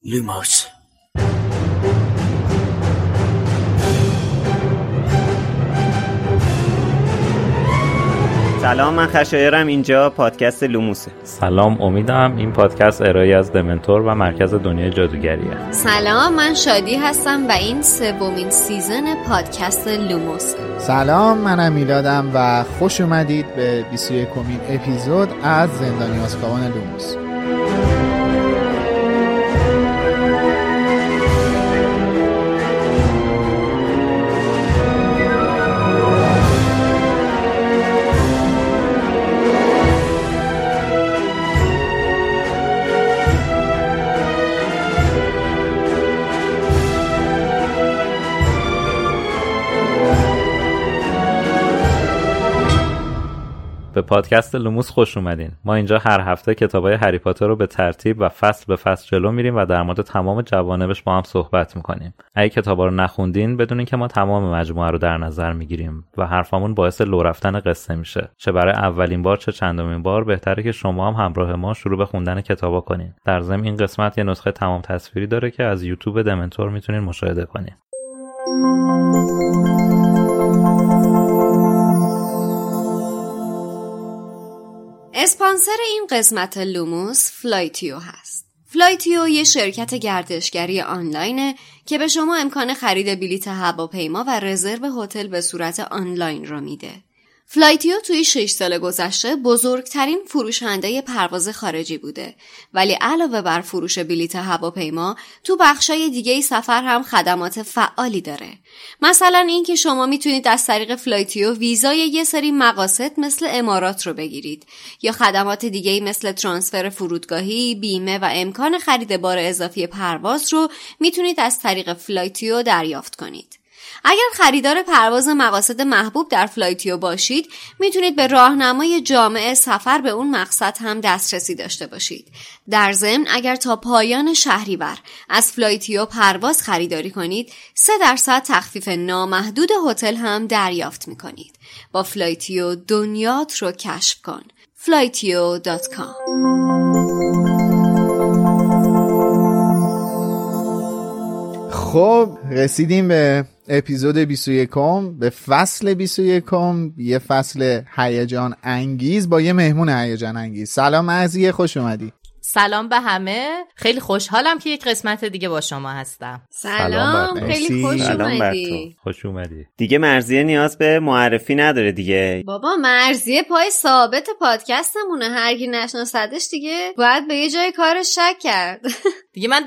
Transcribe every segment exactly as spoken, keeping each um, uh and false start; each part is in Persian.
لوموس. سلام، من خشایارم، اینجا پادکست لوموسه. سلام، امیدم. این پادکست ارائه از دمنتور و مرکز دنیای جادوگریه. سلام، من شادی هستم و این سومین سیزن پادکست لوموسه. سلام، منم میلادم و خوش اومدید به بیست و یکمین اپیزود از زندانی آزکابان لوموس. به پادکست لوموس خوش اومدین. ما اینجا هر هفته کتابای هری پاتر رو به ترتیب و فصل به فصل جلو میریم و در مورد تمام جوانبش با هم صحبت میکنیم. اگه کتابا رو نخوندین بدونین که ما تمام مجموعه رو در نظر میگیریم و حرفمون باعث لو رفتن قصه میشه. چه برای اولین بار چه چندمین بار بهتره که شما هم همراه ما شروع به خوندن کتابا کنین. در ضمن این قسمت یه نسخه تمام تصویری داره که از یوتیوب دمنتور میتونین مشاهده کنین. اسپانسر این قسمت لوموس فلایتیو هست. فلایتیو یه شرکت گردشگری آنلاینه که به شما امکان خرید بلیط هواپیما و رزرو هتل به صورت آنلاین رو میده. فلایتیو توی شش سال گذشته بزرگترین فروشنده پرواز خارجی بوده، ولی علاوه بر فروش بلیط هواپیما تو بخشای دیگه سفر هم خدمات فعالی داره. مثلا این که شما میتونید از طریق فلایتیو ویزای یه سری مقاصد مثل امارات رو بگیرید یا خدمات دیگه مثل ترانسفر فرودگاهی، بیمه و امکان خرید بار اضافی پرواز رو میتونید از طریق فلایتیو دریافت کنید. اگر خریدار پرواز مقاصد محبوب در فلایتیو باشید، میتونید به راهنمای جامع سفر به اون مقصد هم دسترسی داشته باشید. در ضمن اگر تا پایان شهریور از فلایتیو پرواز خریداری کنید، سه درصد تخفیف نامحدود هتل هم دریافت میکنید. با فلایتیو دنیات رو کشف کن. فلایتیو دات کام. خب رسیدیم به اپیزود بیست و یکم، به فصل بیست و یکم، یه فصل هیجان انگیز با یه مهمون هیجان انگیز. سلام مرضیه، خوش اومدی. سلام به همه، خیلی خوشحالم که یک قسمت دیگه با شما هستم. سلام، خیلی خوش اومدی. خوش اومدی. دیگه مرضیه نیاز به معرفی نداره دیگه. بابا مرضیه پای ثابت پادکستمونه، هر کی نشناسدش دیگه باید به یه جای کارش شک کرد. دیگه من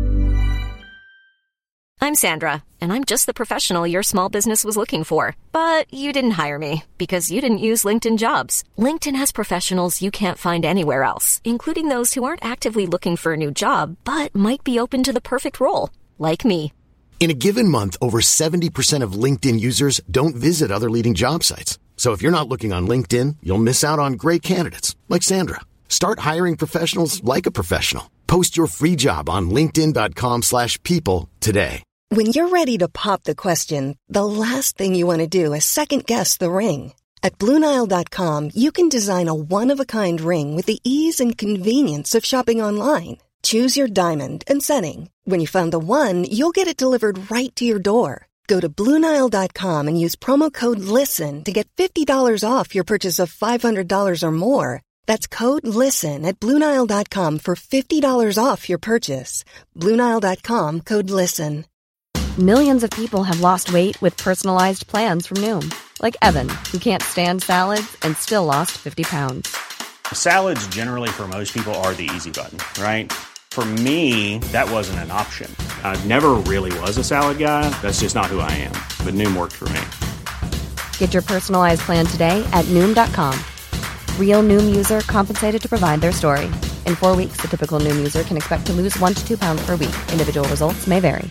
I'm Sandra, and I'm just the professional your small business was looking for. But you didn't hire me because you didn't use LinkedIn Jobs. LinkedIn has professionals you can't find anywhere else, including those who aren't actively looking for a new job, but might be open to the perfect role, like me. In a given month, over seventy percent of LinkedIn users don't visit other leading job sites. So if you're not looking on LinkedIn, you'll miss out on great candidates, like Sandra. Start hiring professionals like a professional. Post your free job on linkedin dot com slash people today. When you're ready to pop the question, the last thing you want to do is second-guess the ring. At Blue Nile dot com, you can design a one-of-a-kind ring with the ease and convenience of shopping online. Choose your diamond and setting. When you find the one, you'll get it delivered right to your door. Go to Blue Nile dot com and use promo code LISTEN to get fifty dollars off your purchase of five hundred dollars or more. That's code LISTEN at Blue Nile dot com for fifty dollars off your purchase. Blue Nile dot com, code LISTEN. Millions of people have lost weight with personalized plans from Noom. Like Evan, who can't stand salads and still lost fifty pounds. Salads generally for most people are the easy button, right? For me, that wasn't an option. I never really was a salad guy. That's just not who I am. But Noom worked for me. Get your personalized plan today at Noom dot com. Real Noom user compensated to provide their story. In four weeks, the typical Noom user can expect to lose one to two pounds per week. Individual results may vary.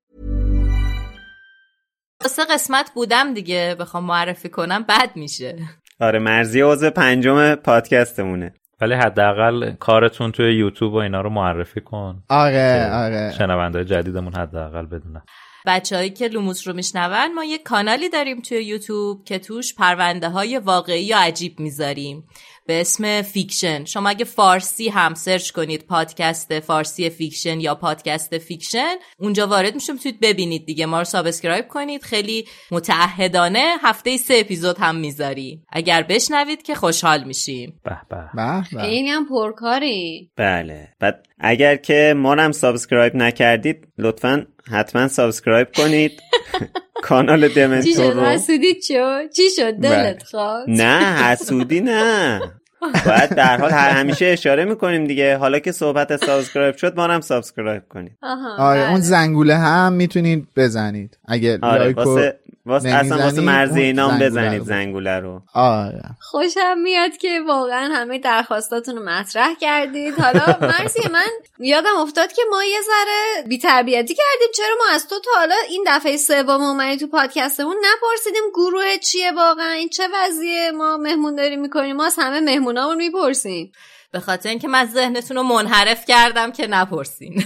سه قسمت بودم دیگه، بخوام معرفی کنم بد میشه. آره، مرضیه عضو پنجم پادکستمونه. ولی حداقل کارتون توی یوتیوب و اینا رو معرفی کن. آره آره. شنونده جدیدمون حداقل بدونن. بچه‌هایی که لوموس رو میشنون، ما یه کانالی داریم توی یوتیوب که توش پرونده های واقعی یا عجیب میذاریم به اسم فیکشن. شما اگه فارسی هم سرچ کنید پادکست فارسی فیکشن یا پادکست فیکشن، اونجا وارد میشم توید ببینید دیگه. ما رو سابسکرایب کنید، خیلی متعهدانه هفته سه اپیزود هم میذاریم. اگر بشنوید که خوشحال میشیم. به به. خیلی هم پرکاری. بله. بعد اگر که ما رو هم سابسکرایب نکردید لطفاً حتما سابسکرایب کنید کانال دمنتور رو. چی شد حسودی چو؟ چی شد دلت خواست؟ نه حسودی نه، باید در حال همیشه اشاره میکنیم دیگه. حالا که صحبت سابسکرایب شد ما هم سابسکرایب کنید. آره اون زنگوله هم میتونید بزنید اگه آره لایک واسه واسه اصلا واسه مرزی اینام بزنید زنگوله رو. آره خوشم میاد که واقعا همه درخواستاتون رو مطرح کردید. حالا مرسی، من یادم افتاد که ما یه ذره بی‌تربیتی کردیم. چرا ما از تو تا حالا این دفعه سوم اومدی تو پادکستمون نپرسیدیم گروه چیه واقعا، این چه وضعیه، ما مهمون داریم میکنیم، ما از همه مهمونامون میپرسیم. به خاطر اینکه من ذهنتون رو منحرف کردم که نپرسین.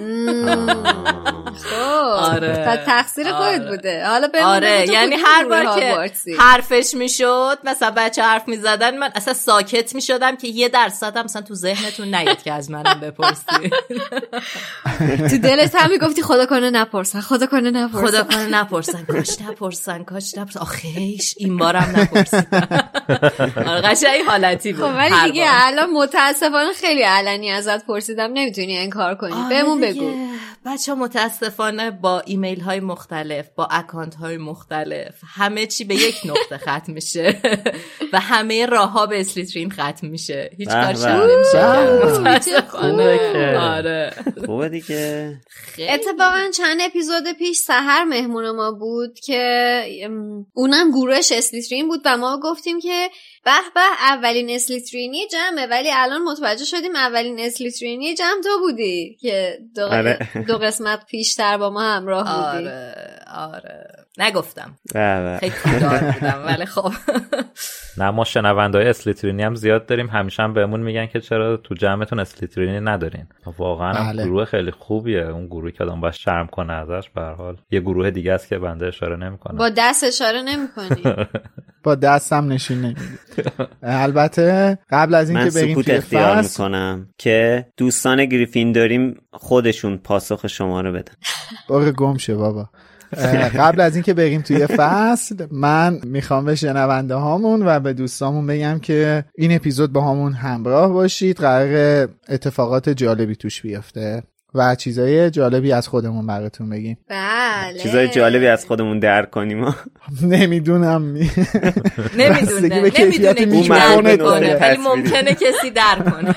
خب آره تا تقصیر خودت بوده. حالا بمونه. آره یعنی هر بار که حرفش میشد مثلا بچه حرف میزدن من اصلا ساکت میشدم که یه درصد هم مثلا تو ذهنتون نیاد که از منم بپرسی. تو دلت هم میگفتی خدا کنه نپرسن، خدا کنه نپرسن، خدا کنه نپرسن، کاش نپرسن، کاش نپرسن، آخیش این بارم نپرسیدن. آره قشنگ حالتی بود. خب ولی دیگه الان متاسفانه خیلی علنی ازت پرسیدم، نمیتونی انکار کنی. بهمون بگو. بچه ها متاسفانه با ایمیل های مختلف، با اکانت های مختلف، همه چی به یک نقطه ختم میشه و همه راه ها به اسلیترین ختم میشه. هیچ کارش نمیشه. متاسفانه. آره خوبه دیگه. اتفاقا چند اپیزود پیش سحر مهمون ما بود که اونم گروهش اسلیترین بود و ما گفتیم که به به اولین اسلیترینی جمعه، ولی الان متوجه شدیم اولین اسلیترینی جمع تو بودی که دو, آره. دو قسمت پیشتر با ما همراه بودی. آره آره نگفتم بله. خیلی کودار بودم ولی خب نه ما شنونده‌های اسلیترینی هم زیاد داریم، همیشه هم بهمون میگن که چرا تو جمعتون اسلیترینی ندارین. واقعا بله. گروه خیلی خوبیه، اون گروهی که آدم باید شرم کنه ازش. به هر حال یه گروه دیگه است که بنده اشاره نمی‌کنم. با دست اشاره نمی‌کنی. با دستم نشون نمیدی. البته قبل از اینکه بریم توی اختیار میکنم که دوستان گریفیندوریم خودشون پاسخ شما رو بدن. برو گم شه بابا. قبل از اینکه بریم توی فصل من میخوام به شنونده هامون و به دوستامون بگم که این اپیزود با همون همراه باشید. قرار اتفاقات جالبی توش بیفته و چیزای جالبی از خودمون براتون بگیم. بله چیزای جالبی از خودمون درک کنیم. نمیدونم نمیدونه نمیدونه میکرونه کنه ولی ممکنه کسی درک کنه.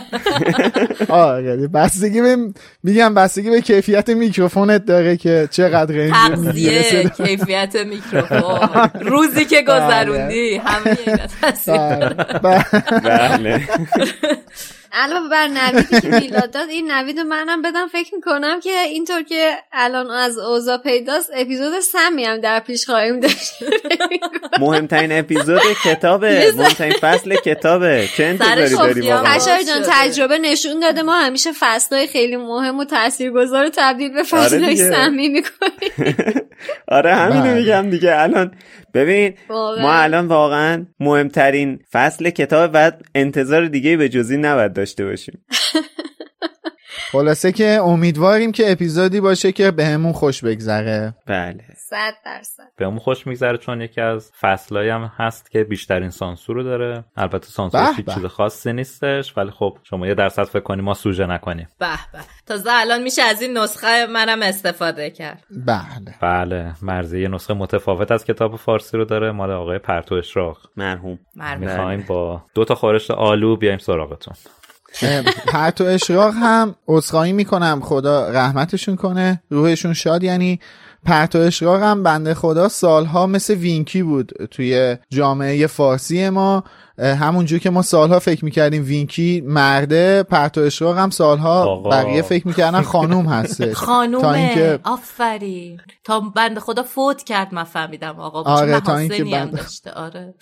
آره بستگی به میگم بستگی به کیفیت میکروفونت داره که چقدر رنج میرسه. کیفیت میکروفون روزی که گذروندی همه اینا تاثیر داره. بله علاوه بر نویدی که میلاد داد، این نوید منم بدم فکر میکنم که اینطور که الان از اوضاع پیداست اپیزود سمی هم در پیش خواهیم داشت. مهمترین اپیزود کتابه، مهمترین فصل کتابه. چه انتظاری داری واقعا؟ قشنگ جان تجربه نشون داده ما همیشه فصلای خیلی مهم و تاثیرگذار رو تبدیل به فصلای سمی میکنیم. آره همینو میگم دیگه. الان ببین ما الان واقعا مهمترین فصل کتاب بعد انتظار دیگه به جزی نباید داشته باشیم. خلاصه که امیدواریم که اپیزودی باشه که بهمون خوش بگذره. بله صد درصد بهمون خوش میگذره، چون یکی از فصلایی هم هست که بیشترین سانسور رو داره. البته سانسورش هیچ چیز خاصی نیستش، ولی خب شما یه درصد فکر کنیم ما سوژه نکنیم. به به تازه الان میشه از این نسخه منم استفاده کرد. بله بله مرزی یه نسخه متفاوت از کتاب فارسی رو داره، مال آقای پرتو اشراق مرحوم. میخوایم با دو تا خورش آلو بیایم سراغتون. پرتو اشراق هم عذرخواهی میکنم، خدا رحمتشون کنه، روحشون شاد. یعنی پرتو اشراق هم بنده خدا سالها مثل وینکی بود توی جامعه فارسی ما همونجور که ما سالها فکر میکردیم وینکی مرده، پرتو اشراق هم سالها آقا. بقیه فکر میکردن خانوم هستش. خانومه تا اینکه آفرین تا بنده خدا فوت کرد من فهمیدم آقا بود. آره چه تا اینکه محاسنی هم بند... داشته. آره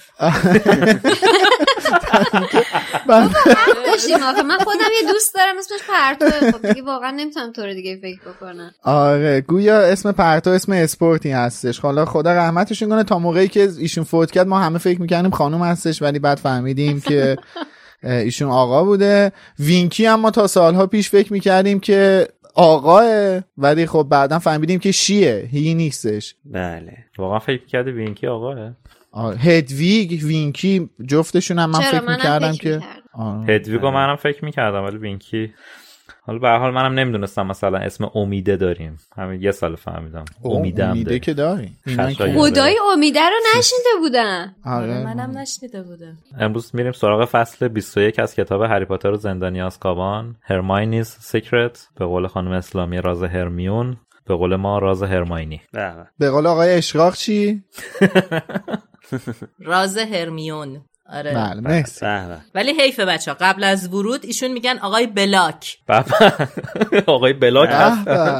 بند... من خودم یه دوست دارم اسمش پرتو، خب دیگه واقعا نمیتونم طور دیگه فکر بکنم. آره گویا اسم پرتو اسم اسپورتی هستش. حالا خدا رحمتشون کنه، تا موقعی که ایشون فوت کرد ما همه فکر میکردیم خانوم هستش، ولی بعد فهمیدیم که ایشون آقا بوده. وینکی هم ما تا سالها پیش فکر میکردیم که آقاه، ولی خب بعدا فهمیدیم که شیه، هی نیستش. بله واقعا فکر کردی وینکی آقاه؟ هدویگ وینکی جفتشون هم من فکر میکردم که هدویگو منم فکر میکردم ولی وینکی. حالا به هر حال منم نمیدونستم مثلا اسم امیده داریم، همین یه سال فهمیدم. امیده امیده که داریم. خدای امیده رو نشنیده بودم. آره منم نشنیده بودم. امروز میریم سراغ فصل بیست و یک از کتاب هری پاتر و زندانی آزکابان، هرماینیز سیکرت، به قول خانم اسلامی راز هرمیون، به قول ما راز هرماینی. به قول آقای اشراق چی؟ راز هرمیون. آره بله مرسی. ولی حیفه بچه‌ها قبل از ورود ایشون میگن آقای بلاک. آقای بلاک هست.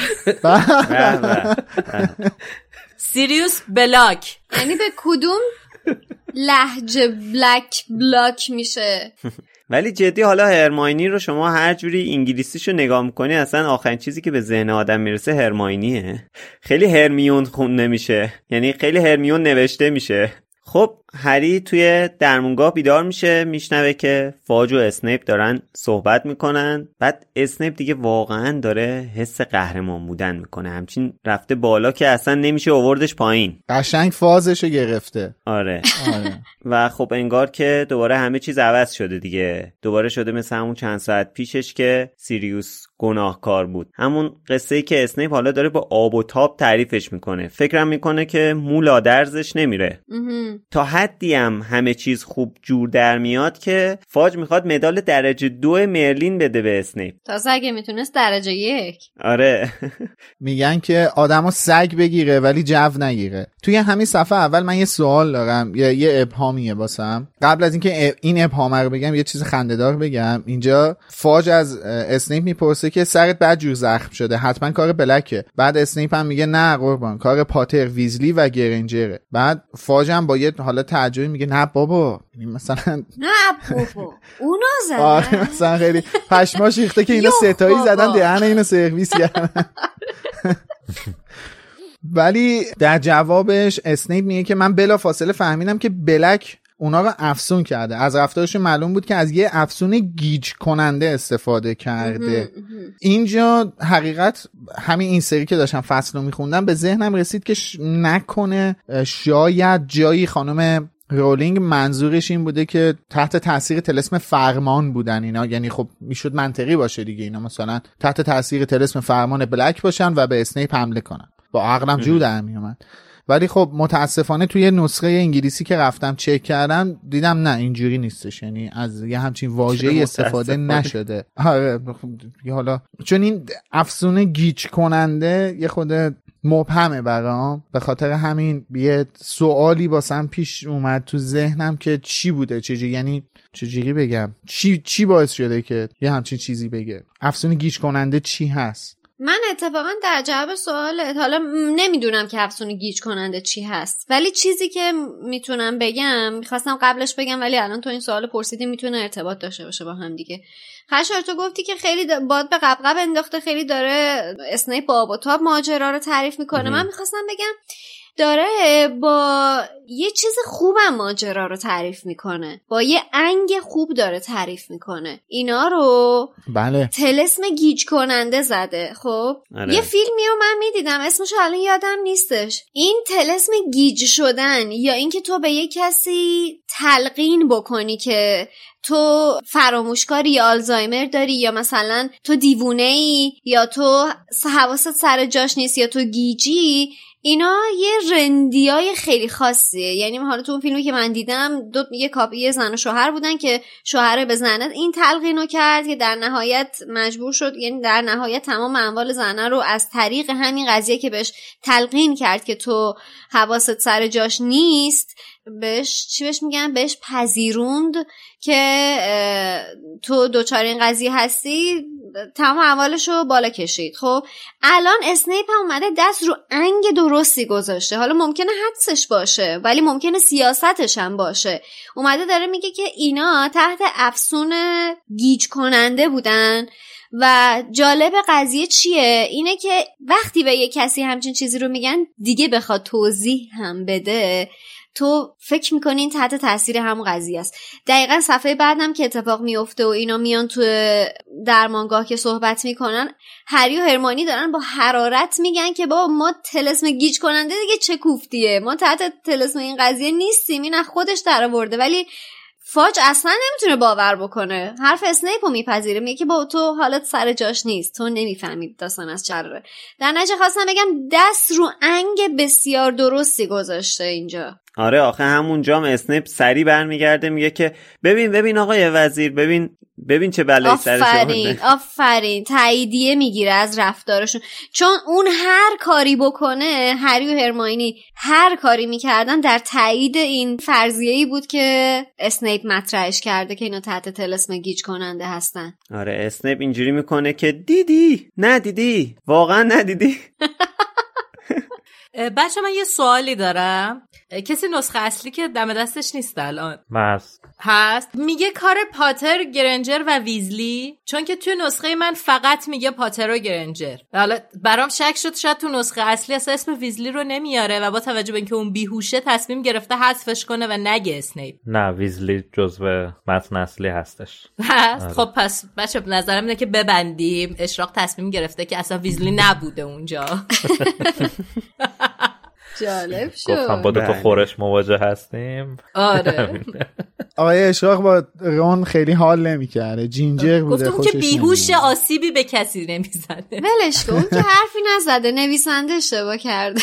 سیریوس بلاک یعنی به کدوم لهجه بلک بلاک میشه؟ ولی جدی حالا هرماینی رو شما هر جوری انگلیسیشو نگاه میکنی اصلا آخرین چیزی که به ذهن آدم میرسه هرماینیه. خیلی هرمیون خونده میشه، یعنی خیلی هرمیون نوشته میشه. خب هری توی درمونگاه بیدار میشه، میشنوه که فاج و اسنیپ دارن صحبت میکنن. بعد اسنیپ دیگه واقعا داره حس قهرمان بودن میکنه، همچین رفته بالا که اصلا نمیشه آوردش پایین. قشنگ فازشو گرفته. آره, آره. و خب انگار که دوباره همه چیز عوض شده دیگه، دوباره شده مثل همون چند ساعت پیشش که سیریوس گناهکار بود. همون قصه‌ای که اسنیپ حالا داره با آب و تاب تعریفش میکنه. فکرم میکنه که مولا درزش نمیره. تا حدی هم همه چیز خوب جور در میاد که فاج میخواد مدال درجه دو مرلین بده به اسنیپ. تازه اگه میتونست درجه یک. آره میگن که آدمو سگ بگیره ولی جو نگیره. توی همین صفحه اول من یه سوال دارم، یه, یه ابهامیه واسم. قبل از اینکه این ابهام رو بگم یه چیز خنده‌دار بگم. اینجا فاج از اسنیپ میپرسه که سرت بد جور زخم شده، حتما کار بلکه. بعد اسنیپ هم میگه نه قربان، کار پاتر، ویزلی و گرینجره. بعد فاج هم با یه حالت تعجبی میگه نه بابا، مثلا نه بابا اونا زدن. آره مثلا خیلی پشماش ریخته که اینا ستایی زدن دهن اینو سرویس کردن. ولی در جوابش اسنیپ میگه که من بلا فاصله فهمیدم که بلک اونا رو افسون کرده. از رفتارشون معلوم بود که از یه افسون گیج کننده استفاده کرده. اینجا حقیقت همین این سری که داشتم فصل رو میخوندم به ذهنم رسید که ش... نکنه شاید جایی خانم رولینگ منظورش این بوده که تحت تاثیر طلسم فرمان بودن اینا، یعنی خب میشد منطقی باشه دیگه اینا مثلا تحت تاثیر طلسم فرمان بلک باشن و به اسنیپ حمله کنن. با عقلم جو در میومد. ولی خب متاسفانه توی نسخه انگلیسی که رفتم چک کردم دیدم نه اینجوری نیستش، یعنی از یه همچین واژه‌ای استفاده نشده. آره حالا چون این افسونه گیج کننده یه خود مبهمه برام، به خاطر همین یه سوالی واسم پیش اومد تو ذهنم که چی بوده، چجوری، یعنی چجوری بگم چی چی باعث شده که یه همچین چیزی بگه. افسونه گیج کننده چی هست؟ من اتفاقا در جواب سوالت حالا نمیدونم که افسون گیج کننده چی هست، ولی چیزی که میتونم بگم میخواستم قبلش بگم ولی الان تو این سوال پرسیدی میتونه ارتباط داشته باشه با هم دیگه. خشار تو گفتی که خیلی باد به قبقب انداخته، خیلی داره اسنیپ با آب و تاب ماجرا رو تعریف میکنه. من میخواستم بگم داره با یه چیز خوبم ماجرا رو تعریف میکنه، با یه انگ خوب داره تعریف میکنه. اینا رو بله طلسم گیج کننده زده. خب آره. یه فیلمی رو من میدیدم اسمشو الان یادم نیستش. این طلسم گیج شدن یا اینکه تو به یه کسی تلقین بکنی که تو فراموشکاری یا آلزایمر داری یا مثلا تو دیوونه‌ای یا تو حواست سر جاش نیست یا تو گیجی، اینا یه رندیای خیلی خاصیه. یعنی حالا تو اون فیلمی که من دیدم دو یه کاپی یه زن و شوهر بودن که شوهر به زنه این تلقینو کرد که در نهایت مجبور شد، یعنی در نهایت تمام اموال زنه رو از طریق همین قضیه که بهش تلقین کرد که تو حواست سر جاش نیست بهش چی بهش میگن بهش پذیروند که تو دوچار این قضیه هستی، تمام اموالشو بالا کشید. خب الان اسنیپ هم اومده دست رو انگ درستی گذاشته. حالا ممکنه حدسش باشه ولی ممکنه سیاستش هم باشه. اومده داره میگه که اینا تحت افسون گیج کننده بودن و جالب قضیه چیه؟ اینه که وقتی به یه کسی همچین چیزی رو میگن دیگه بخواد توضیح هم بده، تو فکر میکنی این تحت تاثیر همون قضیه است. دقیقا صفحه بعدم که اتفاق میفته و اینا میان تو درمانگاه که صحبت میکنن، هری و هرمانی دارن با حرارت میگن که بابا ما طلسم گیج کننده دیگه چه کوفتیه، ما تحت طلسم این قضیه نیستیم، این از خودش درآورده. ولی فاج اصلا نمیتونه باور بکنه، حرف اسنیپ رو میپذیره، میگه که با تو حالت سر جاش نیست، تو نمیفهمید داستان از چرره. در نتیجه خواستم بگم دست رو انگ بسیار درستی گذاشته اینجا. آره آخه همونجا هم اسنیپ سری برمیگرده میگه که ببین ببین آقای وزیر، ببین ببین چه بلایی سرش اومده. آفرین آفرین تاییدیه میگیره از رفتارشون، چون اون هر کاری بکنه، هری و هرماینی هر کاری میکردن در تایید این فرضیه‌ای بود که اسنیپ مطرحش کرده که اینا تحت طلسم گیج کننده هستن. آره اسنیپ اینجوری میکنه که دیدی ندیدی، واقعا ندیدی. بچه من یه سوالی دارم، کسی نسخه اصلی که دم دستش نیست الان هست هست میگه کار پاتر، گرنجر و ویزلی، چون که توی نسخه من فقط میگه پاتر و گرنجر. حالا برام شک شد شاید تو نسخه اصلی اصلا اسم ویزلی رو نمیاره و با توجه به اینکه اون بیهوشه تصمیم گرفته حذفش کنه و نگه اسنیپ. نه ویزلی جزو متن اصلی هستش. هست. خب پس بچه نظرم اینه که ببندیم، اشراق تصمیم گرفته که اصلا ویزلی نبوده اونجا. جالب شد. گفتم با دو تا خورش مواجه هستیم. آره. آقای اشراق با رون خیلی حال نمی‌کرده، جینجر بوده، گفتم که بیهوش آسیبی به کسی نمیزنه. ولش کن که حرفی نزده، نویسنده اشتباه کرده.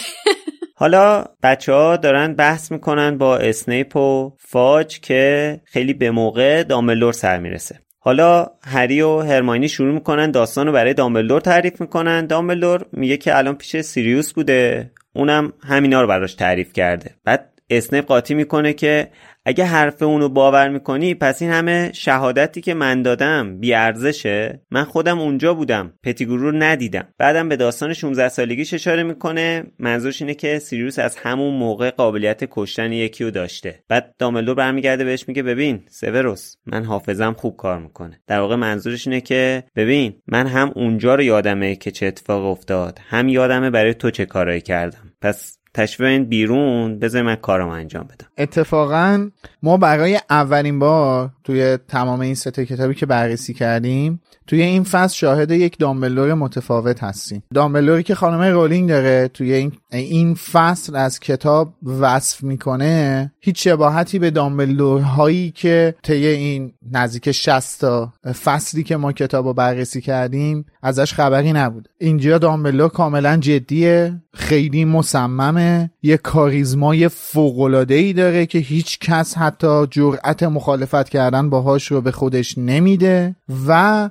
حالا بچه ها دارن بحث میکنن با اسنیپ و فاج که خیلی به موقع دامبلدور سر میرسه. حالا هری و هرماینی شروع میکنن داستانو برای دامبلدور تعریف میکنن. دامبلدور میگه که الان پیش سیریوس بوده، اونم همینا رو براش تعریف کرده. بعد اسنیپ قاطی میکنه که اگه حرف اونو باور میکنی پس این همه شهادتی که من دادم بی ارزشه، من خودم اونجا بودم، پتیگرو رو ندیدم. بعدم به داستان شانزده سالگیش اشاره میکنه، منظورش اینه که سیریوس از همون موقع قابلیت کشتن یکی رو داشته. بعد دامبلدور برمیگرده بهش میگه ببین سیوروس، من حافظم خوب کار میکنه. در واقع منظورش اینه که ببین من هم اونجا رو یادمه که چه اتفاق افتاد، هم یادمه برای تو چه کارایی کردم، پس تشویق بیرون بذار من کارم انجام بدم. اتفاقا ما برای اولین بار توی تمام این سه تا کتابی که بررسی کردیم توی این فصل شاهد یک دامبلدور متفاوت هستیم. دامبلدوری که خانم رولینگ داره توی این این فصل از کتاب وصف میکنه هیچ شباهتی به دامبلدورهایی که طی این نزدیک شصت تا فصلی که ما کتابو بررسی کردیم ازش خبری نبود. اینجا دامبلدور کاملا جدیه، خیلی مصممه، یه کاریزمای فوق‌العاده‌ای داره که هیچ کس حتی جرأت مخالفت کردن باهاش رو به خودش نمیده و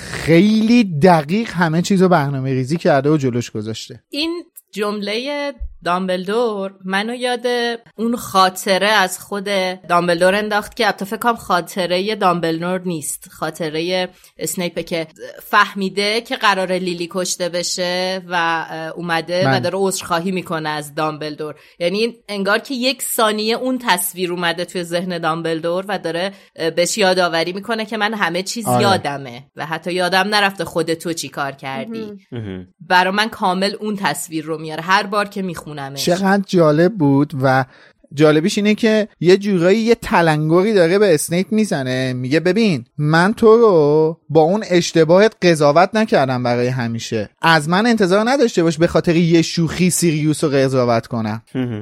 خیلی دقیق همه چیزو برنامه ریزی کرده و جلوش گذاشته. این جمله دامبلدور منو یاد اون خاطره از خود دامبلدور انداخت که البته فکر کنم خاطره دامبلدور نیست، خاطره اسنیپ که فهمیده که قراره لیلی کشته بشه و اومده من. و داره عذرخواهی میکنه از دامبلدور. یعنی انگار که یک ثانیه اون تصویر اومده توی ذهن دامبلدور و داره بهش یادآوری میکنه که من همه چیز آره. یادمه و حتی یادم نرفته خود تو چی کار کردی. برای من کامل اون تصویر رو میاره هر بار که میخونمش. چقدر جالب بود و جالبیش اینه که یه جورایی یه تلنگری داره به اسنیپ میزنه، میگه ببین من تو رو با اون اشتباهت قضاوت نکردم برای همیشه، از من انتظار نداشته باش به خاطر یه شوخی سیریوس رو قضاوت کنم.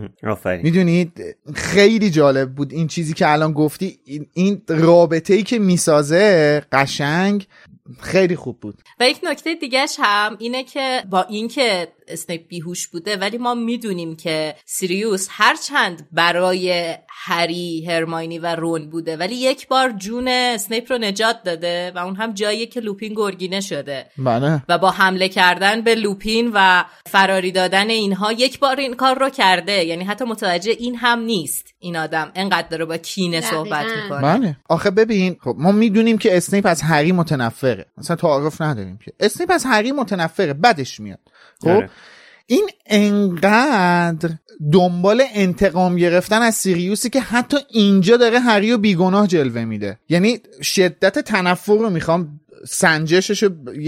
میدونید خیلی جالب بود این چیزی که الان گفتی، این, این رابطه‌ای که میسازه قشنگ خیلی خوب بود. و یک نکته دیگهش هم اینه که با اینکه اسنیپ بیهوش بوده ولی ما میدونیم که سیریوس هرچند برای هری، هرماینی و رون بوده، ولی یک بار جون اسنیپ رو نجات داده و اون هم جاییه که لوپین گرگینه شده. بله. و با حمله کردن به لوپین و فراری دادن اینها یک بار این کار رو کرده. یعنی حتی متوجه این هم نیست این آدم انقدر داره با کینه صحبت میکنه. بله. آخه ببین خب ما میدونیم که اسنیپ از هری متنفره، مثلا تعارف نداریم که اسنیپ از هری متنفره، بدش میاد. خب این انقدر دنبال انتقام گرفتن از سیریوسی که حتی اینجا داره هری رو بیگناه جلوه میده. یعنی شدت تنفر رو میخوام سنجششو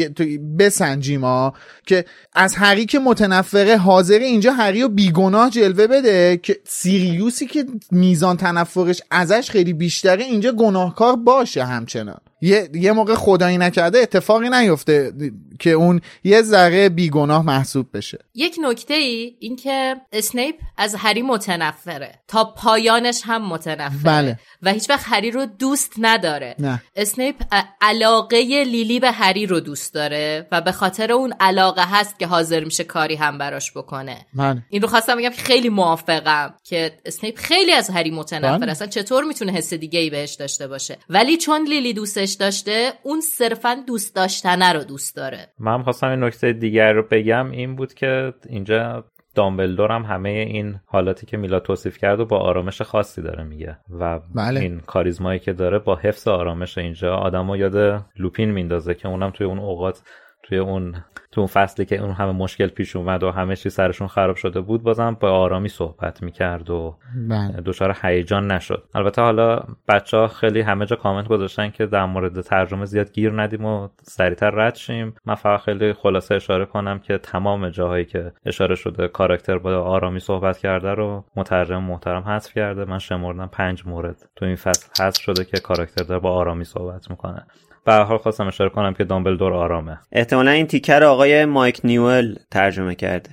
بسنجیم ها، که از هری که متنفره حاضر اینجا هری رو بیگناه جلوه بده که سیریوسی که میزان تنفرش ازش خیلی بیشتره اینجا گناهکار باشه همچنان. یه یه موقع خدایی نکرده اتفاقی نیفته که اون یه ذره بیگناه محسوب بشه. یک نکته ای این که اسنیپ از هری متنفره، تا پایانش هم متنفره. بله. و هیچ وقت هری رو دوست نداره. نه. اسنیپ علاقه لیلی به هری رو دوست داره و به خاطر اون علاقه هست که حاضر میشه کاری هم براش بکنه. بله. این رو خواستم بگم که خیلی موافقم که اسنیپ خیلی از هری متنفره. بله. اصلا چطور میتونه حس دیگه ای بهش داشته باشه؟ ولی چون لیلی دوستش داشته، اون صرفا دوست داشتنه رو دوست داره. من خواستم این نکته دیگر رو بگم، این بود که اینجا دامبلدور هم همه این حالاتی که میلاد توصیف کرد و با آرامش خاصی داره میگه و بله. این کاریزمایی که داره با حفظ آرامش اینجا آدمو یاد لوپین میندازه که اونم توی اون اوقات، توی اون تو اون فصلی که اون همه مشکل پیش اومد و همه چی سرشون خراب شده بود، بازم با آرامی صحبت میکرد و دچار هیجان نشد. البته حالا بچه‌ها خیلی همه جا کامنت گذاشتن که در مورد ترجمه زیاد گیر ندیم و سریعتر رد شیم. من فقط خیلی خلاصه اشاره کنم که تمام جاهایی که اشاره شده کاراکتر با آرامی صحبت کرده رو مترجم محترم حذف کرده. من شمردم پنج مورد تو این فصل حذف شده که کاراکتر داره با آرامی صحبت میکنه. به هر حال خواستم اشاره کنم که دامبلدور آرامه. احتمالاً این تیکر آقای مایک نیول ترجمه کرده.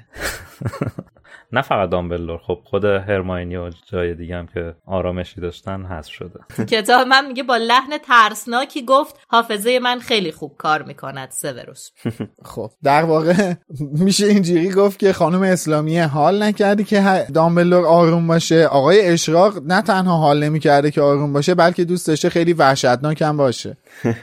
نه فقط دامبلدور، خب خود هرماینی و جای دیگه هم که آرامشی داشتن حذف شده. کتاب من میگه با لحن ترسناکی گفت حافظه من خیلی خوب کار میکند سیوروس. خب در واقع میشه اینجوری گفت که خانم اسلامیه حال نکردی که دامبلدور آروم باشه، آقای اشراق نه تنها حال نمیکرده که آروم باشه بلکه دوست داشته خیلی وحشتناک هم باشه.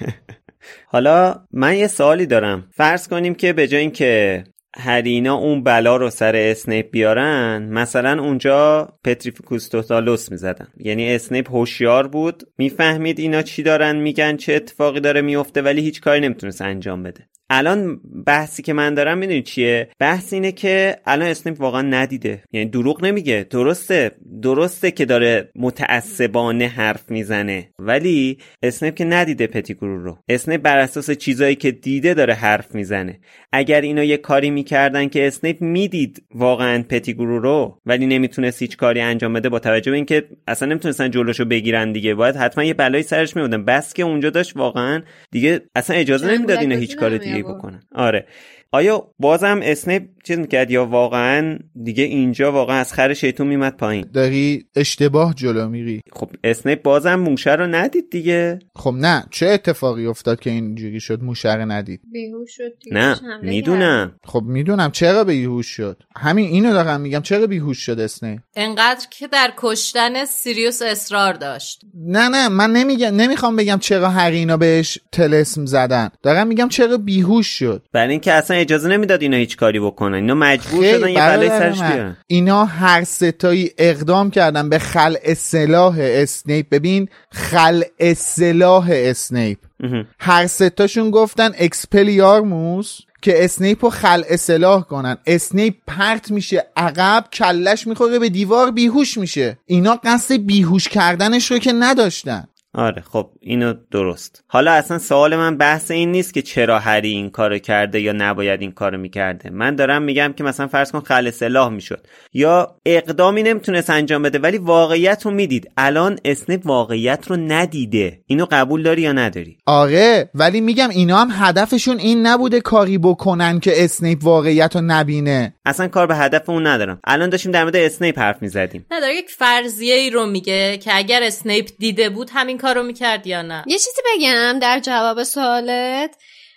حالا من یه سوالی دارم. فرض کنیم که به جای اینکه هرینا اون بلا رو سر اسنیپ بیارن، مثلا اونجا پتریفیکوس توتالوس میزدن. یعنی اسنیپ هوشیار بود، میفهمید اینا چی دارن میگن، چه اتفاقی داره میفته، ولی هیچ کاری نمیتونست انجام بده. الان بحثی که من دارم میدونی چیه؟ بحث اینه که الان اسنیپ واقعا ندیده، یعنی دروغ نمیگه. درسته درسته که داره متعصبانه حرف میزنه، ولی اسنیپ که ندیده پتیگرو رو. اسنیپ بر اساس چیزایی که دیده داره حرف میزنه. اگر اینا یه کاری میکردن که اسنیپ میدید واقعا پتیگرو رو ولی نمیتونست هیچ کاری انجام بده، با توجه به اینکه اصلا نمیتونستن جلوشو بگیرن دیگه، باید حتما یه بلایی سرش میوردن. بس که اونجا داشت واقعا دیگه اصلا اجازه نمیداد اینا هیچ کار دیگه بکنن. آره، آیا بازم اسنیپ چیز میکرد یا واقعا دیگه اینجا واقعا از خر شیطون میمد پایین؟ داری اشتباه جلو میری. خب اسنیپ بازم موشه رو ندید دیگه. خب نه، چه اتفاقی افتاد که اینجوری شد موشه رو ندید؟ بیهوش شد. نه میدونم. خب میدونم چرا بیهوش شد، همین اینو دارم میگم، چرا بیهوش شد اسنیپ؟ انقدر که در کشتن سیریوس اصرار داشت. نه نه من نمیگم، نمیخوام بگم چرا هرینا بهش طلسم زدن، دارم میگم چرا بیهوش شد. برای اینکه اصلا اجازه نمیداد اینا هیچ کاری بکنن، اینا مجبور شدن یه بلای سرش بیارن. اینا هر ستایی اقدام کردن به خلع سلاح اسنیپ. ببین خلع سلاح اسنیپ، هر ستاشون گفتن اکسپلیارموس که اسنیپ رو خلع سلاح کنن. اسنیپ پرت میشه عقب، کلش میخوره به دیوار، بیهوش میشه. اینا قصد بیهوش کردنش رو که نداشتن. آره خب اینو درست. حالا اصلا سوال من بحث این نیست که چرا هری این کارو کرده یا نباید این کارو میکرده. من دارم میگم که مثلا فرض کن خلع سلاح میشد یا اقدامی نمیتونست انجام بده ولی واقعیت رو میدید. الان اسنیپ واقعیت رو ندیده. اینو قبول داری یا نداری؟ آره ولی میگم اینا هم هدفشون این نبوده کاری بکنن که اسنیپ واقعیت رو نبینه. اصلا کار به هدف اون ندارم. الان داشتیم در مورد اسنیپ حرف میزدیم. نداره یک فرضیه ای رو میگه که اگر اسنیپ دیده بود همین کارو میکرد یا نه. یه چیزی بگم در جواب سوالت.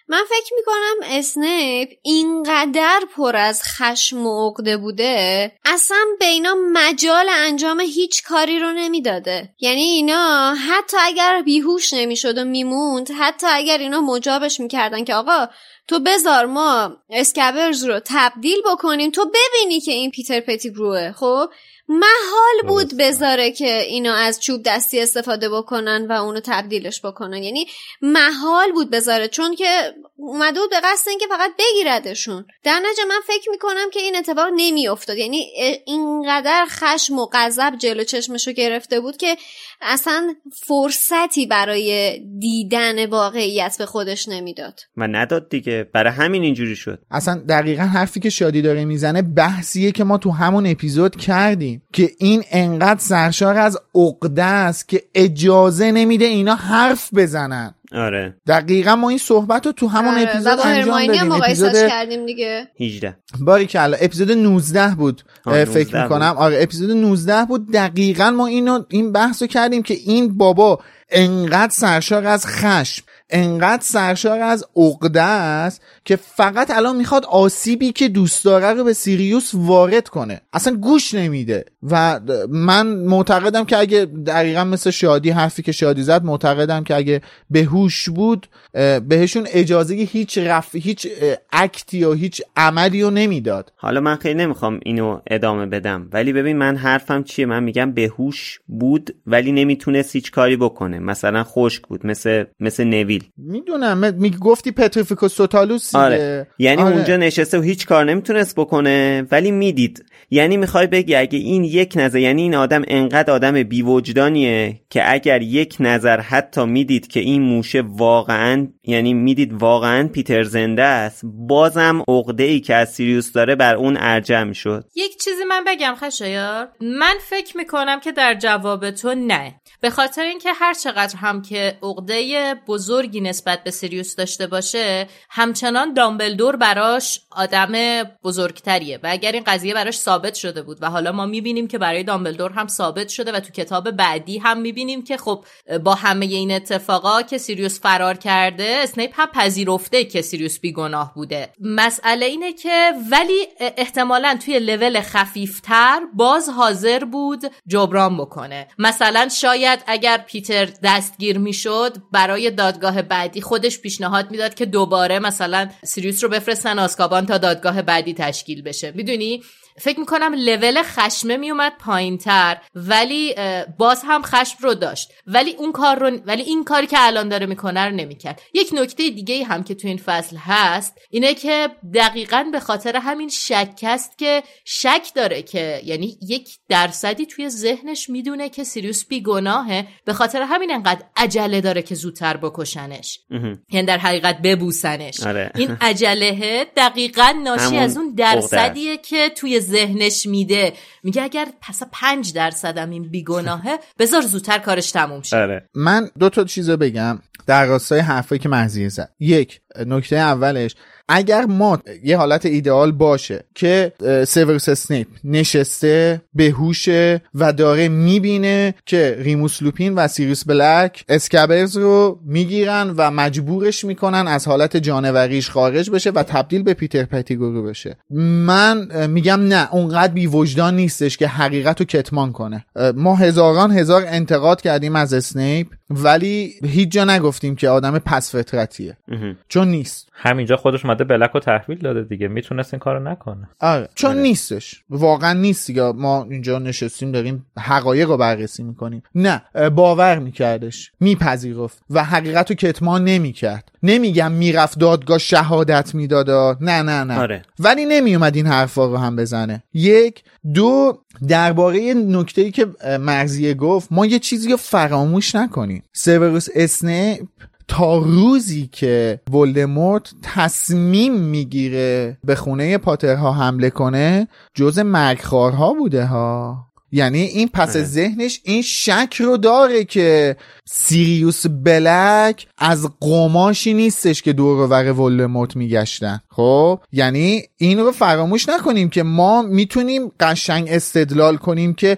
من فکر میکنم اسنیپ اینقدر پر از خشم و عقده بوده اصلا به اینا مجال انجام هیچ کاری رو نمیداده. یعنی اینا حتی اگر بیهوش نمیشد و میموند، حتی اگر اینا مجابش میکردن که آقا تو بذار ما اسکابرز رو تبدیل بکنیم تو ببینی که این پیتر پتیگروه، خب محال بود بذاره که اینا از چوب دستی استفاده بکنن و اونو تبدیلش بکنن. یعنی محال بود بذاره، چون که اومده بود به قصد اینکه فقط بگیردشون. در نتیجه من فکر میکنم که این اتفاق نمی افتاد. یعنی اینقدر خشم و غضب جلو چشمشو گرفته بود که اصلا فرصتی برای دیدن واقعیت به خودش نمیداد و نداد دیگه، برای همین اینجوری شد. اصلا دقیقا حرفی که شادی داره میزنه بحثیه که ما تو همون اپیزود کردیم که این انقدر سرشار از عقده است که اجازه نمیده اینا حرف بزنن. آره دقیقا ما این صحبت رو تو همون آره. اپیزود انجام دادیم. اپیزود کردیم دیگه هجده باریکلا اپیزود نوزده بود فکر میکنم. آره اپیزود نوزده بود. دقیقا ما اینو این بحثو کردیم که این بابا انقدر سرشار از خشم، انقدر سرشار از عقده است که فقط الان میخواد آسیبی که دوست داره رو به سیریوس وارد کنه، اصلا گوش نمیده. و من معتقدم که اگه دقیقا مثل شادی حرفی که شادی زد، معتقدم که اگه به هوش بود بهشون اجازه هیچ رفع هیچ اکتی یا هیچ عملی رو نمیداد. حالا من خیلی نمیخوام اینو ادامه بدم، ولی ببین من حرفم چیه، من میگم به هوش بود ولی نمیتونست هیچ کاری بکنه. مثلا خشک بود، مثل مثل نویل. میدونم میگفتی پتریفیکوس توتالوس. آره یعنی آره. اونجا نشسته و هیچ کار نمیتونست بکنه ولی میدید. یعنی میخوای بگی اگه این یک نظر، یعنی این آدم انقدر آدم بی‌وجدانیه که اگر یک نظر حتی میدید که این موشه واقعا، یعنی میدید واقعا پیتر زنده است، بازم عقده‌ای که از سیریوس داره بر اون ارجع میشد. یک چیزی من بگم خشایار، من فکر میکنم که در جواب تو نه، به خاطر اینکه هر چقدر هم که عقده بزرگی نسبت به سیریوس داشته باشه، همچنان دامبلدور براش آدم بزرگتریه و اگر این قضیه براش ثابت شده بود و حالا ما میبینیم که برای دامبلدور هم ثابت شده و تو کتاب بعدی هم میبینیم که خب با همه این اتفاقا که سیریوس فرار کرده، اسنیپ هم پذیرفته که سیریوس بیگناه بوده. مسئله اینه که ولی احتمالاً توی لول خفیفتر باز حاضر بود جبران بکنه. مثلا شاید اگر پیتر دستگیر میشد برای دادگاه بعدی خودش پیشنهاد میداد که دوباره مثلا سیریوس رو بفرستن آزکابان تا دادگاه بعدی تشکیل بشه. میدونی فکر میکنم لول خشمه میومد پایین تر ولی باز هم خشم رو داشت، ولی اون کار رو ولی این کاری که الان داره میکنه رو نمیکرد. یک نکته دیگه هم که تو این فصل هست اینه که دقیقاً به خاطر همین شک است که شک داره که یعنی یک درصدی توی ذهنش میدونه که سیریوس بیگناهه، به خاطر همین انقدر عجله داره که زودتر بکشنش، یعنی در حقیقت ببوسنش. آره. این عجله دقیقاً ناشی از اون درصدیه که توی ذهنش میده، میگه اگر پس پنج درصدم این بیگناهه بذار زودتر کارش تموم شه. آره. من دو تا چیزو بگم در راستای حرفی که مهزیه زد. یک، نکته اولش، اگر ما یه حالت ایدئال باشه که سیوروس اسنیپ نشسته بهوشه و داره میبینه که ریموس لوپین و سیریوس بلک اسکابرز رو میگیرن و مجبورش میکنن از حالت جانوریش خارج بشه و تبدیل به پیتر پتیگرو بشه، من میگم نه، اونقدر بی وجدان نیستش که حقیقت رو کتمان کنه. ما هزاران هزار انتقاد کردیم از اسنیپ ولی هیچ جا نگفتیم که آدم پس فطرتیه، چون نیست. همینجا خودش اومده بلک رو تحویل داده دیگه، میتونست این کارو نکنه. آره چون آره. نیستش، واقعا نیست دیگه. ما اینجا نشستیم داریم حقایق رو بررسی میکنیم. نه، باور میکردش، میپذیرفت و حقیقت رو کتمان نمیکرد. نمیگم میرفت دادگاه شهادت میدادا، نه نه نه آره. ولی نمیومد این حرفا رو هم بزنه. یک دو، درباره نکته‌ای که مرزیه گفت، ما یه چیزی رو فراموش نکنیم. سیوروس اسنیپ تا روزی که ولدمورت تصمیم میگیره به خونه پاترها حمله کنه جز مرگخوارها بوده ها. یعنی این پس اه. ذهنش این شک رو داره که سیریوس بلک از قماشی نیستش که دور و ور ولدمورت میگشتن. خب یعنی این رو فراموش نکنیم که ما میتونیم قشنگ استدلال کنیم که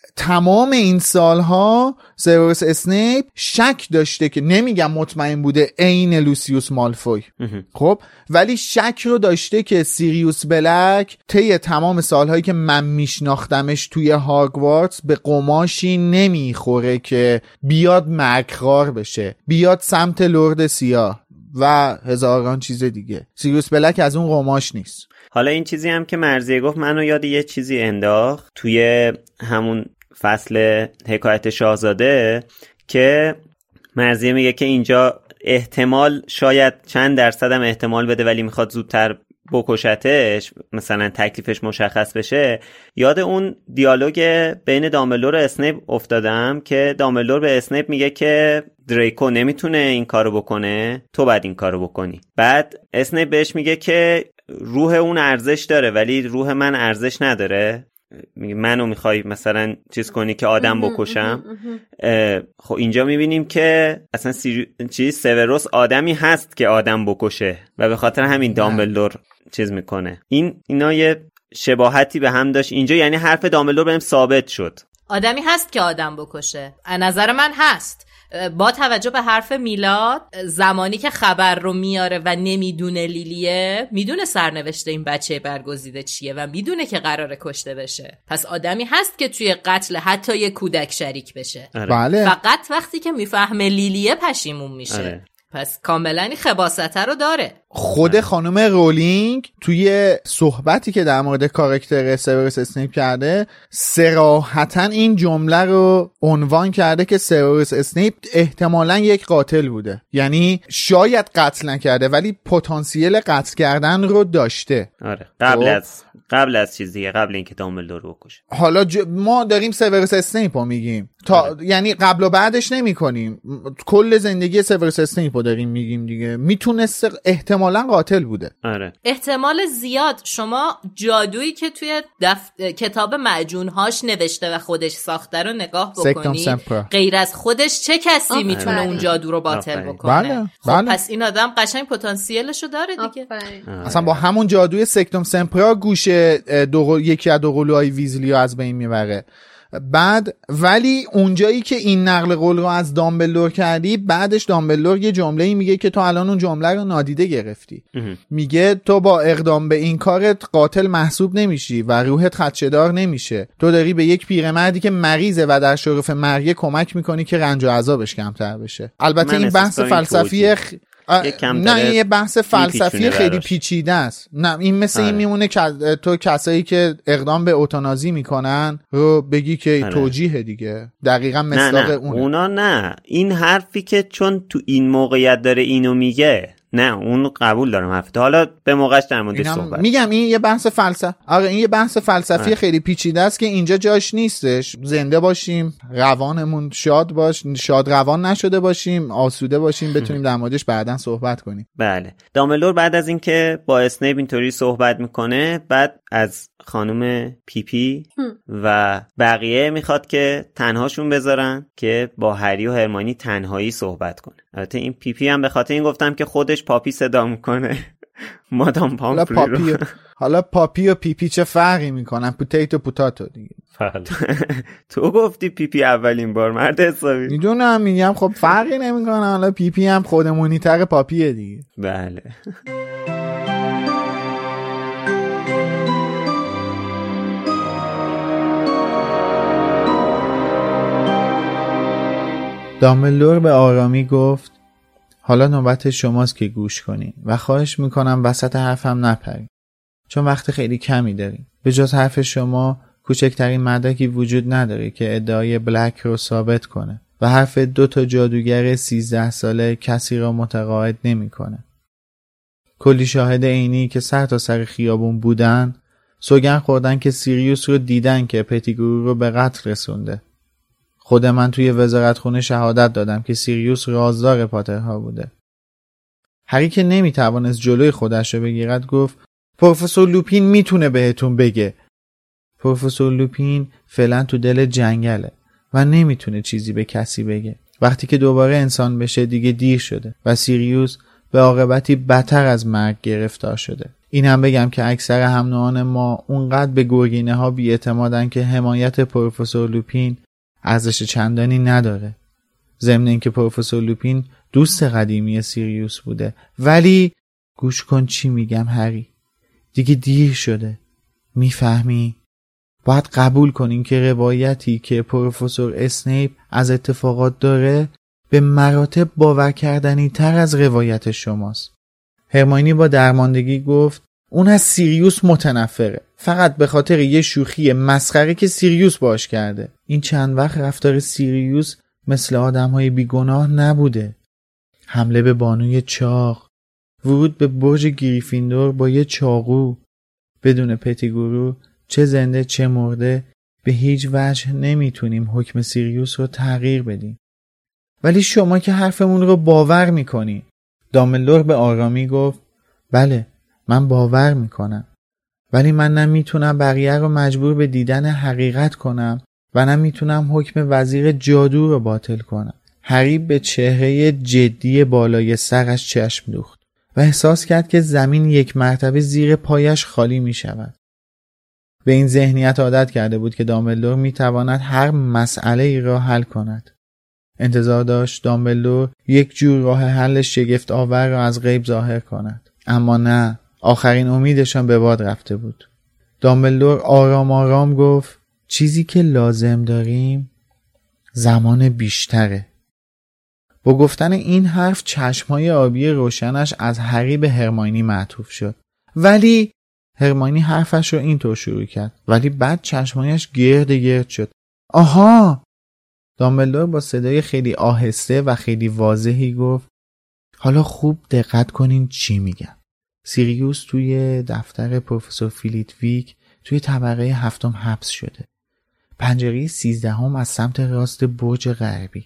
تمام این سالها سیوروس اسنیپ شک داشته که، نمیگم مطمئن بوده عین لوسیوس مالفوی، خب ولی شک رو داشته که سیریوس بلک طی تمام سالهایی که من میشناختمش توی هاگوارتس به قماشی نمیخوره که بیاد مرگخوار بشه، بیاد سمت لرد سیاه و هزاران چیز دیگه. سیریوس بلک از اون قماش نیست. حالا این چیزی هم که مرضیه گفت منو یاد یه چیزی انداخت توی همون فصل حکایت شاهزاده که مرضیه میگه که اینجا احتمال شاید چند درصد هم احتمال بده ولی میخواد زودتر بکشتش، مثلا تکلیفش مشخص بشه. یاد اون دیالوگ بین دامبلدور و اسنیپ افتادم که دامبلدور به اسنیپ میگه که دریکو نمیتونه این کارو بکنه، تو باید این کارو بکنی. بعد اسنیپ بهش میگه که روح اون ارزش داره ولی روح من ارزش نداره، میگه منو میخوای مثلا چیز کنی که آدم بکشم. خب اینجا میبینیم که اصلا سیری... چیز سیوروس آدمی هست که آدم بکشه و به خاطر همین دامبلدور چیز میکنه. این اینا یه شباهتی به هم داشت اینجا، یعنی حرف دامبلدور بهم ثابت شد آدمی هست که آدم بکشه. از نظر من هست، با توجه به حرف میلاد زمانی که خبر رو میاره و نمیدونه لیلیه، میدونه سرنوشت این بچه برگزیده چیه و میدونه که قراره کشته بشه، پس آدمی هست که توی قتل حتی یه کودک شریک بشه. بله. فقط وقتی که میفهمه لیلیه پشیمون میشه. آره. پس کاملا این خباثته رو داره. خود خانم رولینگ توی صحبتی که در مورد کاراکتر سیوروس اسنیپ کرده صراحتاً این جمله رو عنوان کرده که سیوروس اسنیپ احتمالاً یک قاتل بوده، یعنی شاید قتل نکرده ولی پتانسیل قتل کردن رو داشته. آره قبل از قبل از چیز دیگه، قبل اینکه دامبلدور رو بکشه. حالا ج... ما داریم سیوروس اسنیپ رو میگیم تا آره. یعنی قبل و بعدش نمی کنیم، کل زندگی سیوروس اسنیپ رو داریم میگیم دیگه. میتونست احتمالاً قاتل بوده. آره. احتمال زیاد. شما جادویی که توی دف... کتاب معجونهاش نوشته و خودش ساخته رو نگاه بکنی، غیر از خودش چه کسی آفره. میتونه اون جادو رو باطل آفره. بکنه؟ بله. خب بله. پس این آدم قشنگ پتانسیلشو داره دیگه. آره. اصلا با همون جادوی سکتوم سمپرا گوشه دو... یکی از دو قلوهای ویزلی رو از بین میبره. بعد ولی اونجایی که این نقل قول رو از دامبلدور کردی، بعدش دامبلدور یه جمله‌ای میگه که تو الان اون جمله رو نادیده گرفتی. میگه تو با اقدام به این کارت قاتل محسوب نمیشی و روحت خدشه‌دار نمیشه، تو داری به یک پیرمردی که مریضه و در شرف مرگ کمک میکنی که رنج و عذابش کمتر بشه. البته این بحث فلسفی خ... نه یه بحث فلسفی خیلی پیچیده است. نه این مثل آره. این میمونه که تو کسایی که اقدام به اوتانازی میکنن رو بگی که آره. توجیه دیگه، دقیقا مثل اونه. اونا نه، این حرفی که چون تو این موقعیت داره اینو میگه، نه اون قبول دارم حرفت. حالا به موقعش در موردش صحبت میگم. این یه بحث فلسفه آره این یه بحث فلسفی آره. خیلی پیچیده است که اینجا جاش نیستش. زنده باشیم، روانمون شاد باش، شاد روان نشده باشیم، آسوده باشیم، بتونیم در موردش بعداً صحبت کنیم. بله. دامبلدور بعد از اینکه با اسنیپ اینطوری صحبت میکنه، بعد از خانم پی پی و بقیه میخواد که تنهاشون بذارن که با هری و هرمانی تنهایی صحبت کنه. البته این پی پی هم به خاطر این گفتم که خودش پاپی صدا میکنه مادام پامفری رو. حالا پاپی و پی پی چه فرقی میکنن؟ پوتیتو پوتاتو دیگه. تو گفتی پی پی اولین بار، مرد حسابی. میدونم، میگم خب فرقی نمیکنه. حالا پی پی هم خودمونی تر پاپیه دیگه. بله. دامبلدور به آرامی گفت حالا نوبت شماست که گوش کنین و خواهش میکنم وسط حرفم نپرین، چون وقت خیلی کمی داریم. به جز حرف شما کوچکترین مدرکی وجود نداره که ادعای بلک رو ثابت کنه و حرف دو تا جادوگر سیزده ساله کسی را متقاعد نمیکنه. کلی شاهد عینی که سر تا سر خیابون بودن سوگن خوردن که سیریوس رو دیدن که پتیگرو رو به قتل رسونده. خود من توی وزارتخونه شهادت دادم که سیریوس رازدار پاترها بوده. هری که نمیتوانست جلوی خودش رو بگیرد گفت پروفسور لوپین میتونه بهتون بگه. پروفسور لوپین فعلا تو دل جنگله و نمیتونه چیزی به کسی بگه. وقتی که دوباره انسان بشه دیگه دیر شده و سیریوس به عاقبتی بدتر از مرگ گرفتار شده. اینم بگم که اکثر هم نوعان ما اونقدر به گرگینه ها بی‌اعتمادن که حمایت پروفسور لوپین ارزش چندانی نداره. ضمن اینکه پروفسور لوپین دوست قدیمی سیریوس بوده. ولی گوش کن چی میگم هری، دیگه دیر شده. میفهمی؟ باید قبول کنین که روایتی که پروفسور اسنیپ از اتفاقات داره به مراتب باور کردنی تر از روایت شماست. هرماینی با درماندگی گفت اون از سیریوس متنفره، فقط به خاطر یه شوخی مسخره که سیریوس باش کرده. این چند وقت رفتار سیریوس مثل آدم‌های بیگناه نبوده. حمله به بانوی چاق، ورود به برج گریفیندور با یه چاقو، بدون پتیگورو چه زنده چه مرده به هیچ وجه نمیتونیم حکم سیریوس رو تغییر بدیم. ولی شما که حرفمون رو باور میکنی. دامبلدور به آرامی گفت بله من باور میکنم، ولی من نمیتونم بقیه رو مجبور به دیدن حقیقت کنم و نمیتونم حکم وزیر جادو رو باطل کنم. هری به چهره جدی بالای سرش چشم دوخت و احساس کرد که زمین یک مرتبه زیر پایش خالی می شود. به این ذهنیت عادت کرده بود که دامبلدور می تواند هر مسئله ای را حل کند. انتظار داشت دامبلدور یک جور راه حل شگفت آور را از غیب ظاهر کند. اما نه، آخرین امیدشان به باد رفته بود. دامبلدور آرام آرام گفت چیزی که لازم داریم زمان بیشتره. با گفتن این حرف چشمهای آبی روشنش از هری به هرماینی معطوف شد. ولی هرماینی حرفش رو اینطور شروع کرد، ولی بعد چشمهایش گرد گرد شد. آها! دامبلدور با صدای خیلی آهسته و خیلی واضحی گفت حالا خوب دقت کنین چی میگم. سیریوس توی دفتر پروفسور فیلیتویک توی طبقه هفتم حبس شده. پنجره سیزدهم از سمت راست برج غربی.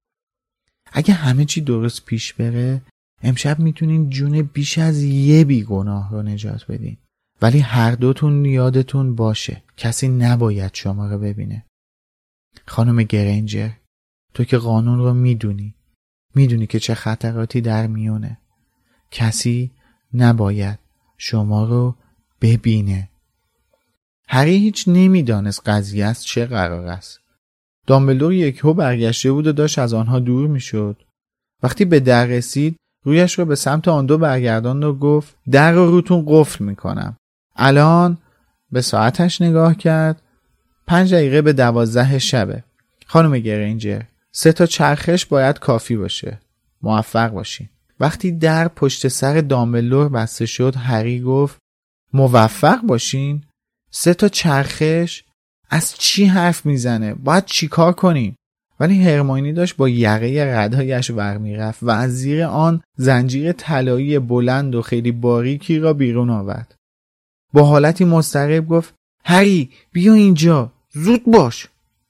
اگه همه چی درست پیش بره امشب میتونین جون بیش از یه بیگناه رو نجات بدین. ولی هر دوتون یادتون باشه کسی نباید شما رو ببینه. خانم گرینجر، تو که قانون رو میدونی، میدونی که چه خطراتی در میونه. کسی نباید شما رو ببینه. هری هیچ نمیدانست قضیه از چه قرار است. دامبلدور یکهو برگشته بود و داشت از آنها دور میشد. وقتی به در رسید رویش رو به سمت آن دو برگرداند و گفت در رو روتون قفل میکنم. الان به ساعتش نگاه کرد. پنج دقیقه به دوازده شبه. خانم گرینجر، سه تا چرخش باید کافی باشه. موفق باشین. وقتی در پشت سر دامبلدور بسته شد هری گفت موفق باشین؟ سه تا چرخش؟ از چی حرف میزنه؟ باید چی کار کنیم؟ ولی هرماینی داشت با یقه ردهایش ور میرفت و از زیر آن زنجیر طلایی بلند و خیلی باریکی را بیرون آورد. با حالتی مضطرب گفت هری بیا اینجا، زود باش.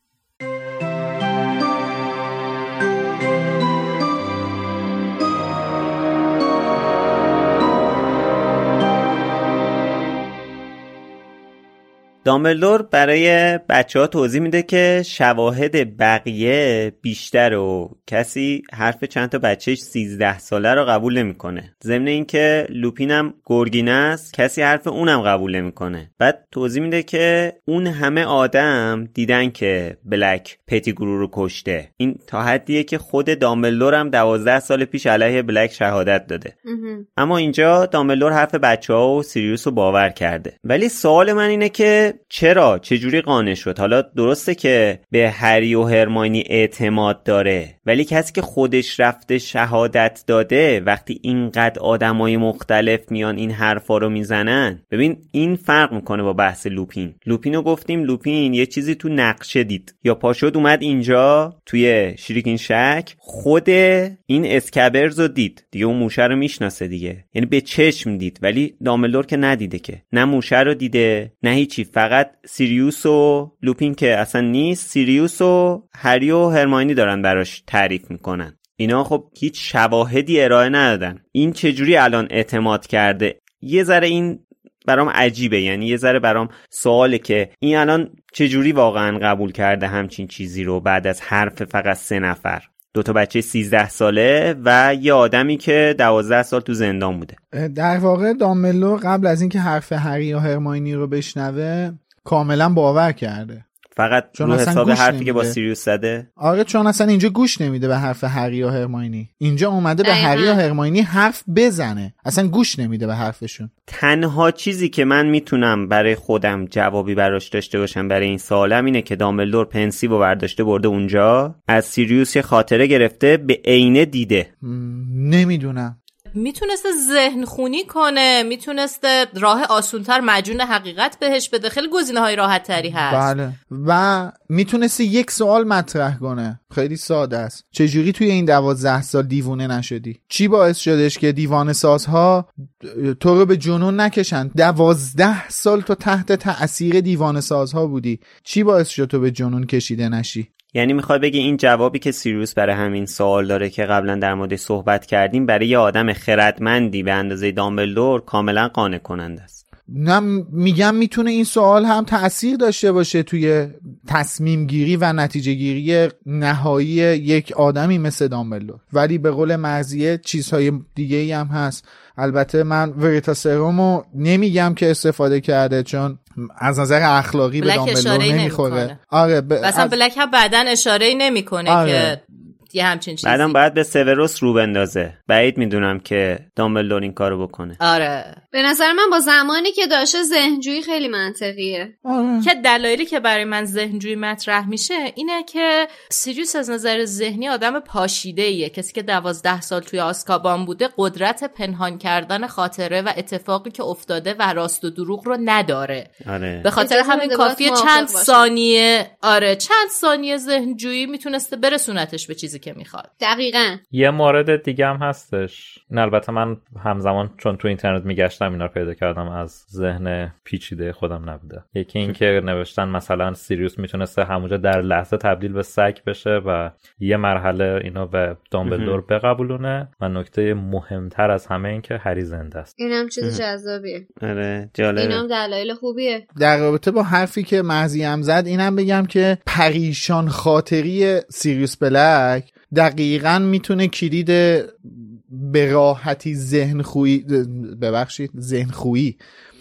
دامبلدور برای بچه ها توضیح میده که شواهد بقیه بیشتر و کسی حرف چند تا بچهش سیزده ساله رو قبول نمیکنه. ضمن اینکه لوپین هم گرگینه است، کسی حرف اونم قبول نمیکنه. بعد توضیح میده که اون همه آدم دیدن که بلک پتیگرو رو کشته. این تا حدیه که خود دامبلدور هم دوازده سال پیش علیه بلک شهادت داده. اما اینجا دامبلدور حرف بچه ها و سیریوس رو باور کرده. ولی سوال من اینه که چرا؟ چجوری قانع شد؟ حالا درسته که به هری و هرماینی اعتماد داره، ولی کسی که خودش رفته شهادت داده وقتی اینقدر آدمای مختلف میان این حرفا رو میزنن، ببین این فرق میکنه با بحث لوپین. لوپینو گفتیم لوپین یه چیزی تو نقشه دید یا پاشد اومد اینجا توی شریکین شک خود این اسکبرز رو دید دیگه، اون موشه رو میشناسه دیگه، یعنی به چشم دید. ولی دامبلدور که ندیده، که نه موشه رو دیده نه هیچی، فقط سیریوس و لوپین که اصلا نیست، سیریوس و هری و هرماینی دارن براش تعریف میکنن. اینا خب هیچ شواهدی ارائه ندادن. این چجوری الان اعتماد کرده؟ یه ذره این برام عجیبه، یعنی یه ذره برام سواله که این الان چجوری واقعا قبول کرده همچین چیزی رو بعد از حرف فقط سه نفر. دوتا بچه سیزده ساله و یه آدمی که دوازده سال تو زندان بوده. در واقع دامبلدور قبل از اینکه حرف هری یا هرماینی رو بشنوه کاملا باور کرده، فقط رو حساب حرفی که با سیریوس زده. آره چون اصلا اینجا گوش نمیده به حرف هری یا هرماینی، اینجا اومده به هری یا هرماینی حرف بزنه، اصلا گوش نمیده به حرفشون. تنها چیزی که من میتونم برای خودم جوابی براش داشته باشم برای این سوالم اینه که دامبلدور پنسیو برداشته برده اونجا، از سیریوس یه خاطره گرفته، به عینه دیده. نمیدونم، میتونسته ذهن خونی کنه، میتونسته راه آسونتر مجون حقیقت بهش بده، خیلی گزینه های راحت تری هست. بله، و میتونسته یک سوال مطرح کنه، خیلی ساده است. چجوری توی این دوازده سال دیوونه نشدی؟ چی باعث شدش که دیوانه سازها تو رو به جنون نکشن؟ دوازده سال تو تحت تأثیر دیوانه سازها بودی، چی باعث شد تو به جنون کشیده نشی؟ یعنی میخوای بگی این جوابی که سیریوس برای همین سوال داره که قبلا در موردش صحبت کردیم، برای یه آدم خردمندی به اندازه دامبلدور کاملا قانع کننده است؟ نه، میگم میتونه این سوال هم تأثیر داشته باشه توی تصمیم گیری و نتیجه گیری نهایی یک آدمی مثل دامبلدور، ولی به قول مرضیه چیزهای دیگه ای هم هست. البته من وریتاسرومو نمیگم که استفاده کرده چون از نظر اخلاقی به دامبلدور نمیخوره. آره ب... مثلا از... بلک هم بعدن اشاره نمیکنه آره. که یه همچین چیزی بعدم باید به سیوروس رو بندازه. بعید میدونم که دامبلدور این کارو بکنه. آره به نظر من با زمانی که داشته ذهنجویی خیلی منطقیه. آره. که دلایلی که برای من ذهنجویی مطرح میشه اینه که سیریوس از نظر ذهنی آدم پاشیده‌ایه، کسی که دوازده سال توی آزکابان بوده قدرت پنهان کردن خاطره و اتفاقی که افتاده و راست و دروغ رو نداره. آره. به خاطر همین کافیه چند ثانیه آره چند ثانیه ذهنجویی میتونسته برسونتش به چیزی که میخواد. دقیقاً. یه مورد دیگه هم هستش، این البته من همزمان چون تو اینترنت میگشتم اینا رو پیدا کردم، از ذهن پیچیده خودم نبوده. یکی این که نوشتن مثلا سیریوس میتونسته همونجا در لحظه تبدیل به سگ بشه و یه مرحله اینو به دامبلدور بقبولونه، و نکته مهمتر از همه این که هری زنده است. اینم چیز جذابیه. آره جالبه. اینم دلایل خوبیه. در رابطه با حرفی که مرزیم زد اینم بگم که پریشان خاطری سیریوس بلک دقیقاً میتونه کلید به راحتی ذهن خویی ببخشید ذهن خویی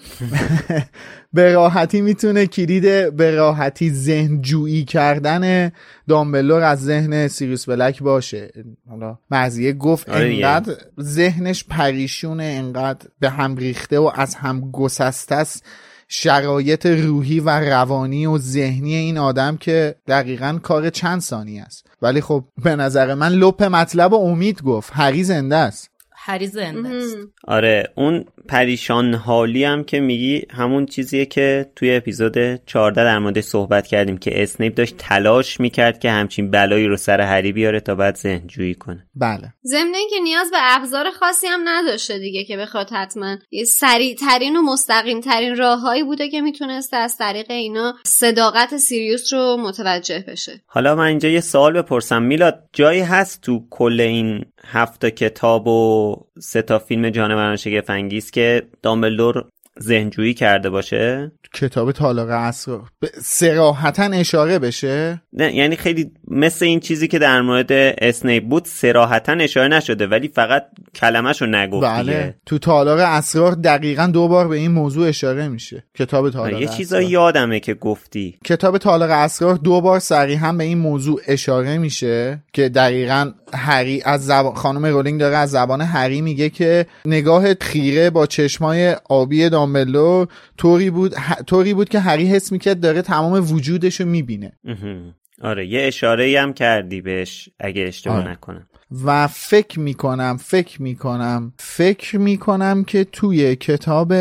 به راحتی میتونه کلید به راحتی ذهن جویی کردن دامبلدور از ذهن سیریوس بلک باشه. حالا مرضیه گفت انقدر ذهنش پریشونه، انقدر به هم ریخته و از هم گسسته است شرایط روحی و روانی و ذهنی این آدم که دقیقاً کار چند ثانیه است. ولی خب به نظر من لپ مطلب و امید گفت هری زنده است. هری زنده است. آره اون پریشان حالی هم که میگی همون چیزیه که توی اپیزود چهارده در موردش صحبت کردیم که اسنیپ داشت تلاش میکرد که همچین بلایی رو سر هری بیاره تا بعد ذهن جویی کنه. بله. ضمن اینکه نیاز به ابزار خاصی هم نداشته دیگه که بخواد حتما سریع ترین و مستقیم ترین راههایی بوده که میتونسته از طریق اینا صداقت سیریوس رو متوجه بشه. حالا من اینجا یه سوال بپرسم، میلاد جایی هست تو کل این هفت کتاب و سه تا فیلم جانوران شگفت انگیز که دامبلدور ذهنجویی کرده باشه؟ کتاب تالار اسرار صراحتاً اشاره بشه؟ نه یعنی خیلی مثل این چیزی که در مورد اسنیپ بود صراحتاً اشاره نشده ولی فقط کلمه‌شو نگفت. بله. دیگه تو تالار اسرار دقیقاً دو بار به این موضوع اشاره میشه. کتاب تالار اسرار. یه چیزایی یادمه که گفتی. کتاب تالار اسرار دو بار صریحاً به این موضوع اشاره میشه که دقیقاً هری از زبان خانم رولینگ داره از زبان هری میگه که نگاه خیره با چشمای آبی دامبلدور طوری بود ه... طوری بود که هری حس میکرد داره تمام وجودشو میبینه. آره یه اشاره‌ای هم کردی بهش اگه اشتباه آره. نکنم. و فکر میکنم فکر میکنم فکر میکنم که توی کتاب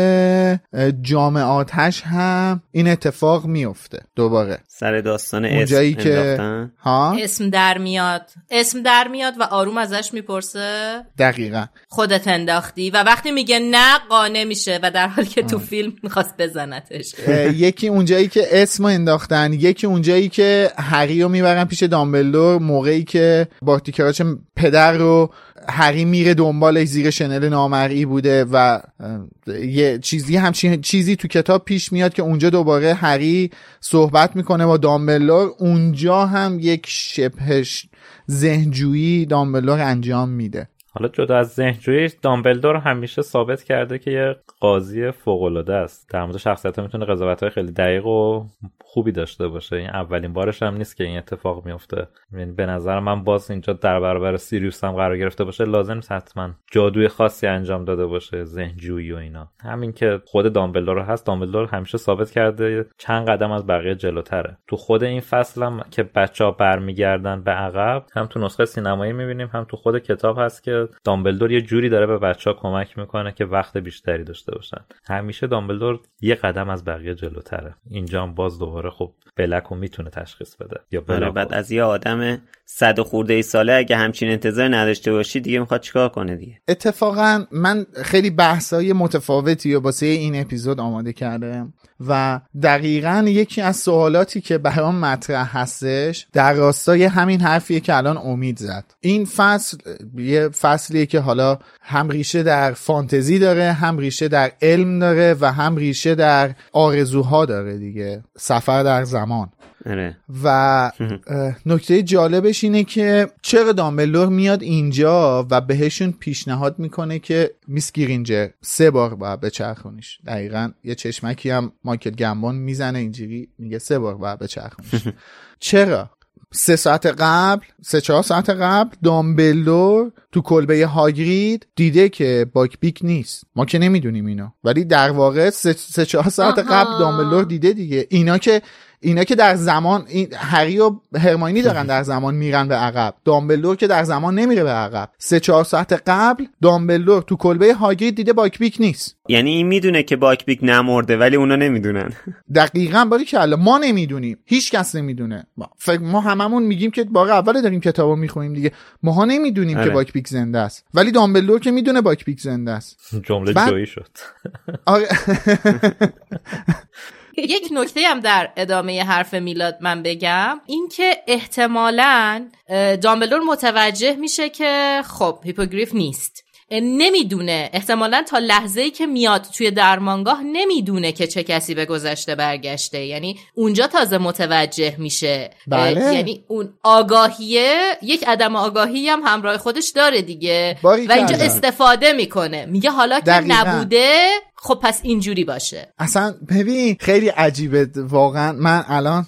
جام آتش هم این اتفاق میفته دوباره سر داستان اسم انداختن ها اسم در میاد اسم در میاد و آروم ازش میپرسه دقیقاً خودت انداختی و وقتی میگه نه قانع میشه و در حالی که تو آه. فیلم میخواست بزنتش. یکی اونجایی که اسم انداختن، یکی اونجایی که هری رو میبرن پیش دامبلدور موقعی که بارتی کراچ پدر رو هری میره دنبالش زیر شنل نامرئی بوده و یه چیزی همچین چیزی تو کتاب پیش میاد که اونجا دوباره هری صحبت میکنه با دامبلدور. اونجا هم یک شبه ذهنجویی دامبلدور انجام میده. حالا جدا از ذهنجویی، دامبلدور همیشه ثابت کرده که یه قاضی فوق‌العاده است. در مورد شخصیت‌ها میتونه قضاوت‌های خیلی دقیق و خوبی داشته باشه. این اولین بارش هم نیست که این اتفاق میفته. یعنی به نظر من باز اینجا در برابر سیریوس هم قرار گرفته باشه، لازم نیست حتما جادوی خاصی انجام داده باشه، ذهنجویی و اینا. همین که خود دامبلدور هست، دامبلدور همیشه ثابت کرده چند قدم از بقیه جلوتره. تو خود این فصل هم که بچه‌ها برمیگردن به عقب، هم تو نسخه سینمایی می‌بینیم، هم تو خود کتاب هست که دامبلدور یه جوری داره به بچه‌ها کمک میکنه که وقت بیشتری داشته باشن. همیشه دامبلدور یه قدم از بقیه جلوتره. اینجا هم باز دوباره خب بلکو میتونه تشخیص بده. یا بلکو بعد از یه آدم صد خورده ای ساله اگه همچین انتظار نداشته باشی دیگه میخواد چیکار کنه دیگه. اتفاقا من خیلی بحثای متفاوتی واسه این اپیزود آماده کردم و دقیقاً یکی از سوالاتی که برام مطرح هستش در راستای همین حرفیه که الان امید زد. این فصل یه فصلیه که حالا هم ریشه در فانتزی داره، هم ریشه در علم داره و هم ریشه در آرزوها داره دیگه، سفر در زمان. اره. و نکته جالبش اینه که چرا دامبلدور میاد اینجا و بهشون پیشنهاد میکنه که میس گرینجر سه بار باید بچرخونیش. دقیقاً یه چشمکی هم مایکل گمبون میزنه اینجوری، میگه سه بار باید بچرخونیش. چرا؟ سه ساعت قبل سه چهار ساعت قبل دامبلدور تو کلبه هاگرید دیده که باکبیک نیست. ما که نمیدونیم اینو، ولی در واقع سه, سه چهار ساعت قبل دامبلدور دیده دیگه. اینا که اینا که در زمان این هری و هرماینی دارن در زمان میرن به عقب، دامبلدور که در زمان نمیره به عقب. سه چهار ساعت قبل دامبلدور تو کلبه هاگرید دیده باکبیک نیست. یعنی این میدونه که باکبیک نمرده ولی اونا نمیدونن. دقیقاً. باری که الله ما نمیدونیم، هیچ کس نمیدونه. ما, ما هممون میگیم که بار اول داریم کتابو میخونیم دیگه، ماها نمیدونیم آره. که باکبیک زنده است، ولی دامبلدور که میدونه باکبیک زنده است. جمله بعد... جویی شد. آره. یک نکته هم در ادامه حرف میلاد من بگم، این که احتمالاً دامبلدور متوجه میشه که خب هیپوگریف نیست، نمیدونه، احتمالاً تا لحظه‌ای که میاد توی درمانگاه نمیدونه که چه کسی به گذشته برگشته. یعنی اونجا تازه متوجه میشه. بله. یعنی اون آگاهیه، یک عدم آگاهی هم همراه خودش داره دیگه و اینجا استفاده میکنه، میگه حالا که دقیقا. نبوده خب پس اینجوری باشه. اصلا ببین خیلی عجیبه واقعا. من الان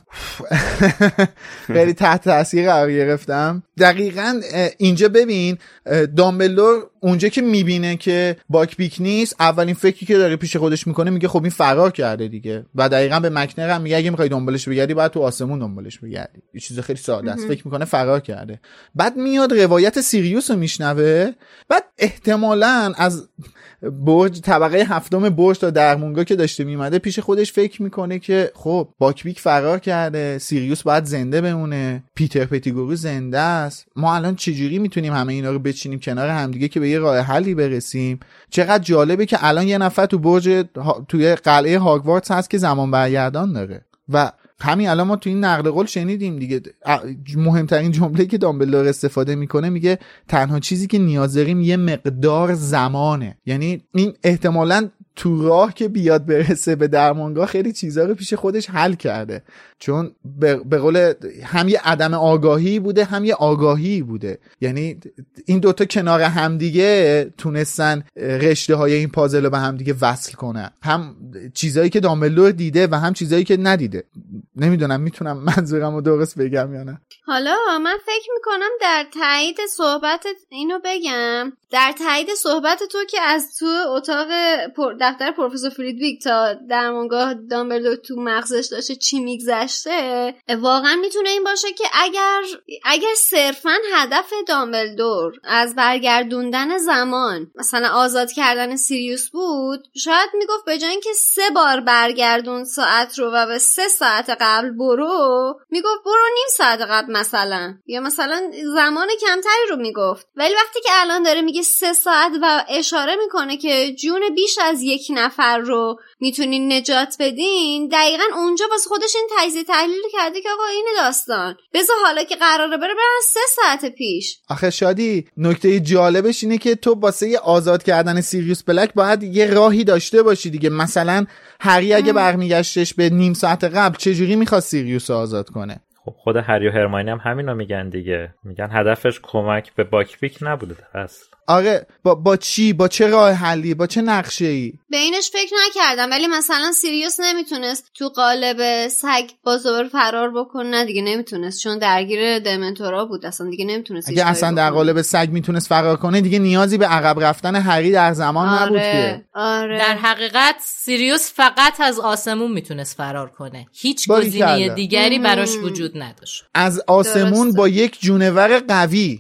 خیلی تحت تاثیر قرار گرفتم. دقیقاً اینجا ببین دامبلدور اونجا که میبینه که باکبیک نیست، اولین فکری که داره پیش خودش میکنه میگه خب این فرار کرده دیگه. و دقیقاً به مکنر هم میگه اگه میخوای دنبالش بگردی باید تو آسمون دنبالش بگردی. یه چیز خیلی ساده است. فکر میکنه فرار کرده. بعد میاد روایت سیریوس رو میشنوه، بعد احتمالاً از برج طبقه هفتم برج تا درمونگا که داشته میمده پیش خودش فکر میکنه که خب باکبیک فرار کرده، سیریوس باید زنده بمونه، پیتر پتیگرو زنده است. ما الان چجوری میتونیم همه اینا رو بچینیم کنار همدیگه که به یه راه حلی برسیم؟ چقدر جالبه که الان یه نفر تو برج توی قلعه هاگوارتس هست که زمان برگردان داره. و همین الان ما تو این نقل قول شنیدیم دیگه، مهمترین جمله که دامبلدور استفاده میکنه میگه تنها چیزی که نیاز داریم یه مقدار زمانه. یعنی این احتمالاً تو راه که بیاد برسه به درمانگاه خیلی چیزا رو پیش خودش حل کرده، چون به قول هم یه عدم آگاهی بوده هم یه آگاهی بوده. یعنی این دوتا کنار همدیگه تونستن رشته های این پازل رو به همدیگه وصل کنن، هم چیزایی که دامبلدور دیده و هم چیزایی که ندیده. نمیدونم میتونم منظورم رو درست بگم یا نه. حالا من فکر میکنم در تایید صحبت اینو بگم، در تایید صحبت تو که از تو اتاق دفتر پروفسور فریدویک تا درمانگاه دامبلدور تو مغزش داشته چی میگذشته، واقعا میتونه این باشه که اگر اگر صرفا هدف دامبلدور از برگردوندن زمان مثلا آزاد کردن سیریوس بود، شاید میگفت به جای اینکه سه بار برگردون ساعت رو و به سه ساعت قبل برو، میگفت برو نیم ساعت قبل مثلا، یا مثلا زمان کمتری رو میگفت. ولی وقتی که الان داره میگه سه ساعت و اشاره میکنه که جون بیش از یک نفر رو میتونین نجات بدین، دقیقاً اونجا واسه خودش این تجزیه تحلیل کرده که آقا اینه داستان، بذار حالا که قراره بره برن سه ساعت پیش. آخه شادی نکته جالبش اینه که تو واسه آزاد کردن سیریوس بلک باید یه راهی داشته باشی دیگه. مثلا هری اگه برمیگشتش به نیم ساعت قبل چجوری میخواد سیریوس رو آزاد کنه؟ خب خود هری و هرماینی هم همینو میگن دیگه، میگن هدفش کمک به باکپیک نبوده اصلا. آره با با چی؟ با چه راه حلی؟ با چه نقشه‌ای؟ به اینش فکر نکردم، ولی مثلا سیریوس نمیتونست تو قالب سگ بازور فرار بکنه. نه دیگه نمیتونست، چون درگیر دمنتورا بود، اصلا دیگه نمیتونست. اگه اصلا در قالب سگ میتونست فرار کنه دیگه نیازی به عقب رفتن هری در زمان آره، نبود که. آره. در حقیقت سیریوس فقط از آسمون میتونست فرار کنه، هیچ گزینه دیگری براش وجود نداشت. از آسمون درسته. با یک جونور قوی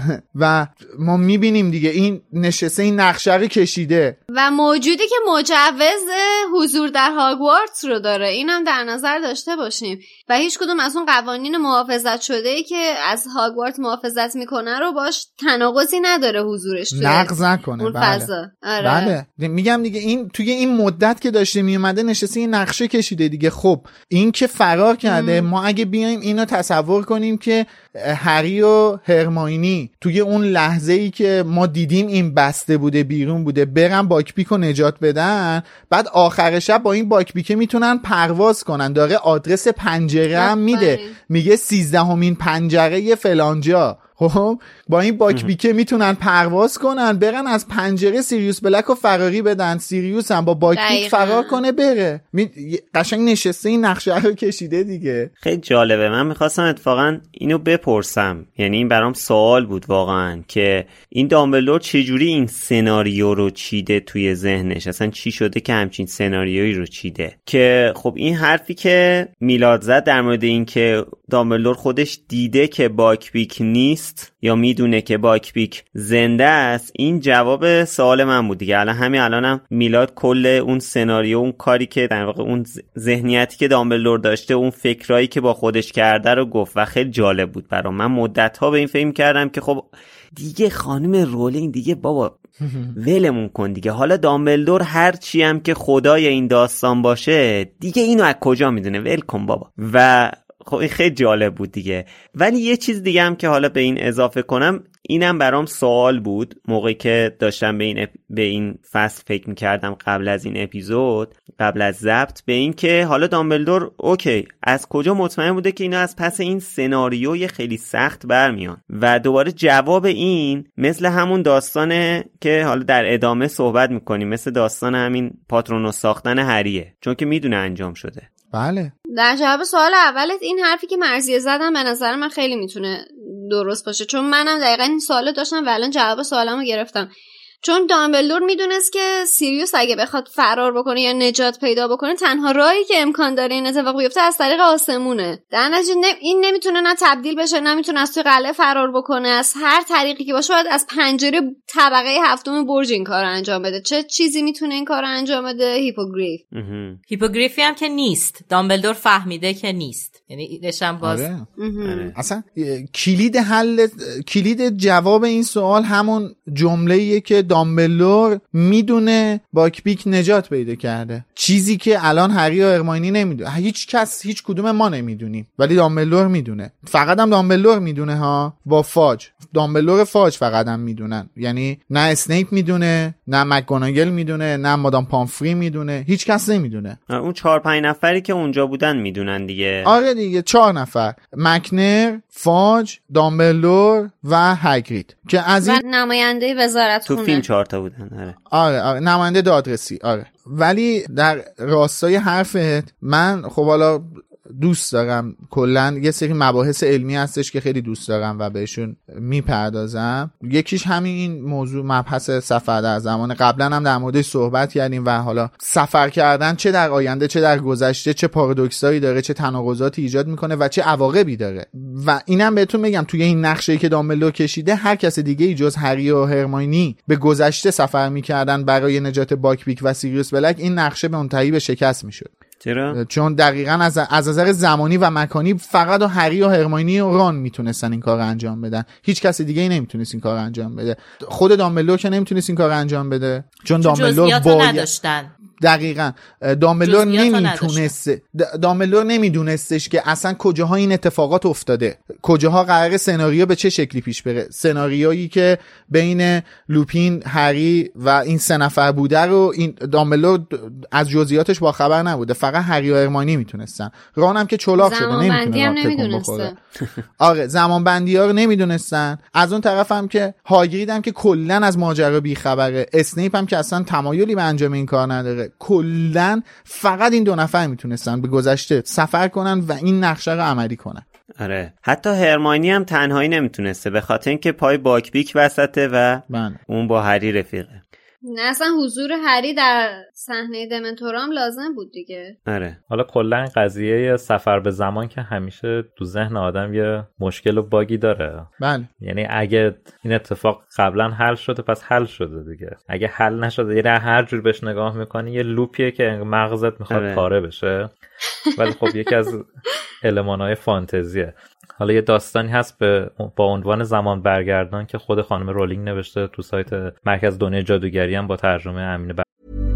و ما میبینیم دیگه این نشسته این نقشه رو کشیده و موجودی که مجوز حضور در هاگوارتس رو داره، اینم در نظر داشته باشیم. و هیچ کدوم از اون قوانین محافظت شده‌ای که از هاگوارت محافظت میکنه رو باش تناقضی نداره حضورش توی نقض نکنه. اون بله. فضا. آره. بله میگم دیگه این توی این مدت که داشته میومده نشسته این نقشه کشیده دیگه. خب این که فرار کرده ام. ما اگه بیایم اینو تصور کنیم که هری و هرماینی توی اون لحظه‌ای که ما دیدیم این بسته بوده بیرون بوده برن باکپیک رو نجات بدن، بعد آخر شب با این باکپیک میتونن پرواز کنن. داره آدرس پنجره هم میده، میگه سیزدهمین پنجره فلانجا. خب با این باکپیکه میتونن پرواز کنن برن از پنجره سیریوس بلک رو فراری بدن، سیریوس هم با باکپیک فرار کنه بره. می... قشنگ نشسته این نقشه رو کشیده دیگه. خیلی جالبه. من میخواستم اتفاقا اینو بپرسم، یعنی این برام سوال بود واقعا که این دامبلدور چجوری این سناریو رو چیده توی ذهنش، اصلا چی شده که همچین سناریویی رو چیده. که خب این حرفی که میلاد زد در مورد این که دامبلدور خودش دیده که باکپیک نیست یا میدونه که باکپیک زنده است، این جواب سوال من بود دیگه. الان همین الانم میلاد کل اون سناریو، اون کاری که در واقع اون ذهنیتی که دامبلدور داشته، اون فکرایی که با خودش کرده رو گفت و خیلی جالب بود برام. من مدت‌ها به این فکر کردم که خب دیگه خانم رولینگ دیگه بابا ولمون کن دیگه، حالا دامبلدور هر چی هم که خدای این داستان باشه دیگه اینو از کجا میدونه، ول کن بابا. و خب این خیلی جالب بود دیگه. ولی یه چیز دیگه هم که حالا به این اضافه کنم، اینم برام سوال بود موقعی که داشتم به این اپ... به این فصل فکر میکردم قبل از این اپیزود، قبل از ضبط، به این که حالا دامبلدور اوکی از کجا مطمئن بوده که اینا از پس این سناریوی خیلی سخت برمیان. و دوباره جواب این مثل همون داستانه که حالا در ادامه صحبت میکنیم، مثل داستان همین پاترونوس ساختن هریه، چون که میدونه انجام شده. بله. در جواب سوال اولت این حرفی که مرضیه زدم به نظر من خیلی میتونه درست باشه، چون منم دقیقا این سوالو داشتم و الان جواب سوالمو گرفتم. چون دامبلدور میدونست که سیریوس اگه بخواد فرار بکنه یا نجات پیدا بکنه، تنها راهی که امکان داره این اتفاق بیفته از طریق آسمونه. در نتیجه این نمیتونه نه تبدیل بشه، نه میتونه از توی قلعه فرار بکنه. از هر طریقی که باشه باید از پنجره طبقه هفتم برج این کارو انجام بده. چه چیزی میتونه این کارو انجام بده؟ هیپوگریف. هیپوگریفی هم که نیست، دامبلدور فهمیده که نیست، یعنی داشتم باز آره. اصلا کلید حل کلید جواب این سوال همون جمله‌ایه که دامبلدور میدونه باکپیک نجات پیدا کرده، چیزی که الان هری و هرماینی نمیدونه، هیچ کس هیچ کدوم ما نمیدونیم، ولی دامبلدور میدونه. فقط هم دامبلدور میدونه ها، با فاج دامبلدور فاج فقط هم میدونن، یعنی نه اسنیپ میدونه، نه مکگوناگل میدونه، نه مادام پامفری میدونه، هیچ کس نمیدونه. اون چهار پنج نفری که اونجا بودن میدونن دیگه. آره دیگه، چهار نفر، مکنر، فاج، دامبلدور و هاگرید که از این و نماینده وزارت تو فیلم چهار تا بودن. آره آره آره نماینده دادرسی. آره ولی در راستای حرفت من خب حالا دوست دارم، کلا یه سری مباحث علمی هستش که خیلی دوست دارم و بهشون میپردازم. یکیش همین این موضوع مبحث سفر در زمان. قبلا هم در موردش صحبت کردیم و حالا سفر کردن چه در آینده چه در گذشته چه پارادوکسایی داره، چه تناقضاتی ایجاد میکنه و چه عواقبی داره. و اینم بهتون بگم توی این نقشه‌ای که دامبلدور کشیده، هر کس دیگه ای جز هری و هرماینی به گذشته سفر میکردن برای نجات باکپیک و سیریوس بلک، این نقشه به منتهی به شکست میشد. چرا؟ چون دقیقاً از از نظر زمانی و مکانی فقط هری و هرمیونی و ران میتونستن این کار رو انجام بدن. هیچ کس دیگه ای نمیتونست این کار رو انجام بده. خود دامبلدور که نمیتونست این کار رو انجام بده چون دامبلدور باید نداشتن. دقیقاً دامبلدور نمیتونسته دامبلدور نمیدونستش که اصلا کجاها این اتفاقات افتاده، کجاها قراره سناریو به چه شکلی پیش بره. سناریویی که بین لوپین، هری و این سه نفر بوده رو این دامبلدور از جزئیاتش با خبر نبوده، فقط هری و هرمیونی میتونستن. ران هم که چلاق شده نمیتونه تکون بخوره. آره زمان بندی ها رو نمیدونستن. از اون طرف هم که هاگرید هم که کلا از ماجرا بی خبره، اسنیپ هم که اصلا تمایلی به انجام این کار نداره. کلن فقط این دو نفر میتونستن به گذشته سفر کنن و این نقشه رو عملی کنن. آره حتی هرمیونی هم تنهایی نمیتونسته به خاطر اینکه پای باکبیک وسطه و من. اون با هری رفیقه. نه اصلا حضور هری در صحنه دمنتورام لازم بود دیگه. آره حالا کلا قضیه سفر به زمان که همیشه تو ذهن آدم یه مشکل و باگی داره. بله. یعنی اگه این اتفاق قبلا حل شده پس حل شده دیگه. اگه حل نشده یعنی هر جور بهش نگاه میکنی یه لوپیه که مغزت میخواد آره. پاره بشه. ولی خب یکی از المان‌های فانتزیه. حالا یه داستانی هست به با عنوان زمان برگردان که خود خانم رولینگ نوشته تو سایت مرکز دنیای جادوگری هم با ترجمه امین بر...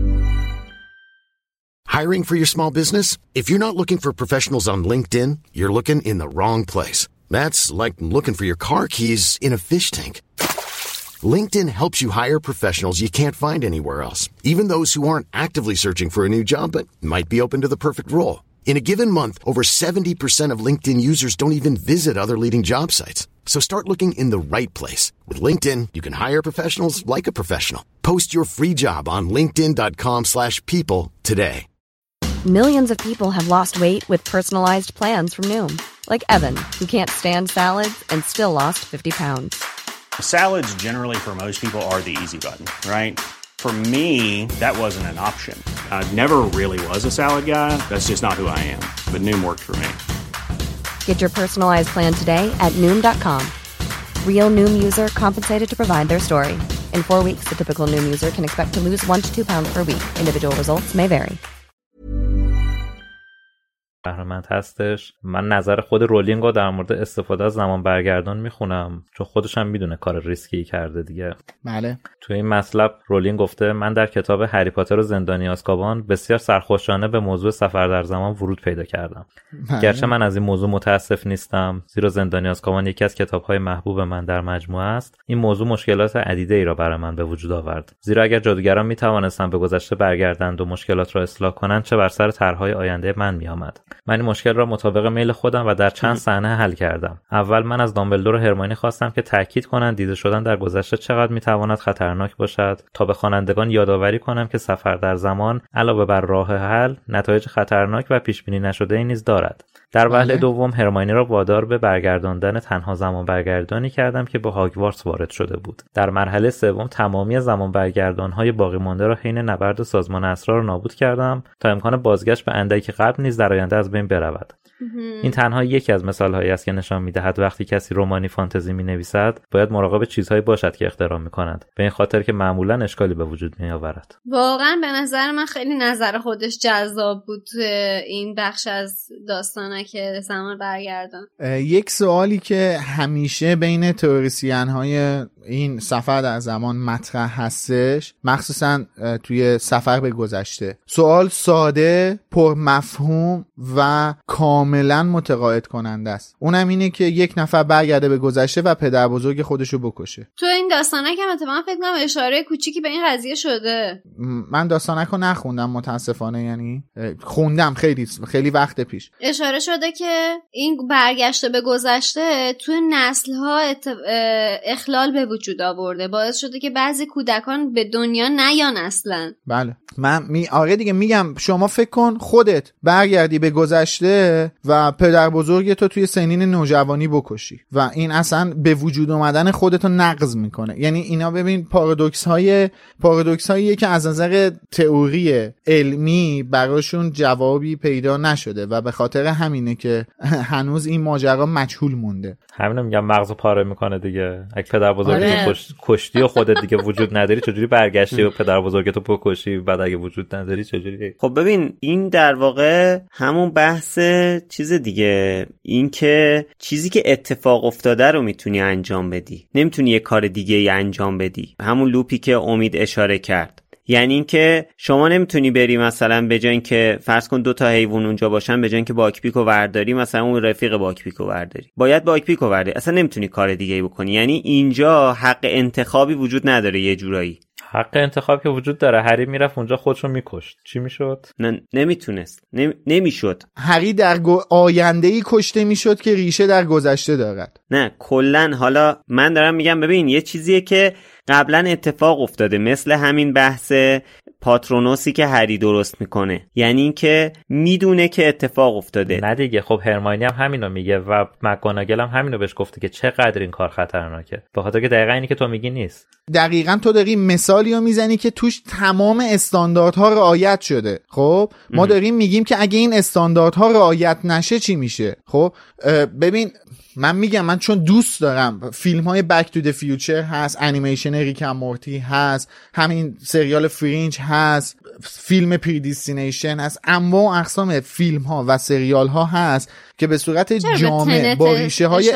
Hiring for your small business? If you're not looking for professionals on LinkedIn, you're looking in the wrong place. That's like looking for your car keys in a fish tank. LinkedIn helps you hire professionals you can't find anywhere else, even those who aren't actively searching for a new job but might be open to the perfect role. In a given month, over seventy percent of LinkedIn users don't even visit other leading job sites. So start looking in the right place. With LinkedIn, you can hire professionals like a professional. Post your free job on linkedin dot com slash people today. Millions of people have lost weight with personalized plans from Noom. Like Evan, who can't stand salads and still lost fifty pounds. Salads generally for most people are the easy button, right? For me, that wasn't an option. I never really was a salad guy. That's just not who I am. But Noom worked for me. Get your personalized plan today at Noom dot com. Real Noom user compensated to provide their story. In four weeks, the typical Noom user can expect to lose one to two pounds per week. Individual results may vary. بهره‌مند هستش. من نظر خود رولینگ رو در مورد استفاده از زمان برگردان میخونم چون خودش هم میدونه کار ریسکی کرده دیگه. بله. تو این مطلب رولینگ گفته من در کتاب هری پاتر و زندانی آزکابان بسیار سرخوشانه به موضوع سفر در زمان ورود پیدا کردم. بله. گرچه من از این موضوع متاسف نیستم زیرا زندانی آزکابان یکی از کتاب‌های محبوب من در مجموعه است. این موضوع مشکلات عدیده‌ای را برای من به وجود آورد. زیرا اگر جادوگران میتوانستند به گذشته برگردند و مشکلات را اصلاح کنند چه بر سر طرح‌های آینده من میآمد. من این مشکل را مطابق میل خودم و در چند صحنه حل کردم. اول من از دامبلدور و هرمیونی خواستم که تاکید کنند دیده شدن در گذشته چقدر میتواند خطرناک باشد تا به خوانندگان یادآوری کنم که سفر در زمان علاوه بر راه حل نتایج خطرناک و پیش بینی نشده‌ای نیز دارد. در وهله دوم هرمیونی را وادار به برگرداندن تنها زمان برگردانی کردم که به هاگوارتس وارد شده بود. در مرحله سوم تمامی زمان برگردان‌های باقی مانده را حین نبرد سازمان اسرار نابود کردم تا امکان بازگشت به اندکی قبل نیز در آینده از بین برود. این تنها یکی از مثال‌هایی است که نشان می‌دهد وقتی کسی رمانی فانتزی می‌نویسد باید مراقب چیزهایی باشد که اختراع می‌کند به این خاطر که معمولاً اشکالی به وجود می‌آورد. واقعاً به نظر من خیلی نظر خودش جذاب بود این بخش از داستانه که زمان برگردان. یک سوالی که همیشه بین تئوریسین‌های این سفر در زمان مطرح هستش مخصوصاً توی سفر به گذشته، سوال ساده پر مفهوم و کاملا متقاعد کننده است. اونم اینه که یک نفر برگرده به گذشته و پدر بزرگ خودشو بکشه. تو این داستانک هم اتفاقا فکر کنم اشاره کوچیکی به این قضیه شده. من داستانک رو نخوندم متاسفانه، یعنی خوندم خیلی خیلی وقت پیش. اشاره شده که این برگشته به گذشته تو نسل‌ها ات... اخلال به وجود آورده، باعث شده که بعضی کودکان به دنیا نیان اصلا. بله من می آره دیگه میگم شما فکر کن خودت برگردی به گذشته و پدر بزرگتو توی سنین نوجوانی بکشی و این اصلا به وجود اومدن خودتو نقض میکنه. یعنی اینا ببین پارادوکس های پارادوکس هاییه که از نظر تئوری علمی براشون جوابی پیدا نشده و به خاطر همینه که هنوز این ماجرا مجهول مونده. همینو میگم مغزو پاره میکنه دیگه. اگه پدر بزرگتو کش... کشتی و خودت دیگه وجود نداری چجوری برگشتی و پدر بزرگتو بکشی بعد اگه وجود نداری چجوری؟ خب ببین این در واقع همون بحث چیز دیگه، این که چیزی که اتفاق افتاده رو میتونی انجام بدی، نمیتونی یه کار دیگه ای انجام بدی. همون لوپی که امید اشاره کرد، یعنی اینکه شما نمیتونی بری مثلا به جای اینکه فرض کن دو تا حیوان اونجا باشن، به جای اینکه باکپیکو ورداری مثلا اون رفیق باکپیکو ورداری، باید باکپیکو ورداری، اصلا نمیتونی کار دیگه ای بکنی. یعنی اینجا حق انتخابی وجود نداره. یه جورایی حق انتخاب که وجود داره. هری میرفت اونجا خودشو میکشت، چی میشد؟ نه نمیتونست، نمی... نمیشد. هری در گو... آینده‌ای کشته میشد که ریشه در گذشته دارد. نه کلن. حالا من دارم میگم ببین یه چیزیه که قبلا اتفاق افتاده، مثل همین بحث پاترونوسی که هری درست میکنه، یعنی این که میدونه که اتفاق افتاده. نه دیگه، خب هرماینی هم همینو میگه و مکگوناگل هم همینو بهش گفته که چقدر این کار خطرناکه، به خاطر که دقیقاً اینی که تو میگی نیست. دقیقاً تو داری مثالیو میزنی که توش تمام استانداردها رعایت شده. خب ما داریم میگیم که اگه این استانداردها رعایت نشه چی میشه؟ خب ببین من میگم من چون دوست دارم فیلم های بک تو دی فیوچر هست، انیمیشن ریک اند مورتی هست، همین سریال فرینج هست، فیلم پریدیستینیشن هست، انواع اقسام فیلم ها و سریال ها هست که به صورت جامع با ریشه های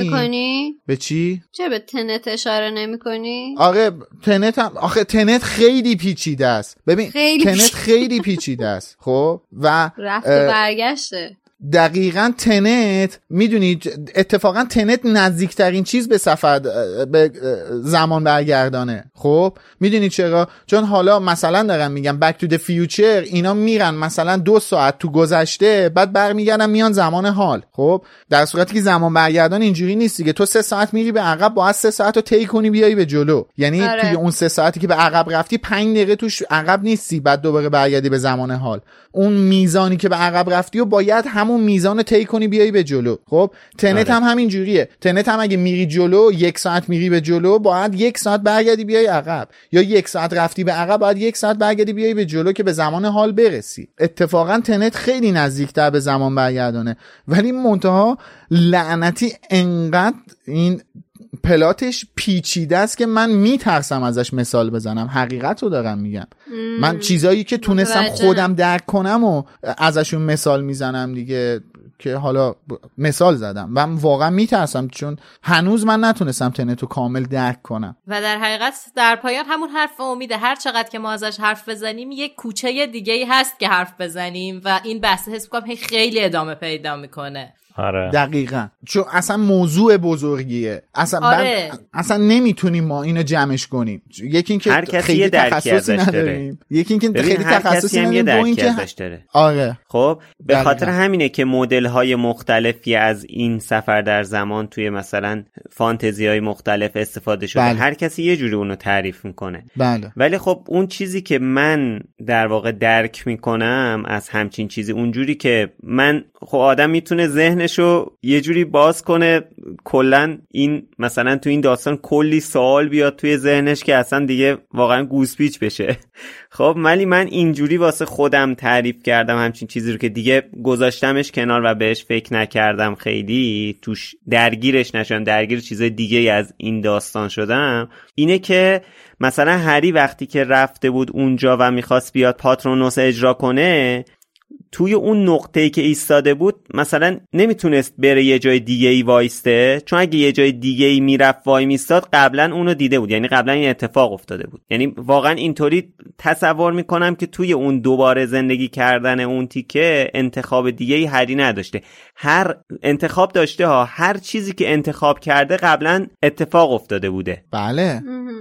علمی. به چی؟ چه به تنت اشاره نمی کنی؟ آره تنت هم آخه تنت خیلی پیچیده است. ببین خیلی تنت پیچ... خیلی پیچیده است. خب و رفت و برگشته. دقیقاً تنت میدونید اتفاقاً تنت نزدیکترین چیز به سفر به زمان برگردانه. خب میدونید چرا؟ چون حالا مثلا دارم میگم بک تو دی فیوچر اینا میرن مثلا دو ساعت تو گذشته بعد برمیگردن میان زمان حال. خب در صورتی که زمان برگردان اینجوری نیست دیگه. تو سه ساعت میری به عقب، باید سه ساعت رو طی کنی بیای به جلو. یعنی آره. توی اون سه ساعتی که به عقب رفتی پنج دقیقه توش عقب نیستی بعد دوباره برگردی به زمان حال. اون میزانی که به عقب رفتی و باید همون میزان رو طی کنی بیای به جلو. خب تنت آره. هم همین جوریه. تنت هم اگه میری جلو یک ساعت میری به جلو، باید یک ساعت برگردی بیای عقب، یا یک ساعت رفتی به عقب باید یک ساعت برگردی بیای به جلو که به زمان حال برسی. اتفاقا تنت خیلی نزدیکتر به زمان برگردانه، ولی منتها لعنتی انقدر این پلاتش پیچیده است که من میترسم ازش مثال بزنم. حقیقت رو دارم میگم. من چیزایی که تونستم خودم درک کنم و ازشون مثال میزنم دیگه، که حالا مثال زدم و واقعا میترسم چون هنوز من نتونستم تنتو کامل درک کنم. و در حقیقت در پایان همون حرف امیده، هر چقدر که ما ازش حرف بزنیم یک کوچه دیگه ای هست که حرف بزنیم و این بحث حس می‌کنم خیلی ادامه پیدا میکنه. آره. دقیقاً، چون اصلا موضوع بزرگیه. اصلا آره. اصلا نمیتونیم ما اینو جمعش کنیم. یکی این که خیلی تخصصی نداریم، یکی این که خیلی تخصصی نداریم، دو این که داره. آره. خب به دقیقا. خاطر همینه که مدل‌های مختلفی از این سفر در زمان توی مثلا فانتزی‌های مختلف استفاده شده. بله. هر کسی یه جوری اونو تعریف میکنه. بله. ولی خب اون چیزی که من در واقع درک میکنم از همچین چیزی، اونجوری که من خب آدم میتونه ذهنشو یه جوری باز کنه، کلن این مثلا تو این داستان کلی سوال بیاد توی ذهنش که اصلا دیگه واقعا گوسپیچ بشه. خب ولی من اینجوری واسه خودم تعریف کردم همچین چیزی رو که دیگه گذاشتمش کنار و بهش فکر نکردم، خیلی توش درگیرش نشدم، درگیر چیزای دیگه از این داستان شدم. اینه که مثلا هری وقتی که رفته بود اونجا و میخواست بیاد پاترونوس اجرا کنه، توی اون نقطه‌ای که ایستاده بود مثلا نمیتونست بره یه جای دیگه ای وایسته، چون اگه یه جای دیگه ای میرفت وای میستاد قبلا اونو دیده بود، یعنی قبلا این اتفاق افتاده بود. یعنی واقعا اینطوری تصور میکنم که توی اون دوباره زندگی کردن اون تیکه انتخاب دیگه ای هری نداشته. هر انتخاب داشته ها، هر چیزی که انتخاب کرده قبلا اتفاق افتاده بوده. بله.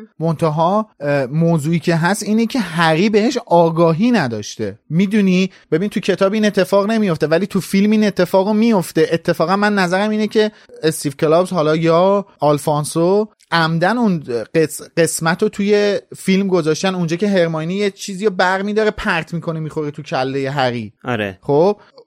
منتها موضوعی که هست اینه که هری بهش آگاهی نداشته. میدونی ببین تو کتاب این اتفاق نمیفته ولی تو فیلم این اتفاقو میفته. اتفاقا من نظرم اینه که استیو کلابز حالا یا آلفونسو عمدن اون قسمت رو توی فیلم گذاشتن اونجا که هرماینی یه چیزی رو برمی‌داره پرت میکنه میخوره تو کله هری. آره. خب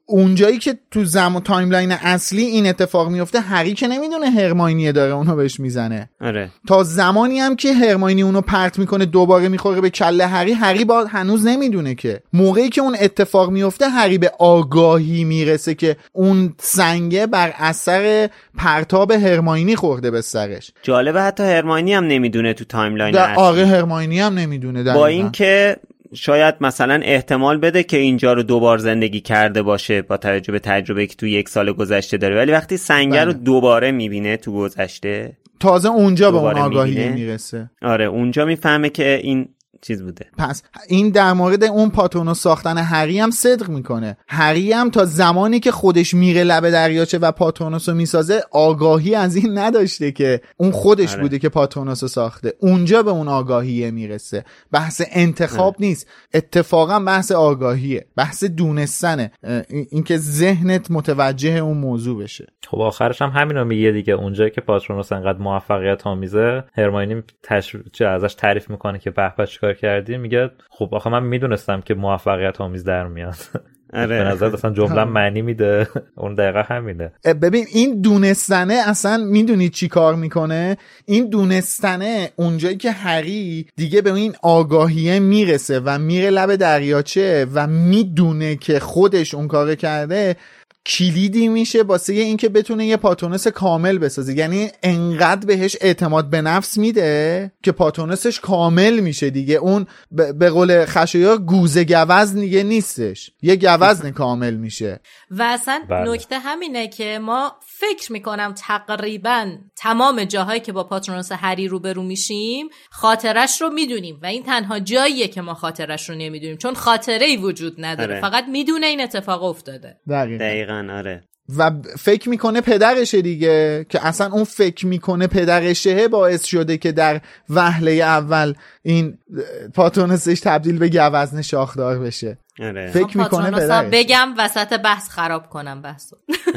اونجایی که تو زمان تایملاین اصلی این اتفاق میفته هری که نمیدونه هرماینی داره اونو بهش میزنه. آره. تا زمانی هم که هرماینی اونو پرت میکنه دوباره میخوره به کله هری، هری با هنوز نمیدونه که موقعی که اون اتفاق میفته هری به آگاهی میرسه که اون سنگه بر اثر پرتاب هرماینی خورده به سرش. جالبه حتی هرماینی هم نمیدونه تو تایملاین اصلی. آره هرماینی هم نمیدونه. با این که شاید مثلا احتمال بده که اینجا رو دوبار زندگی کرده باشه با توجه به تجربه که تو یک سال گذشته داره، ولی وقتی سنگر رو دوباره میبینه تو گذشته تازه اونجا به اون آگاهی میرسه. آره اونجا میفهمه که این چیز بوده. پس این در مورد اون پاتونوس ساختن هری هم صدق میکنه. هری هم تا زمانی که خودش میره لب دریاچه و پاتونوس رو میسازه آگاهی از این نداشته که اون خودش آره. بوده که پاتونوس رو ساخته. اونجا به اون آگاهی میرسه. بحث انتخاب آره. نیست، اتفاقا بحث آگاهیه، بحث دونستنه، اینکه ذهنت متوجه اون موضوع بشه. خب آخرش هم همین رو میگه دیگه. اونجایی که پاتونوس انقدر موفقیت آمیزه، هرماینی تشریف ازش تعریف میکنه که به به چیکار کردی، میگه خب آخه من میدونستم که موفقیت آمیز در میاد. آره. به نظر اصلا جمله معنی میده. اون دقیقا همینه. ببین این دونستنه اصلا میدونی چی کار میکنه؟ این دونستنه اونجایی که هری دیگه به این آگاهیه میرسه و میره لب دریاچه و میدونه که خودش اون کار کرده، کلیدی میشه واسه اینکه بتونه یه پاتونوس کامل بسازه. یعنی انقدر بهش اعتماد به نفس میده که پاتونوسش کامل میشه دیگه. اون به قول خشایار گوزه گوزن دیگه نیستش، یه گوزن کامل میشه. و اصلا نکته همینه که ما فکر میکنم تقریبا تمام جاهایی که با پاتونوس هری روبرو میشیم خاطرش رو میدونیم و این تنها جاییه که ما خاطرش رو نمیدونیم، چون خاطره‌ای وجود نداره. آره. فقط میدونه این اتفاق افتاده. دقیقاً. دقیقاً آره. و فکر میکنه پدرشه دیگه، که اصلا اون فکر میکنه پدرشه باعث شده که در وهله اول این پاتونوسش تبدیل به گوزن شاخدار بشه. آره. فکر میکنه پدرشه. بگم وسط بحث خراب کنم بحثو.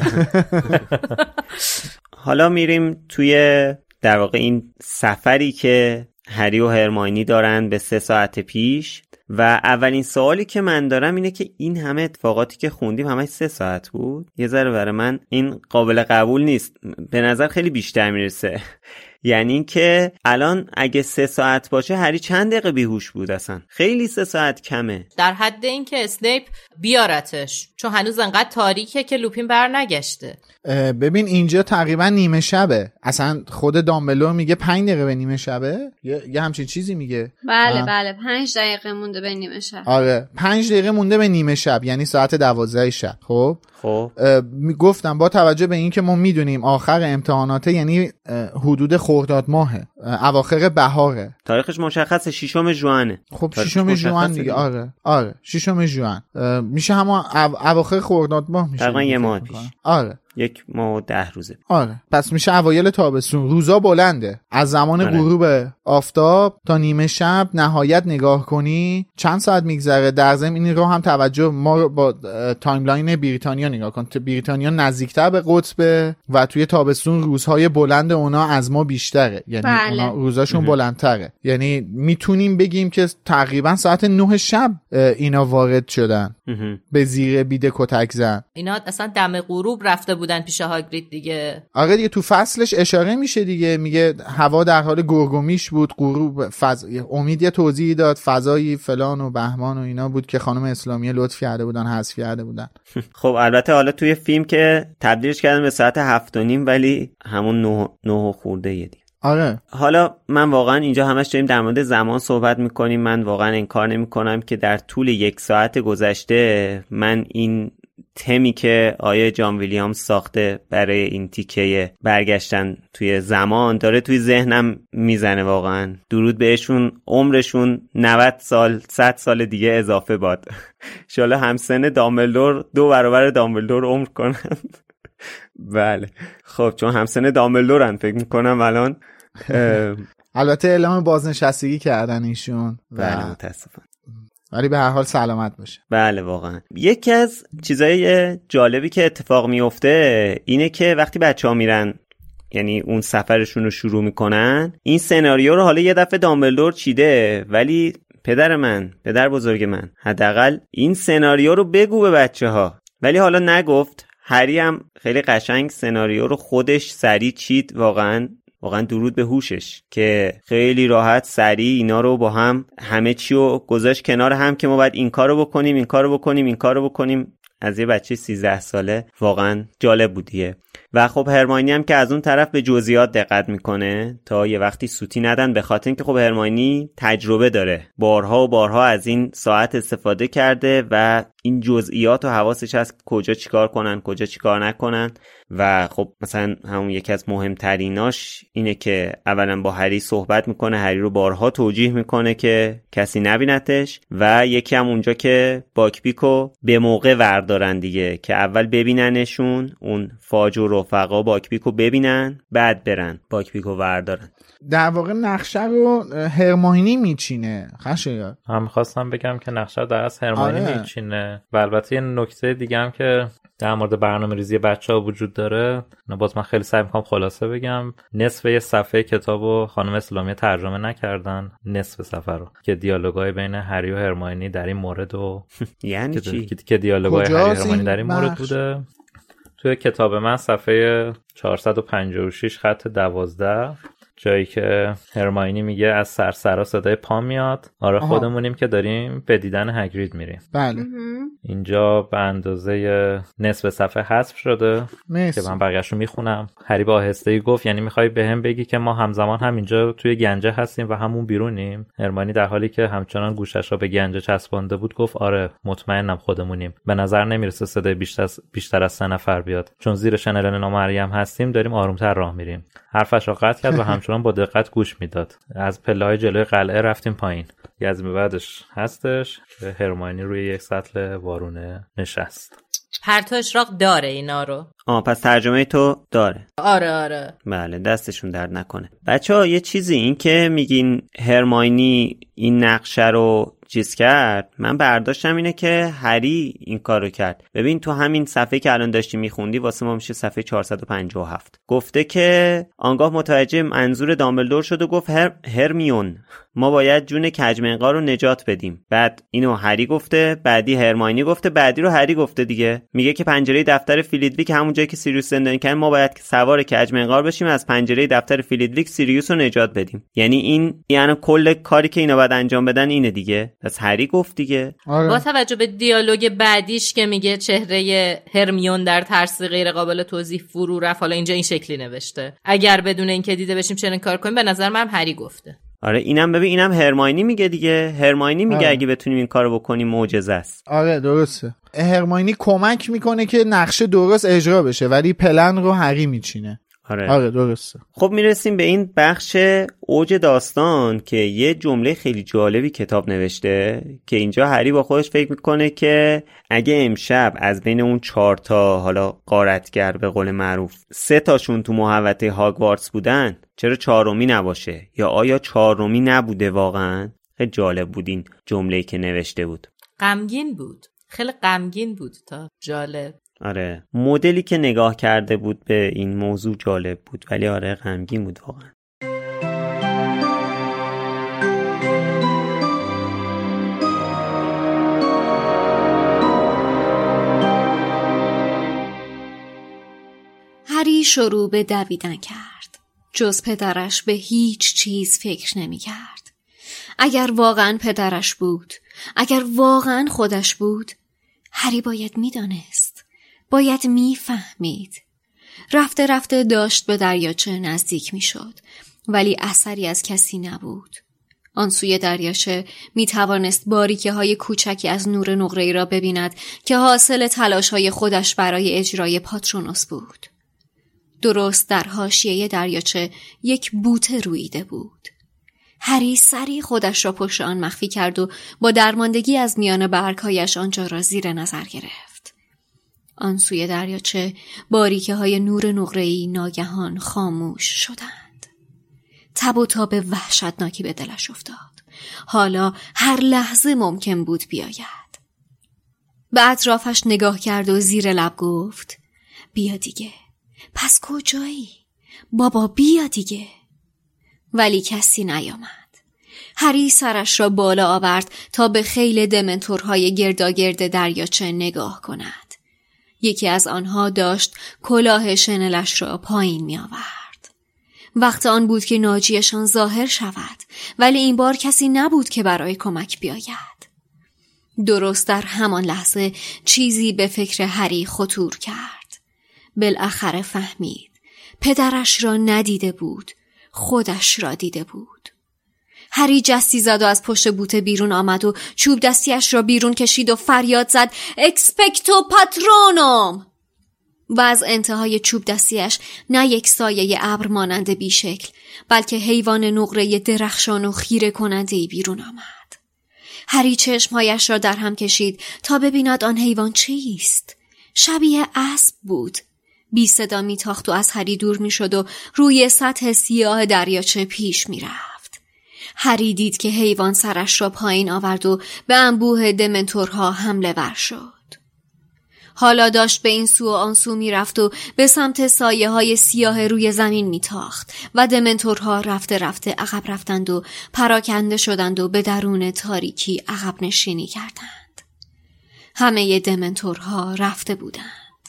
حالا میریم توی در واقع این سفری که هری و هرماینی دارن به سه ساعت پیش. و اولین سوالی که من دارم اینه که این همه اتفاقاتی که خوندیم همه سه ساعت بود؟ یه ذره برای من این قابل قبول نیست. به نظر خیلی بیشتر میرسه. یعنی این که الان اگه سه ساعت باشه هری چند دقیقه بیهوش بود؟ اصلا خیلی سه ساعت کمه. در حد این که اسنیپ بیارتش، چون هنوز انقدر تاریکه که لوپین بر نگشته. ببین اینجا تقریبا نیمه شبه. اصلا خود دامبلور میگه پنج دقیقه به نیمه شبه، یه, یه همچین چیزی میگه. بله آه. بله پنج دقیقه مونده به نیمه شب. آره پنج دقیقه مونده به نیمه شب، یعنی ساعت دوازده شب. خب خب گفتم با توجه به این که ما میدونیم آخر امتحاناته، یعنی حدود خرداد ماهه، اواخر بهاره، تاریخش مشخصه، ششم ژوئنه. خب ششم ژوئن دیگه. آره آره ششم ژوئن میشه، همون اواخر خرداد ماه میشه، تقریبا یه ماه پیش. آره یک ماه و ده روزه. آره پس میشه اوایل تابستون. روزا بلنده، از زمان آره. غروب آفتاب تا نیمه شب نهایت نگاه کنی چند ساعت میگذره. در ضمن این رو هم توجه ما با تایملاین بریتانیا نگاه کن. بریتانیا نزدیکتر به قطبه و توی تابستون روزهای بلند اونا از ما بیشتره، یعنی بله. اونا روزاشون بلندتره. یعنی میتونیم بگیم که تقریبا ساعت نه شب اینا وارد شدن به زیر بید کتک زن. اینا اصلا دم غروب رفته بودن پیش هاگرید دیگه. آره دیگه تو فصلش اشاره میشه دیگه، میگه هوا در حال گرگومیش بود، غروب فض... امید یه توضیحی داد، فضایی فلان و بهمان و اینا بود که خانم اسلامی لطف کرده بودن، حذف کرده بودن. خب البته حالا توی فیلم که تبدیلش کردن به ساعت هفت و نیم، ولی همون نه نه خورده یه دیگه. آره حالا من واقعا اینجا همش داریم در مورد زمان صحبت میکنیم. من واقعا انکار نمیکنم که در طول یک ساعت گذشته من این تمی که آیه جان ویلیامز ساخته برای این تیکه برگشتن توی زمان داره توی ذهنم میزنه. واقعا درود بهشون، عمرشون نود سال صد سال دیگه اضافه باد. انشالله همسن دامبلدور دو برابر دامبلدور عمر کنن. بله خب چون همسن دامبلدورن فکر میکنم الان. البته اعلام بازنشستگی کردن ایشون. بله متاسفم، ولی به هر حال سلامت باشه. بله واقعا یکی از چیزای جالبی که اتفاق میفته اینه که وقتی بچه‌ها میرن، یعنی اون سفرشون رو شروع میکنن، این سناریو رو حالا یه دفعه دامبلدور چیده، ولی پدر من، پدر بزرگ من، حداقل این سناریو رو بگو به بچه‌ها. ولی حالا نگفت. هری هم خیلی قشنگ سناریو رو خودش سریع چید، واقعا واقعا درود به هوشش که خیلی راحت سریع اینا رو با هم همه چی رو گذاشت کنار هم که ما باید این کارو بکنیم این کارو بکنیم این کارو بکنیم. از یه بچه سیزده ساله واقعا جالب بودیه. و خب هرماینی هم که از اون طرف به جزئیات دقت میکنه تا یه وقتی سوتی ندن، به خاطر اینکه خب هرماینی تجربه داره، بارها و بارها از این ساعت استفاده کرده و این جزئیات و حواسش هست کجا چیکار کنن کجا چیکار نکنن. و خب مثلا همون یکی از مهمتریناش اینه که اولا با هری صحبت میکنه، هری رو بارها توجیه میکنه که کسی نبینتش، و یکی هم اونجا که باکپیکو به موقع وردارن دیگه، که اول ببیننشون اون فاج و رفقا باکپیکو ببینن بعد برن باکپیکو وردارن. در واقع نقشه رو هرماینی میچینه. خشایار هم خواستم بگم که نقشه در از هرماینی آره. میچینه. و البته یه نکته دیگه هم که در مورد برنامه ریزی بچه ها وجود داره، باز من خیلی سعی میکنم خلاصه بگم، نصف یه صفحه کتابو خانم اسلامی ترجمه نکردن، نصف صفحه رو، که دیالوگای بین هری و هرماینی در این مورد و یعنی چی؟ که دیالوگای هری و هرماینی در این مورد بوده. توی کتاب من صفحه چهارصد و پنجاه و شش خط دوازده، جایی که هرماینی میگه از سرسرا صدای پا میاد، آره آها. خودمونیم که داریم به دیدن هگرید میریم. بله. اینجا به اندازه نصف صفحه حذف شده مرسی. که من بقیه‌شو میخونم. هری با آهستگی گفت یعنی میخوای بهم بگی که ما همزمان هم اینجا توی گنجه هستیم و همون بیرونیم؟ هرماینی در حالی که همچنان گوشش را به گنجه چسبانده بود گفت آره مطمئنم خودمونیم. به نظر نمیرسه صدای بیشتر از بیشتر از سه نفر بیاد، چون زیر شنل نامریم هستیم، داریم آرومتر راه میریم. حرفش را قطع کرد و همچنان با دقت گوش میداد. از پله‌های جلوی قلعه رفتیم پایین. یه از بعدش هستش که هرماینی روی یک سطل وارونه نشست. پرتو اشراق داره اینا رو. آه پس ترجمه تو داره. آره آره. بله دستشون درد نکنه. بچه‌ها یه چیزی این که میگین هرماینی این نقشه رو چیز کرد، من برداشتم اینه که هری این کارو کرد. ببین تو همین صفحه که الان داشتی میخوندی واسه ما میشه صفحه چهارصد و پنجاه و هفت. گفته که آنگاه متوجه منظور دامبلدور شد و گفت هر... هرمیون ما باید جون کجمنقار رو نجات بدیم. بعد اینو هری گفته، بعدی هرماینی گفته، بعدی رو هری گفته دیگه. میگه که پنجره دفتر فیلیدویک همون جایی که سیریوس زندانی کرد ما باید سوار کجمنقار بشیم، از پنجره دفتر فیلیدویک سیریوس رو نجات بدیم. یعنی این یعنی کل کاری که اینا باید انجام بدن اینه دیگه. پس هری گفت دیگه. آره. با توجه به دیالوگ بعدیش که میگه چهره هرمیون در ترس غیر قابل توضیح فرو رفت، حالا اینجا این شکلی نوشته اگر بدون اینکه دیده بشیم چنین کار کنیم، به نظر من هری گفته. آره اینم ببین اینم هرماینی میگه دیگه. هرماینی میگه آره. اگه بتونیم این کارو بکنیم معجزه است. آره درسته. هرماینی کمک میکنه که نقشه درست اجرا بشه ولی پلن رو هری میچینه. آره. آره درسته. خب میرسیم به این بخش اوج داستان که یه جمله خیلی جالبی کتاب نوشته که اینجا هری با خودش فکر میکنه که اگه امشب از بین اون چهار تا حالا غارتگر به قول معروف سه تاشون تو محوطه هاگوارتس بودن، چرا چهارمی نباشه؟ یا آیا چهارمی نبوده واقعا؟ خیلی جالب بود این جمله‌ای که نوشته بود. غمگین بود. خیلی غمگین بود تا جالب. آره مدلی که نگاه کرده بود به این موضوع جالب بود، ولی آره غمگین بود واقعا. هری شروع به دویدن کرد. جز پدرش به هیچ چیز فکر نمی کرد. اگر واقعا پدرش بود، اگر واقعا خودش بود، هری باید می دانست. باید می فهمید. رفته رفته داشت به دریاچه نزدیک می شد، ولی اثری از کسی نبود. آن سوی دریاچه می توانست باریکه های کوچکی از نور نقره‌ای را ببیند که حاصل تلاش های خودش برای اجرای پاترونوس بود. درست در حاشیه دریاچه یک بوته رویده بود. هری سریع خودش را پشت آن مخفی کرد و با درماندگی از میان برگ‌هایش آنجا را زیر نظر گرفت. آن سوی دریاچه باریکه های نور نقره‌ای ناگهان خاموش شدند. تب و تاب وحشتناکی به دلش افتاد. حالا هر لحظه ممکن بود بیاید. به اطرافش نگاه کرد و زیر لب گفت بیا دیگه. پس کجایی؟ بابا بیا دیگه. ولی کسی نیامد. هری سرش را بالا آورد تا به خیل دمنتورهای گرداگرد دریاچه نگاه کند. یکی از آنها داشت کلاه شنلش را پایین می آورد. وقت آن بود که ناجیشان ظاهر شود، ولی این بار کسی نبود که برای کمک بیاید. درست در همان لحظه چیزی به فکر هری خطور کرد. بالاخره فهمید. پدرش را ندیده بود، خودش را دیده بود. هری جستی زد و از پشت بوته بیرون آمد و چوب دستیش را بیرون کشید و فریاد زد اکسپکتو پاترونوم. و از انتهای چوب دستیش نه یک سایه ابر مانند بیشکل، بلکه حیوان نقره درخشان و خیره کننده بیرون آمد. هری چشمهایش را در هم کشید تا ببیند آن حیوان چیست. شبیه اسب بود. بی صدا می تاخت و از هری دور می شد و روی سطح سیاه دریاچه پیش می رفت. هری دید که حیوان سرش را پایین آورد و به انبوه دمنتورها حمله ور شد. حالا داشت به این سو و آن سو می رفت و به سمت سایه های سیاه روی زمین می تاخت و دمنتورها رفته رفته عقب رفتند و پراکنده شدند و به درون تاریکی عقب نشینی کردند. همه دمنتورها رفته بودند.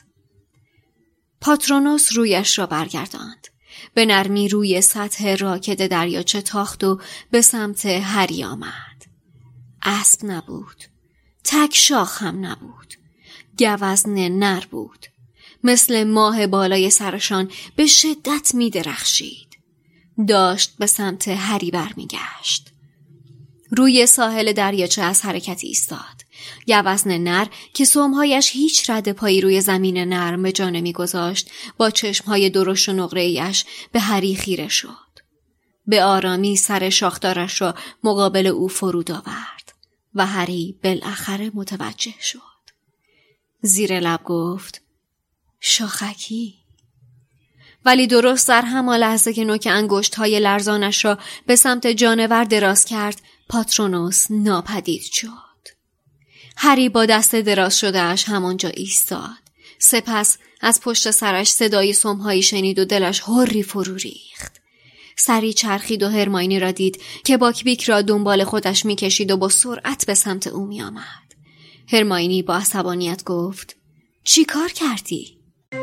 پاترونوس رویش را برگرداند. به نرمی روی سطح راکد دریاچه تاخت و به سمت هری آمد. اسب نبود. تک شاخ هم نبود. گوزن نر بود. مثل ماه بالای سرشان به شدت می درخشید. داشت به سمت هری برمیگشت. روی ساحل دریاچه از حرکت ایستاد. گوزن نر که سمهایش هیچ رد پایی روی زمین نرم به جا نمی‌گذاشت، با چشمهای درشت و نقره‌ایش به هری خیره شد. به آرامی سر شاخدارش را مقابل او فرود آورد و هری بالاخره متوجه شد. زیر لب گفت شاخکی. ولی درست در همان لحظه که نوک انگشت‌های لرزانش را به سمت جانور دراز کرد، پاترونوس ناپدید شد. هری با دست دراز شدهش همانجا ایستاد. سپس از پشت سرش صدای سمهایی شنید و دلش هری فرو ریخت. سری چرخید و هرماینی را دید که باکبیک را دنبال خودش می‌کشید و با سرعت به سمت او می‌آمد. هرماینی با عصبانیت گفت چی کار کردی؟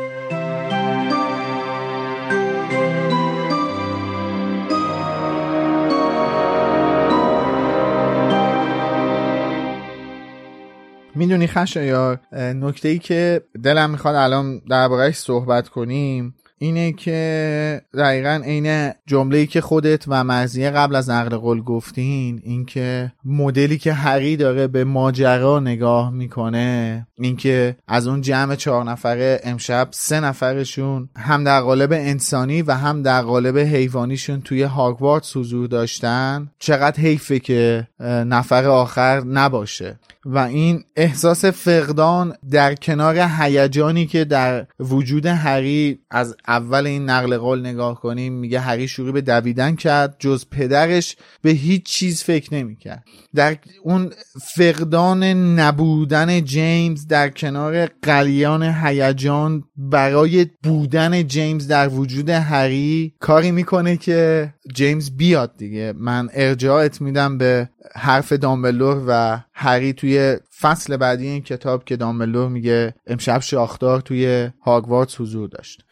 میدونی خشایار، نکته‌ای که دلم میخواد الان درباره‌اش صحبت کنیم اینه که دقیقاً عین جمله‌ای که خودت و مرضیه قبل از نقل قول گفتین، این که مدلی که هری داره به ماجرا نگاه میکنه، این که از اون جمع چهار نفره امشب سه نفرشون هم در قالب انسانی و هم در قالب حیوانیشون توی هاگوارتس حضور داشتن، چقدر حیفه که نفر آخر نباشه. و این احساس فقدان در کنار هیجانی که در وجود هری از اول این نقل قول نگاه کنیم، میگه هری شروع به دویدن کرد، جز پدرش به هیچ چیز فکر نمی‌کرد. در اون فقدان نبودن جیمز در کنار غلیان هیجان برای بودن جیمز در وجود هری کاری میکنه که جیمز بیاد دیگه. من ارجاعت میدم به حرف دامبلدور و هری توی فصل بعدی این کتاب که دامبلدور میگه امشب شاخدار توی هاگوارتس حضور داشت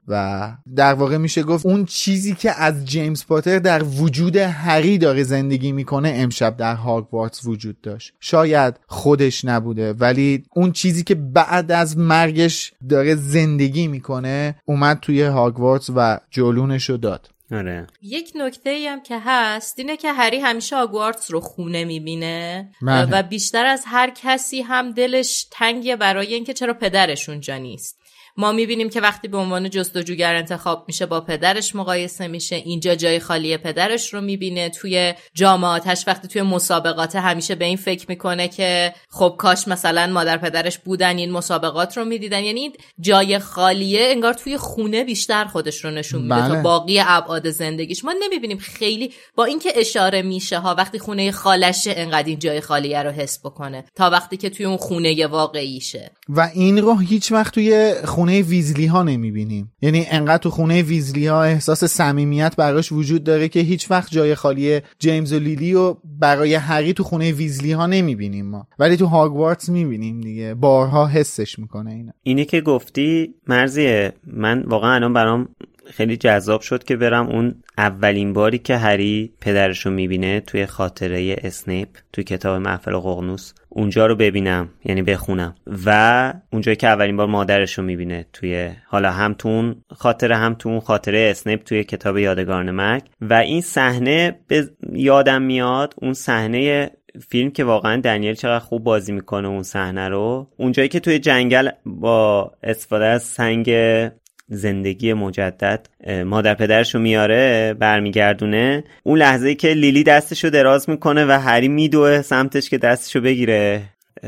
و در واقع میشه گفت اون چیزی که از جیمز پاتر در وجود هری داره زندگی میکنه امشب در هاگوارتس وجود داشت. شاید خودش نبوده، ولی اون چیزی که بعد از مرگش داره زندگی میکنه اومد توی هاگوارتس و جلونشو داد. آره. یک نکته ای هم که هست اینه که هری همیشه هاگوارتس رو خونه میبینه و بیشتر از هر کسی هم دلش تنگه برای اینکه چرا پدرش اونجا نیست. ما میبینیم که وقتی به عنوان جستجوگر انتخاب میشه با پدرش مقایسه میشه، اینجا جای خالی پدرش رو میبینه. توی جامعاتش وقتی توی مسابقات همیشه به این فکر میکنه که خب کاش مثلا مادر پدرش بودن این مسابقات رو میدیدن. یعنی جای خالیه انگار توی خونه بیشتر خودش رو نشون میده تا باقی ابعاد ابعاد زندگیش. ما نمیبینیم خیلی، با اینکه اشاره میشه ها وقتی خونه خالشه انقدر این جای خالیه رو حس بکنه تا وقتی که توی اون خونه واقعیشه. و این رو هیچ وقت توی خونه ویزلی ها نمیبینیم. یعنی انقدر تو خونه ویزلی ها احساس صمیمیت براش وجود داره که هیچ وقت جای خالی جیمز و لیلی و برای هری تو خونه ویزلی ها نمیبینیم ما، ولی تو هاگوارتس میبینیم دیگه، بارها حسش میکنه اینا. اینی که گفتی مرزیه، من واقعا الان برام خیلی جذاب شد که برم اون اولین باری که هری پدرشو میبینه توی خاطره اسنیپ توی کتاب محفل ققنوس اونجا رو ببینم، یعنی بخونم، و اونجایی که اولین بار مادرشو میبینه توی، حالا هم تو اون خاطره هم تو اون خاطره اسنیپ توی کتاب یادگاران مرگ، و این صحنه به یادم میاد، اون صحنه فیلم که واقعا دنیل چقدر خوب بازی میکنه اون صحنه رو، اونجایی که توی جنگل با استفاده از سنگ زندگی مجدد مادر پدرشو میاره برمیگردونه، اون لحظه‌ای که لیلی دستشو دراز میکنه و هری میدوه سمتش که دستشو بگیره،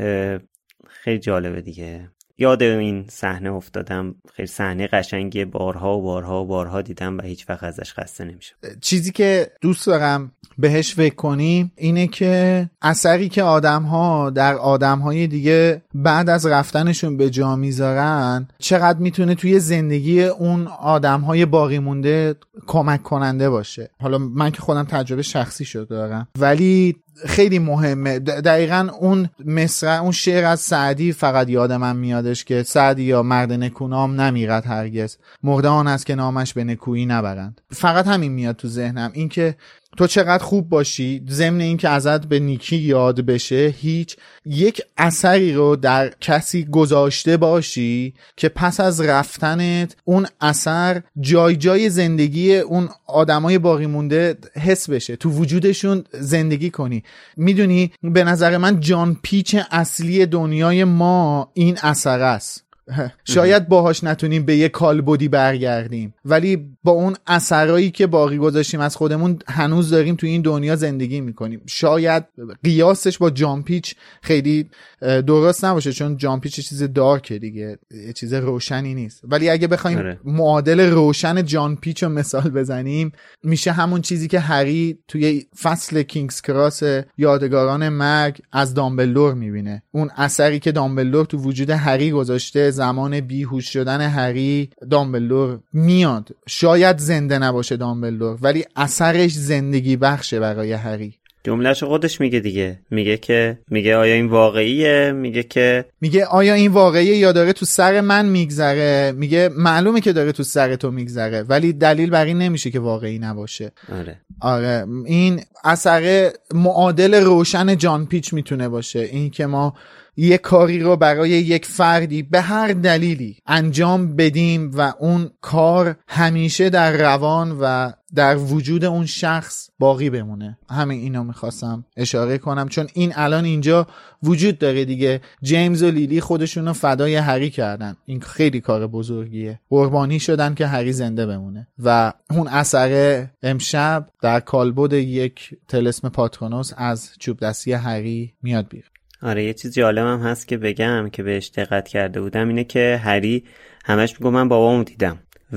خیلی جالبه دیگه. یاد این صحنه افتادم، خیلی صحنه قشنگی، بارها و بارها و بارها دیدم و هیچ وقت ازش خسته نمیشم. چیزی که دوست دارم بهش فکر کنیم اینه که اثری که آدم‌ها در آدم‌های دیگه بعد از رفتنشون به جا میذارن چقدر میتونه توی زندگی اون آدم‌های باقی مونده کمک کننده باشه. حالا من که خودم تجربه شخصی شده دارم، ولی خیلی مهمه. دقیقاً اون مصرع، اون شعر از سعدی فقط یاد من میادش که سعدی یا مرد نکونام نمیرد هرگز، مرده آن است که نامش به نکویی نبرند. فقط همین میاد تو ذهنم، این که تو چقدر خوب باشی، ضمن این که ازت به نیکی یاد بشه، هیچ یک اثری رو در کسی گذاشته باشی که پس از رفتنت اون اثر جای جای زندگی اون آدمای باقی مونده حس بشه، تو وجودشون زندگی کنی. میدونی به نظر من جان پیچ اصلی دنیای ما این اثر است. شاید باهاش نتونیم به یه کالبدی برگردیم، ولی با اون اثرایی که باقی گذاشتیم از خودمون هنوز داریم تو این دنیا زندگی میکنیم. شاید قیاسش با جان پیچ خیلی درست نباشه، چون جان پیچ چیز دارکه دیگه، یه چیز روشنی نیست، ولی اگه بخوایم اره. معادل روشن جان پیچ رو مثال بزنیم، میشه همون چیزی که هری توی فصل کینگز کراس یادگاران مرگ از دامبلدور میبینه، اون اثری که دامبلدور تو وجود هری گذاشته. زمان بیهوش شدن هری دامبلدور میاد، شاید زنده نباشه دامبلدور، ولی اثرش زندگی بخشه برای هری. جمله‌شو خودش میگه دیگه، میگه که میگه آیا این واقعیه، میگه که میگه آیا این واقعیه یا داره تو سر من میگذره. میگه معلومه که داره تو سر تو میگذره، ولی دلیل بر این نمیشه که واقعی نباشه. آره آره این اثر معادل روشن جان پیچ میتونه باشه، این که ما یه کاری رو برای یک فردی به هر دلیلی انجام بدیم و اون کار همیشه در روان و در وجود اون شخص باقی بمونه. همین اینو میخواستم اشاره کنم، چون این الان اینجا وجود داره دیگه. جیمز و لیلی خودشونو فدای هری کردن، این خیلی کار بزرگیه، قربانی شدن که هری زنده بمونه و اون اثر امشب در کالبد یک طلسم پاترونوس از چوب دستی هری میاد بیرون. آره یه چیز جالبم هست که بگم که بهش دقت کرده بودم، اینه که هری همش میگه من بابامو دیدم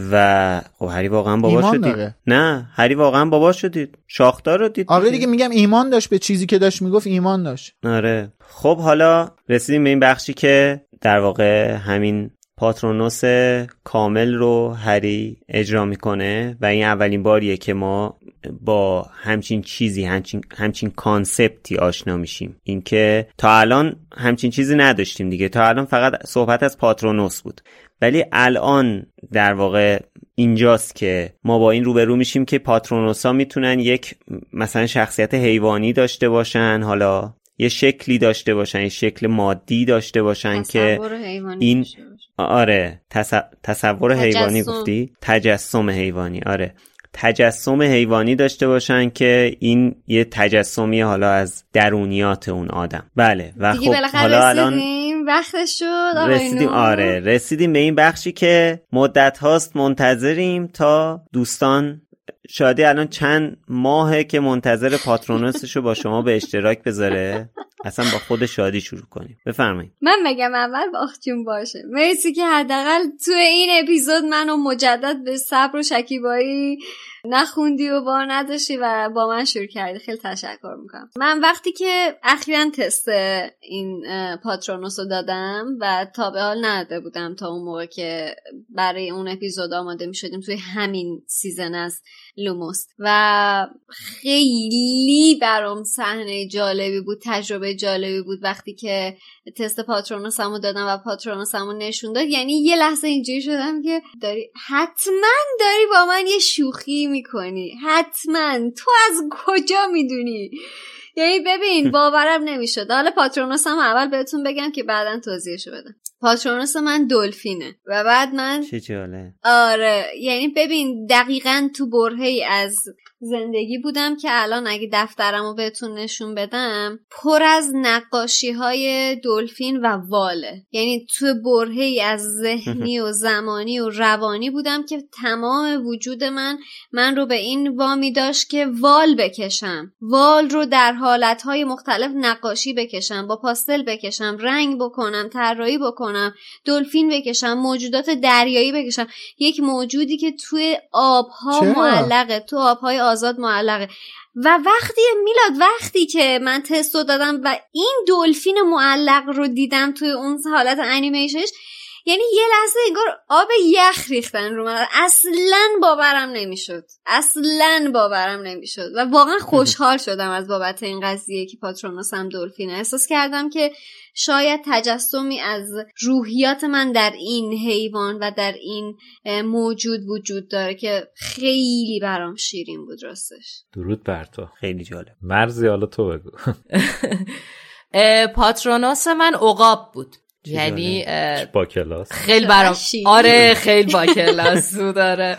و خب هری واقعا باباشو دید. نه هری واقعا باباشو دید، شاخدار رو دید. آره دیگه میگم ایمان داشت به چیزی که داشت میگفت، ایمان داشت. آره خب حالا رسیدیم به این بخشی که در واقع همین پاترونوس کامل رو هری اجرا میکنه و این اولین باریه که ما با همچین چیزی، همچین همچین کانسپتی آشنا میشیم. اینکه تا الان همچین چیزی نداشتیم دیگه، تا الان فقط صحبت از پاترونوس بود، ولی الان در واقع اینجاست که ما با این روبرو میشیم که پاترونوسا میتونن یک مثلا شخصیت حیوانی داشته باشن، حالا یه شکلی داشته باشن، یه شکل مادی داشته باشن که این داشته باشن. آره تص... تصور تجسم. حیوانی گفتی؟ تجسم حیوانی. آره تجسم حیوانی داشته باشن که این یه تجسمی حالا از درونیات اون آدم. بله و خب حالا الان وقتش شد رسیدیم. آره رسیدیم به این بخشی که مدت هاست منتظریم تا دوستان، شادی الان چند ماهه که منتظر پاترونوسشو با شما به اشتراک بذاره اصلا با خود شادی شروع کنیم. بفرمایید. من بگم اول باختیون باشه. مرسی که حداقل تو این اپیزود منو مجدد به صبر و شکیبایی نخوندی و بار نداشتی و با من شروع کردی. خیلی تشکر میکنم. من وقتی که اخیراً تست این پاترونوس رو دادم و تا به حال نداده بودم تا اون موقع که برای اون اپیزود آماده میشدیم توی همین سیزن از لوموس و خیلی برام صحنه جالبی بود، تجربه جالبی بود وقتی که تست پاترونوسمو دادم و پاترونوسمو نشون داد. یعنی یه لحظه اینجوری شدم که داری حتما داری با من یه شوخی میکنی، حتما تو از کجا میدونی؟ یعنی ببین باورم نمیشد. حالا پاترونوسم اول بهتون بگم که بعدن توضیحشو بدم. پاترونوس من دلفینه و بعد من چه جاله. آره یعنی ببین دقیقاً تو برهه‌ای از زندگی بودم که الان اگه دفترمو بهتون نشون بدم پر از نقاشی های دلفین و واله. یعنی تو برهه‌ای از ذهنی و زمانی و روانی بودم که تمام وجود من من رو به این وامی داشت که وال بکشم، وال رو در حالتهای مختلف نقاشی بکشم، با پاستل بکشم، رنگ بکنم، طراحی بکنم، دلفین بکشم، موجودات دریایی بکشم. یک موجودی که توی آبها معلقه، تو آبهای آزاد معلقه. و وقتی میلاد وقتی که من تستو دادم و این دلفین معلق رو دیدم توی اون حالت انیمیشنش، یعنی یه لحظه انگار آب یخ ریختن رو من. اصلاً باورم نمیشد، اصلاً باورم نمیشد و واقعا خوشحال شدم از بابت این قضیه که پاترونوسم دلفینه. احساس کردم که شاید تجسمی از روحیات من در این حیوان و در این موجود وجود داره که خیلی برام شیرین بود راستش. درود بر تو. خیلی جالب. مرزی حالا تو بگو. پاترونوس من عقاب بود. یعنی با کلاس خیلی برام آره خیلی با کلاس بود. آره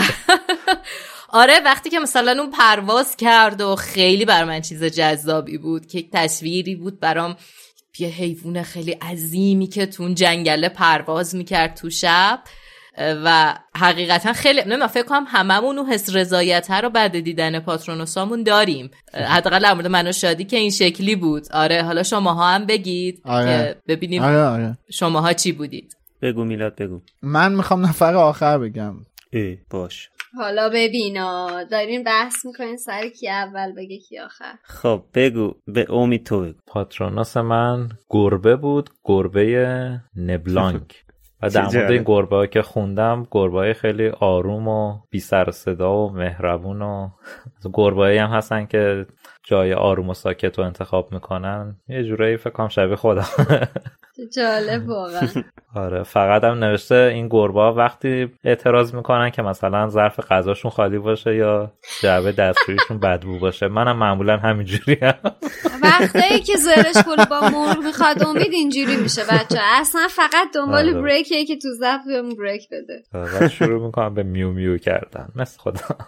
آره وقتی که مثلا اون پرواز کرد و خیلی بر من چیز جذابی بود که یک تصویری بود برام، یه حیوان خیلی عظیمی که تو اون جنگله پرواز میکرد تو شب و حقیقتا خیلی نمیدونم فکر کنم هممون اون حس رضایت رو بعد دیدن پاترونوسامون داریم، حداقل در مورد من و شادی که این شکلی بود. آره حالا شماها هم بگید آره. که ببینیم آره آره. شماها چی بودید. بگو میلاد بگو. من میخوام نفر آخر بگم. ای باش. حالا ببینا دارین بحث میکنین سر کی اول بگه کی آخر. خب بگو، به امید تو بگو. پاترونوس من گربه بود، گربه نبلانک. و در مورد این گربه ها که خوندم، گربه های خیلی آروم و بی سر و صدا و مهربون و گربه هایی هم هستن که جای آروم و ساکت رو انتخاب میکنن. یه جورایی فکر کنم شبیه خودم. جالب واقعا. آره فقط هم نوشته این گربه ها وقتی اعتراض میکنن که مثلا ظرف غذاشون خالی باشه یا جعبه دستشویشون بدبو باشه. منم معمولا همینجوری هم. وقتی که زرش پول با مرغ میخواد امید اینجوری میشه بچه. اصلا فقط دنبال آره. بریکیه که تو ظرف بهم بریک بده. آره شروع میکنم به میو میو کردن مثل خودم.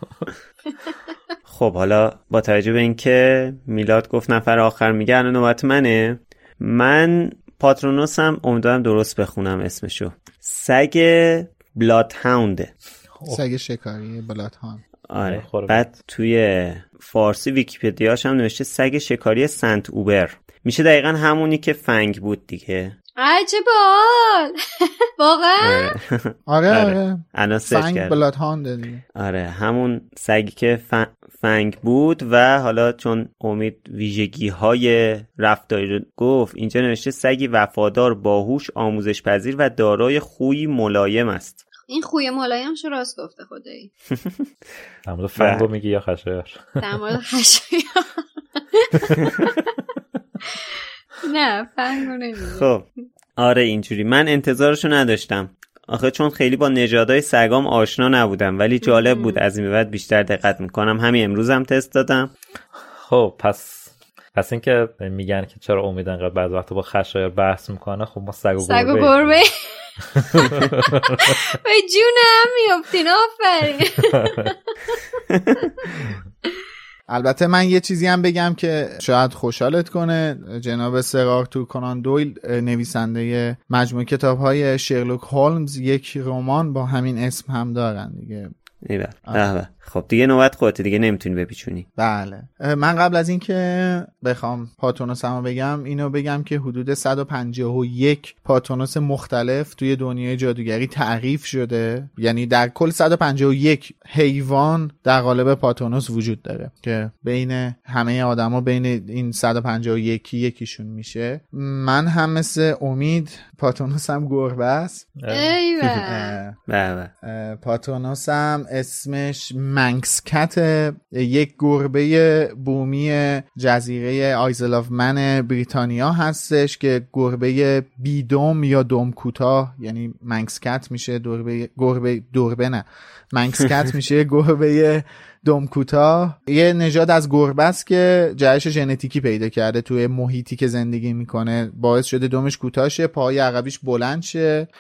خب حالا با توجه به اینکه میلاد گفت نفر آخر میگه الان نوبت منه. من پاترونوسم امیدوارم درست بخونم اسمشو، سگ بلاد هاونده. سگ شکاری بلاد هاوند. آره. بعد توی فارسی ویکی‌پدیاش هم نوشته سگ شکاری سنت اوبر. میشه دقیقا همونی که فنگ بود دیگه. عجب بال. واقعا آره آره الان سرچ کردم. فنگ بلاد هاوند دیگه. آره همون سگی که ف... فنگ بود و حالا چون امید ویژگی های رفتاری رو گفت اینجا نوشته سگی وفادار، باهوش، آموزش پذیر و دارای خویی ملایم است. این خوی ملایمش رو راست گفته خدایی. در مورد فنگ رو میگی یا خشایار؟ در مورد خشایار. نه فنگ رو نمیگی. خب آره اینجوری. من انتظارشو نداشتم آخه چون خیلی با نژادهای سگام آشنا نبودم، ولی جالب بود. از این به بعد بیشتر دقت میکنم. همین امروز هم تست دادم. خب پس پس این که میگن که چرا امید انقدر بعض وقتا با خشایار بحث میکنه، خب ما سگ و گربه سگ و گربه به جون هم میافتین. آفرین. البته من یه چیزی هم بگم که شاید خوشحالت کنه. جناب سر آرتور کنان دویل نویسنده مجموعه کتاب‌های شرلوک هولمز یک رمان با همین اسم هم دارن دیگه. ایول. بله. خب دیگه نوبت خودت، دیگه نمیتونی بپیچونی. بله. من قبل از این که بخوام پاتونوسمو بگم اینو بگم که حدود صد و پنجاه و یک پاتونوس مختلف توی دنیای جادوگری تعریف شده، یعنی در کل صد و پنجاه و یک حیوان در قالب پاتونوس وجود داره که بین همه آدما بین این صد و پنجاه و یک یکیشون میشه. من هم مثل امید پاتونوسم گربه است. ایوه. پاتونوسم اسمش منکسکت، یک گربه بومی جزیره آیزل آف من بریتانیا هستش که گربه بیدم یا دم کوتاه، یعنی منکسکت میشه گربه گربه دوربه نه منکسکت میشه گربه دم کوتاه. یه نژاد از گربه است که جهش ژنتیکی پیدا کرده توی محیطی که زندگی میکنه، باعث شده دمش کوتاه شه، پای عقبیش بلند شه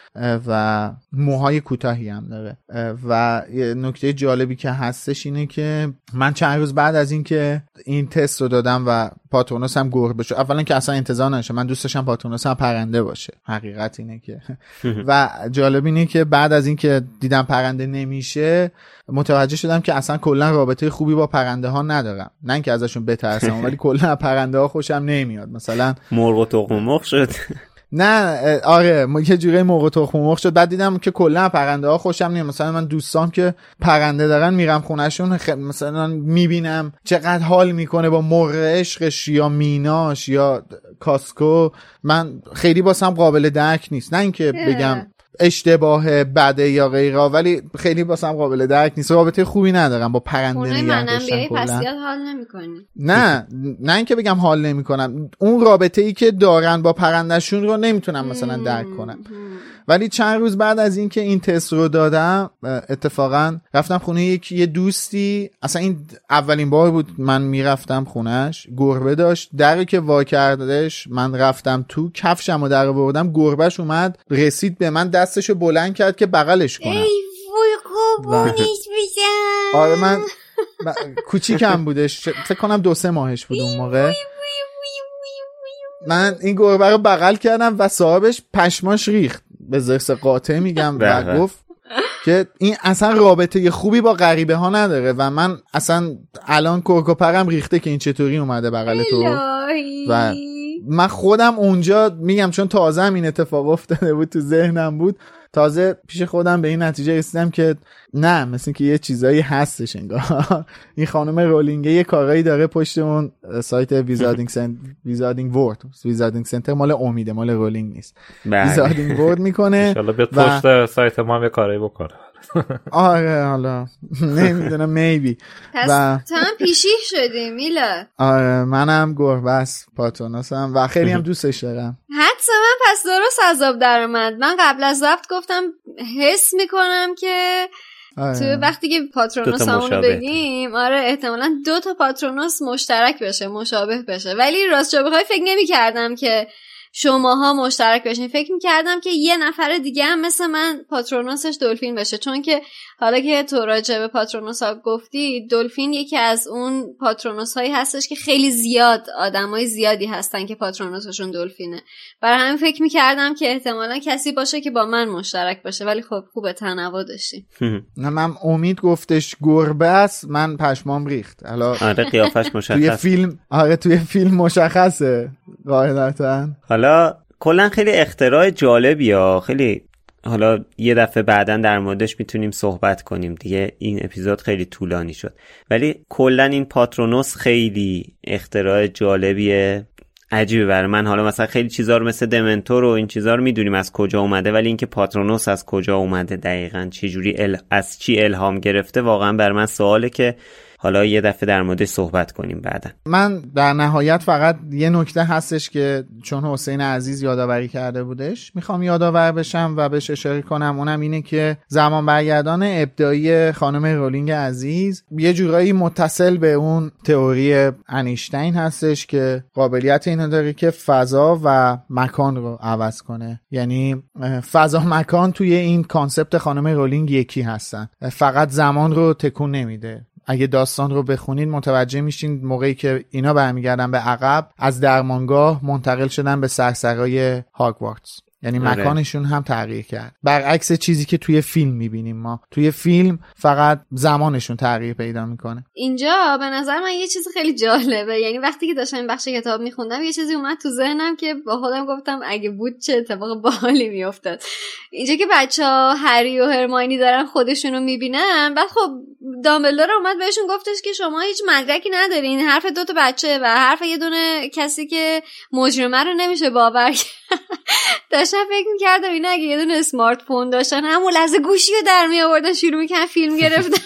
و موهای کوتاهی هم داره. و یه نکته جالبی که هستش اینه که من چند روز بعد از این که این تست رو دادم و پاتونوس هم گربه شد، اولا که اصلا انتظار نشه، من دوست داشتم پاتونوس هم پرنده باشه، حقیقت اینه که و جالب اینه که بعد از این که دیدم پرنده نمیشه متوجه شدم که اصلا کلا رابطه خوبی با پرنده ها ندارم، نه اینکه ازشون بترسم ولی کلا پرنده ها خوشم نمیاد. مثلا مرغ و تخم مرغ شد. نه آره یه جوری موقع تخم مرغ شد. بعد دیدم که کلا پرنده ها خوشم نمیاد. مثلا من دوستام که پرنده دارن میرم خونهشون خ... مثلا میبینم چقدر حال میکنه با مرغ عشقش یا میناش یا کاسکو، من خیلی واسم قابل درک نیست. نه اینکه بگم اشتباه بده یا غیره، ولی خیلی واسم قابل درک نیست، رابطه خوبی ندارم با پرنده نگه داشتن کلا. پس یاد حال نمی‌کنی؟ نه نه اینکه بگم حال نمی‌کنم، اون رابطه ای که دارن با پرندهشون رو نمیتونم مثلا درک کنم. ولی چند روز بعد از این که این تست رو دادم اتفاقا رفتم خونه یک یه دوستی، اصلا این اولین بار بود من میرفتم خونش، گربه داشت، دری که وا کردش من رفتم تو، کفشمو در آوردم، گربهش اومد رسید به من، دستشو بلند کرد که بغلش کنم. ای وای قربونش بشم. آره من ب... کوچیکم بودش، فکر کنم دو سه ماهش بود اون موقع. من این گربه رو بغل کردم و صاحبش پشماش ریخت، به زرس قاطع میگم، و گفت که این اصلا رابطه خوبی با غریبه ها نداره و من اصلا الان کرکوپرم ریخته که این چطوری اومده بغل تو. و من خودم اونجا میگم چون تازه این اتفاق افتاده بود تو ذهنم بود، تازه پیش خودم به این نتیجه رسیدم که نه، مثل که یه چیزایی هستش انگار این خانم رولینگه یه کارایی داره پشت اون سایت ویزاردینگ سنت ویزاردینگ ورد ویزاردینگ سنتر مال امیده، مال رولینگ نیست، ویزاردینگ ورد میکنه ان شاءالله بیاد پشت سایت ما هم یه کاری بکنه. آره حالا نمیدونم میبی. و تو هم پیشی شدی میلا. آره منم گربه است پاتونوسم و خیلی هم دوستش دارم. حدس من پس درست از آب در اومد. من قبل از ضبط گفتم حس میکنم که تو وقتی که پاترونوس همونو بگیم آره احتمالاً دو تا پاترونوس مشترک بشه، مشابه بشه، ولی راست جا بخوای فکر نمی کردم که شماها مشترک بشین. فکر می‌کردم که یه نفر دیگه هم مثل من پاترونوسش دلفین بشه، چون که حالا که تو راجع به پاترونوس‌ها گفتی، دلفین یکی از اون پاترونوس‌هایی هستش که خیلی زیاد آدمای زیادی هستن که پاترونوسشون دلفینه. برای همین فکر می‌کردم که احتمالاً کسی باشه که با من مشترک باشه، ولی خب خوبه تنوع داشتی. نه من امید گفتش گربه است، من پشمام ریخت. حالا آره قیافش مشخص. توی فیلم آره توی فیلم مشخصه قاعدتاً. حالا کلا خیلی اختراع جالبیه، خیلی حالا یه دفعه بعداً در موردش میتونیم صحبت کنیم دیگه، این اپیزود خیلی طولانی شد، ولی کلا این پاترونوس خیلی اختراع جالبیه، عجیبه برای من. حالا مثلا خیلی چیزا رو مثل دمنتور و این چیزا رو میدونیم از کجا اومده، ولی اینکه پاترونوس از کجا اومده دقیقاً چه جوری ال... از چی الهام گرفته واقعا برای من سواله که حالا یه دفعه در موردش صحبت کنیم بعدا. من در نهایت فقط یه نکته هستش که چون حسین عزیز یادآوری کرده بودش میخوام یادآور بشم و بهش اشاره کنم، اونم اینه که زمان برگردان ابداعی خانم رولینگ عزیز یه جورایی متصل به اون تئوری انیشتین هستش که قابلیت اینو داره که فضا و مکان رو عوض کنه، یعنی فضا مکان توی این کانسپت خانم رولینگ یکی هستن، فقط زمان رو تکون نمیده. اگه داستان رو بخونید متوجه میشین موقعی که اینا برمیگردن به عقب از درمانگاه منتقل شدن به سرسرای هاگوارتس یعنی مکانشون هم تغییر کرد، برعکس چیزی که توی فیلم میبینیم. ما توی فیلم فقط زمانشون تغییر پیدا میکنه. اینجا به نظر من یه چیز خیلی جالبه، یعنی وقتی که داشتم این بخش کتاب میخوندم یه چیزی اومد تو ذهنم که با خودم گفتم اگه بود چه اتفاق باحالی میافتاد. اینجا که بچه‌ها هری و هرماینی دارن خودشونو میبینن، بعد خب دامبلدور اومد بهشون گفتش که شما هیچ مدرکی ندارین، حرف دو تا بچه و حرف یه دونه کسی که مجرمه رو نمیشه باور کرد. داشتم فکر میکردم اینا اگه یه دونه اسمارت فون داشتن همون لحظه گوشی رو در می آوردن شروع میکنن فیلم گرفتن.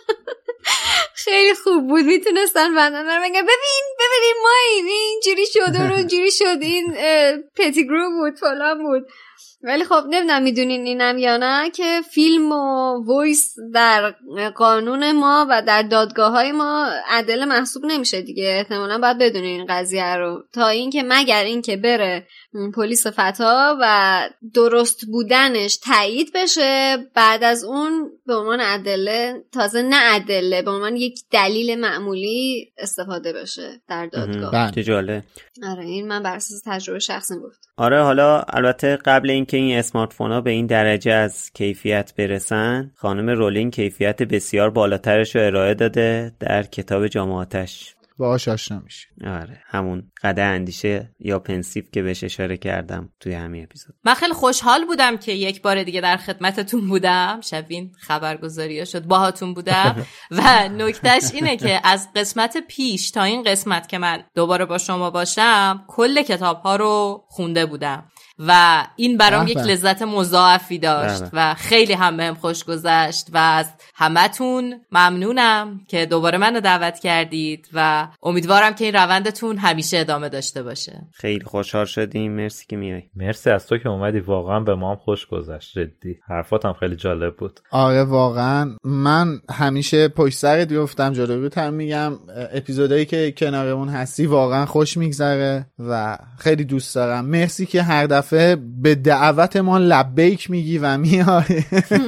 خیلی خوب بود، میتونستن بندن رو بگن ببین ببینیم ما این اینجوری شد و اونجوری شد، این پتیگرو بود فلان بود. ولی خب نمیدونم میدونین اینم یا نه که فیلم و وایس در قانون ما و در دادگاه های ما عدل محسوب نمیشه دیگه. احتمالاً باید بدونین این قضیه رو، تا اینکه مگر اینکه بره پلیس فتا و درست بودنش تایید بشه، بعد از اون به عنوان ادله، تازه نه ادله، به عنوان یک دلیل معمولی استفاده بشه در دادگاه. چه جالب. آره این من بر اساس تجربه شخصی گفتم. آره حالا البته قبل اینکه این اسمارت فون‌ها به این درجه از کیفیت برسن، خانم رولینگ کیفیت بسیار بالاترش رو ارائه داده در کتاب جام آتش. باهاش آشنا میشه. آره همون قده اندیشه یا پنسیو که بهش اشاره کردم توی همین اپیزود. من خیلی خوشحال بودم که یک بار دیگه در خدمتتون بودم، شبین خبرگزاری‌ها شد باهاتون بودم و نکتهش اینه که از قسمت پیش تا این قسمت که من دوباره با شما باشم کل کتاب‌ها رو خونده بودم و این برام یک لذت مضاعفی داشت و خیلی هم بهم خوش گذشت و از همتون ممنونم که دوباره منو دعوت کردید و امیدوارم که این روندتون همیشه ادامه داشته باشه. خیلی خوشحال شدیم، مرسی که میای. مرسی از تو که اومدی، واقعا به ما هم خوش گذشت، جدی حرفات هم خیلی جالب بود. آره واقعا من همیشه پشت سرت بیفتم، جلویت هم میگم اپیزودایی که کنارمون هستی واقعا خوش میگذره و خیلی دوست دارم. مرسی که هر دفعه به دعوت ما لبیک میگی و میای.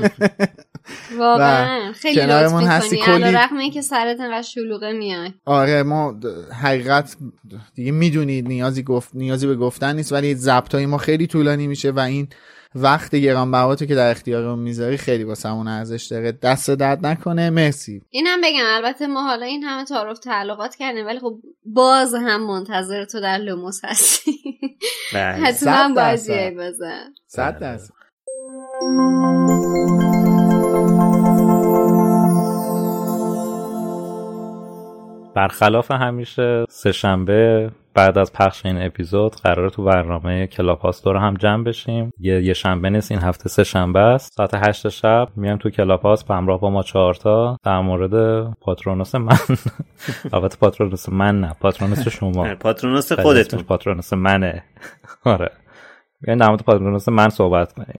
واقعا خیلی لطف میکنی علیرغم اینکه سرت انقدر شلوغه میای. آره ما حقیقت دیگه میدونید نیازی گفت نیازی به گفتن نیست، ولی ضبطای ما خیلی طولانی میشه و این وقت گرانبهاتو که در اختیارمون میذاری خیلی واسمون ارزش داره. دست درد نکنه. مرسی. اینم بگم البته ما حالا این همه تعارف تعلقات کردیم ولی خب باز هم منتظر تو در لوموس هستی. حتما بازیه بزن. صد درصد. برخلاف همیشه سه شنبه بعد از پخش این اپیزود قراره تو برنامه کلاب هاست دور هم جمع بشیم. یه یه شنبه نیست، این هفته سه شنبه است. ساعت هشت شب میایم تو کلاب هاست به همراه با ما چهارتا در مورد پاترونوس من. البته پاترونوس من نه، پاترونوس شما. پاترونوس خودتون. پاترونوس منه. آره. بیاین در مورد پاترونوس من صحبت کنیم.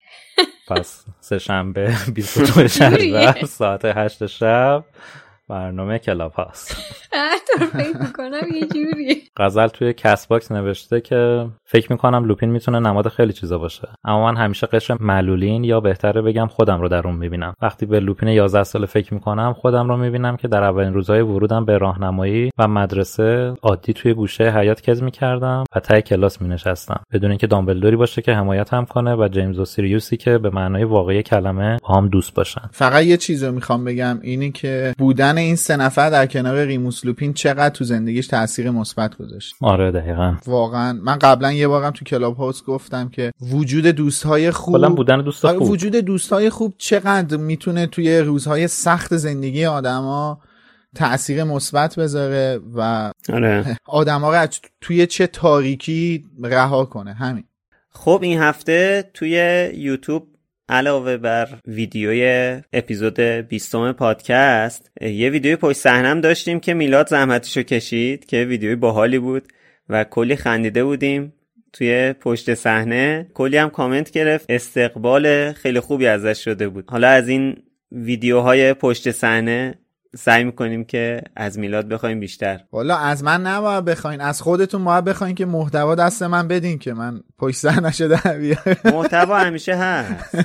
پس سه شنبه بیست و دو شهریور ساعت هشت شب برنامه کلاب هاست. تو فکر میکنم یه جوری غزل توی کست باکس نوشته که فکر میکنم لوپین میتونه نماد خیلی چیزا باشه، اما من همیشه قشر معلولین یا بهتره بگم خودم رو در اون میبینم. وقتی به لوپین یازده ساله فکر میکنم خودم رو میبینم که در اولین روزهای ورودم به راهنمایی و مدرسه عادی توی گوشه حیاط کز میکردم و ته کلاس مینشستم بدون اینکه دامبلدوری باشه که حمایتم کنه و جیمز و سیریوسی که به معنای واقعی کلمه با هم دوست باشن. فقط یه چیزو میخوام بگم، اینی که بودن این سه نفر در کنار ریموس لوپین چقدر تو زندگیش تاثیر مثبت گذاشت. آره دقیقاً. واقعا من قبلا یه بارم تو کلاب هاوس گفتم که وجود دوستای خوب، کلا بودن دوستا خوب، وجود دوستای خوب چقدر میتونه توی روزهای سخت زندگی آدما تأثیر مثبت بذاره و آره. آدما رو توی چه تاریکی رها کنه. همین. خب این هفته توی یوتیوب علاوه بر ویدیوی اپیزود بیستم پادکست یه ویدیوی پشت صحنه‌ام داشتیم که میلاد زحمتشو کشید که ویدیوی باحالی بود و کلی خندیده بودیم توی پشت صحنه. کلی هم کامنت گرفت، استقبال خیلی خوبی ازش شده بود. حالا از این ویدیوهای پشت صحنه سعی میکنیم که از میلاد بخوایم بیشتر. والا از من نباید بخواین، از خودتون باید بخواین که محتوا دست من بدین که من پشت صحنه‌شو در بیارم. محتوا همیشه هست.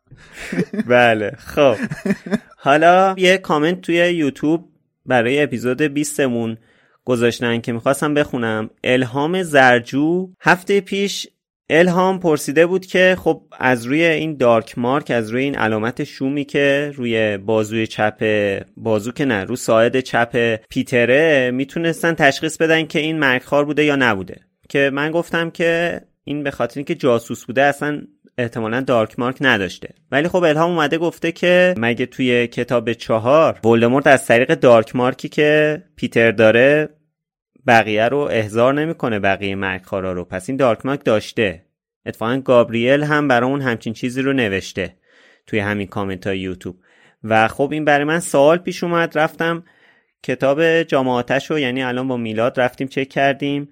بله خب حالا یه کامنت توی یوتیوب برای اپیزود بیستمون گذاشتن که میخواستم بخونم. الهام زرجو هفته پیش الهام پرسیده بود که خب از روی این دارک مارک، از روی این علامت شومی که روی بازوی چپ بازو که نه رو ساعد چپ پیتره میتونستن تشخیص بدن که این مرگخوار بوده یا نبوده، که من گفتم که این به خاطر اینکه جاسوس بوده اصلا احتمالاً دارک مارک نداشته. ولی خب الهام اومده گفته که مگه توی کتاب چهار ولدمورت از طریق دارک مارکی که پیتر داره بقیه رو احضار نمیکنه، بقیه مرگخوارا رو، پس این دارک مارک داشته. اتفاقا گابریل هم برامون همچین چیزی رو نوشته توی همین کامنت های یوتیوب. و خب این برای من سوال پیش اومد، رفتم کتاب جام آتش رو، یعنی الان با میلاد رفتیم چک کردیم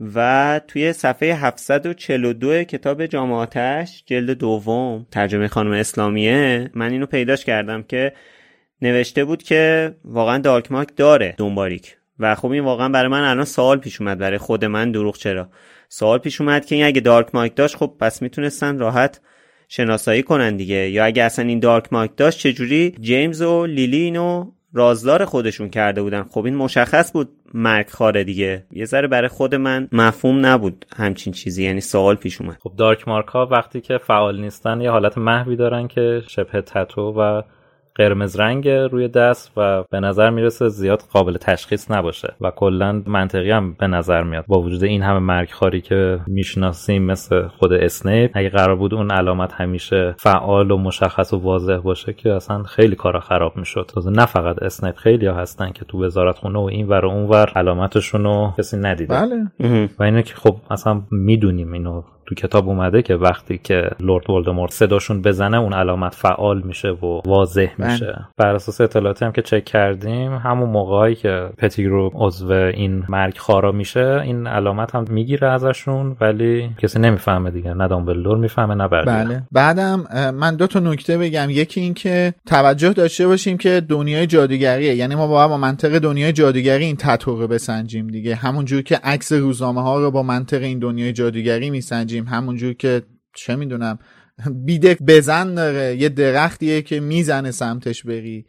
و توی صفحه هفتصد و چهل و دو کتاب جام آتش جلد دوم ترجمه خانم اسلامیه من اینو پیداش کردم که نوشته بود که واقعا دارک مارک داره دنباریک. و خب این واقعا برای من الان سوال پیش اومد، برای خود من دروغ چرا سوال پیش اومد که این اگه دارک مارک داشت خب پس میتونستن راحت شناسایی کنن دیگه، یا اگه اصلا این دارک مارک داشت چجوری جیمز و لیلی اینو رازدار خودشون کرده بودن؟ خب این مشخص بود مرگخواره دیگه. یه ذره برای خود من مفهوم نبود همچین چیزی، یعنی سوال پیش اومد. خب دارک مارک ها وقتی که فعال نیستن یه حالت محوی دارن که شبه تتو و قرمز رنگ روی دست و به نظر میرسه زیاد قابل تشخیص نباشه و کلا منطقی هم به نظر میاد با وجود این همه مرگخواری که میشناسیم مثل خود اسنیپ. اگه قرار بود اون علامت همیشه فعال و مشخص و واضح باشه که اصلا خیلی کارا خراب میشد. تازه نه فقط اسنیپ، خیلی ها هستن که تو وزارتخونه و این ور و اون ور علامتشون رو کسی ندیده. بله. و اینو که خب اصلا میدونیم، اینو تو کتاب اومده که وقتی که لرد ولدمورت صداشون بزنه اون علامت فعال میشه و واضح میشه. بر اساس اطلاعاتی هم که چک کردیم همون موقعی که پتیگرو عضو این مرگخوارا میشه این علامت هم میگیره ازشون، ولی کسی نمیفهمه دیگه، نه دامبلدور میفهمه نه بقیه. بله. بعدم من دو تا نکته بگم. یکی این که توجه داشته باشیم که دنیای جادوگریه، یعنی ما باید با منطق دنیای جادوگری این تطور رو بسنجیم دیگه، همون جور که عکس روزنامه ها رو با منطق این دنیای جادوگری میسنجیم، همونجور که چه میدونم بیدک بزن داره یه درختیه که میزنه سمتش بری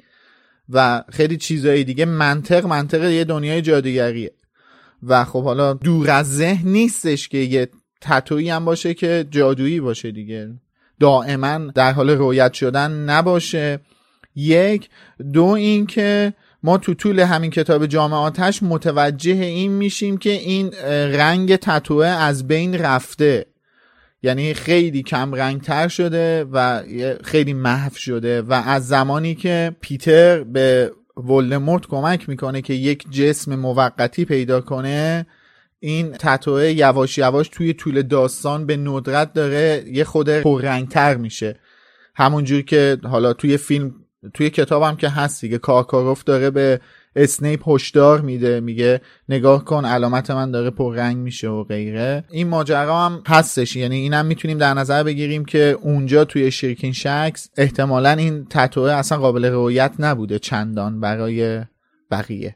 و خیلی چیزایی دیگه. منطق منطق یه دنیای جادوگریه و خب حالا دور از ذهن نیستش که یه تتویی هم باشه که جادویی باشه دیگه، دائما در حال رویت شدن نباشه. یک دو این که ما تو طول همین کتاب جام آتش متوجه این میشیم که این رنگ تتوه از بین رفته، یعنی خیلی کم رنگ تر شده و خیلی محو شده و از زمانی که پیتر به ولدمورت کمک میکنه که یک جسم موقتی پیدا کنه، این تتوه یواش یواش توی طول داستان به ندرت داره یه خود پررنگ تر میشه. همونجور که حالا توی فیلم توی کتابم که هست دیگه، کارکاروف داره به اسنیپ هشدار میده، میگه نگاه کن علامت من داره پررنگ میشه و غیره. این ماجرا هم هستش، یعنی اینم میتونیم در نظر بگیریم که اونجا توی شیرکین شکس احتمالاً این تتوه اصلا قابل رؤیت نبوده چندان برای بقیه،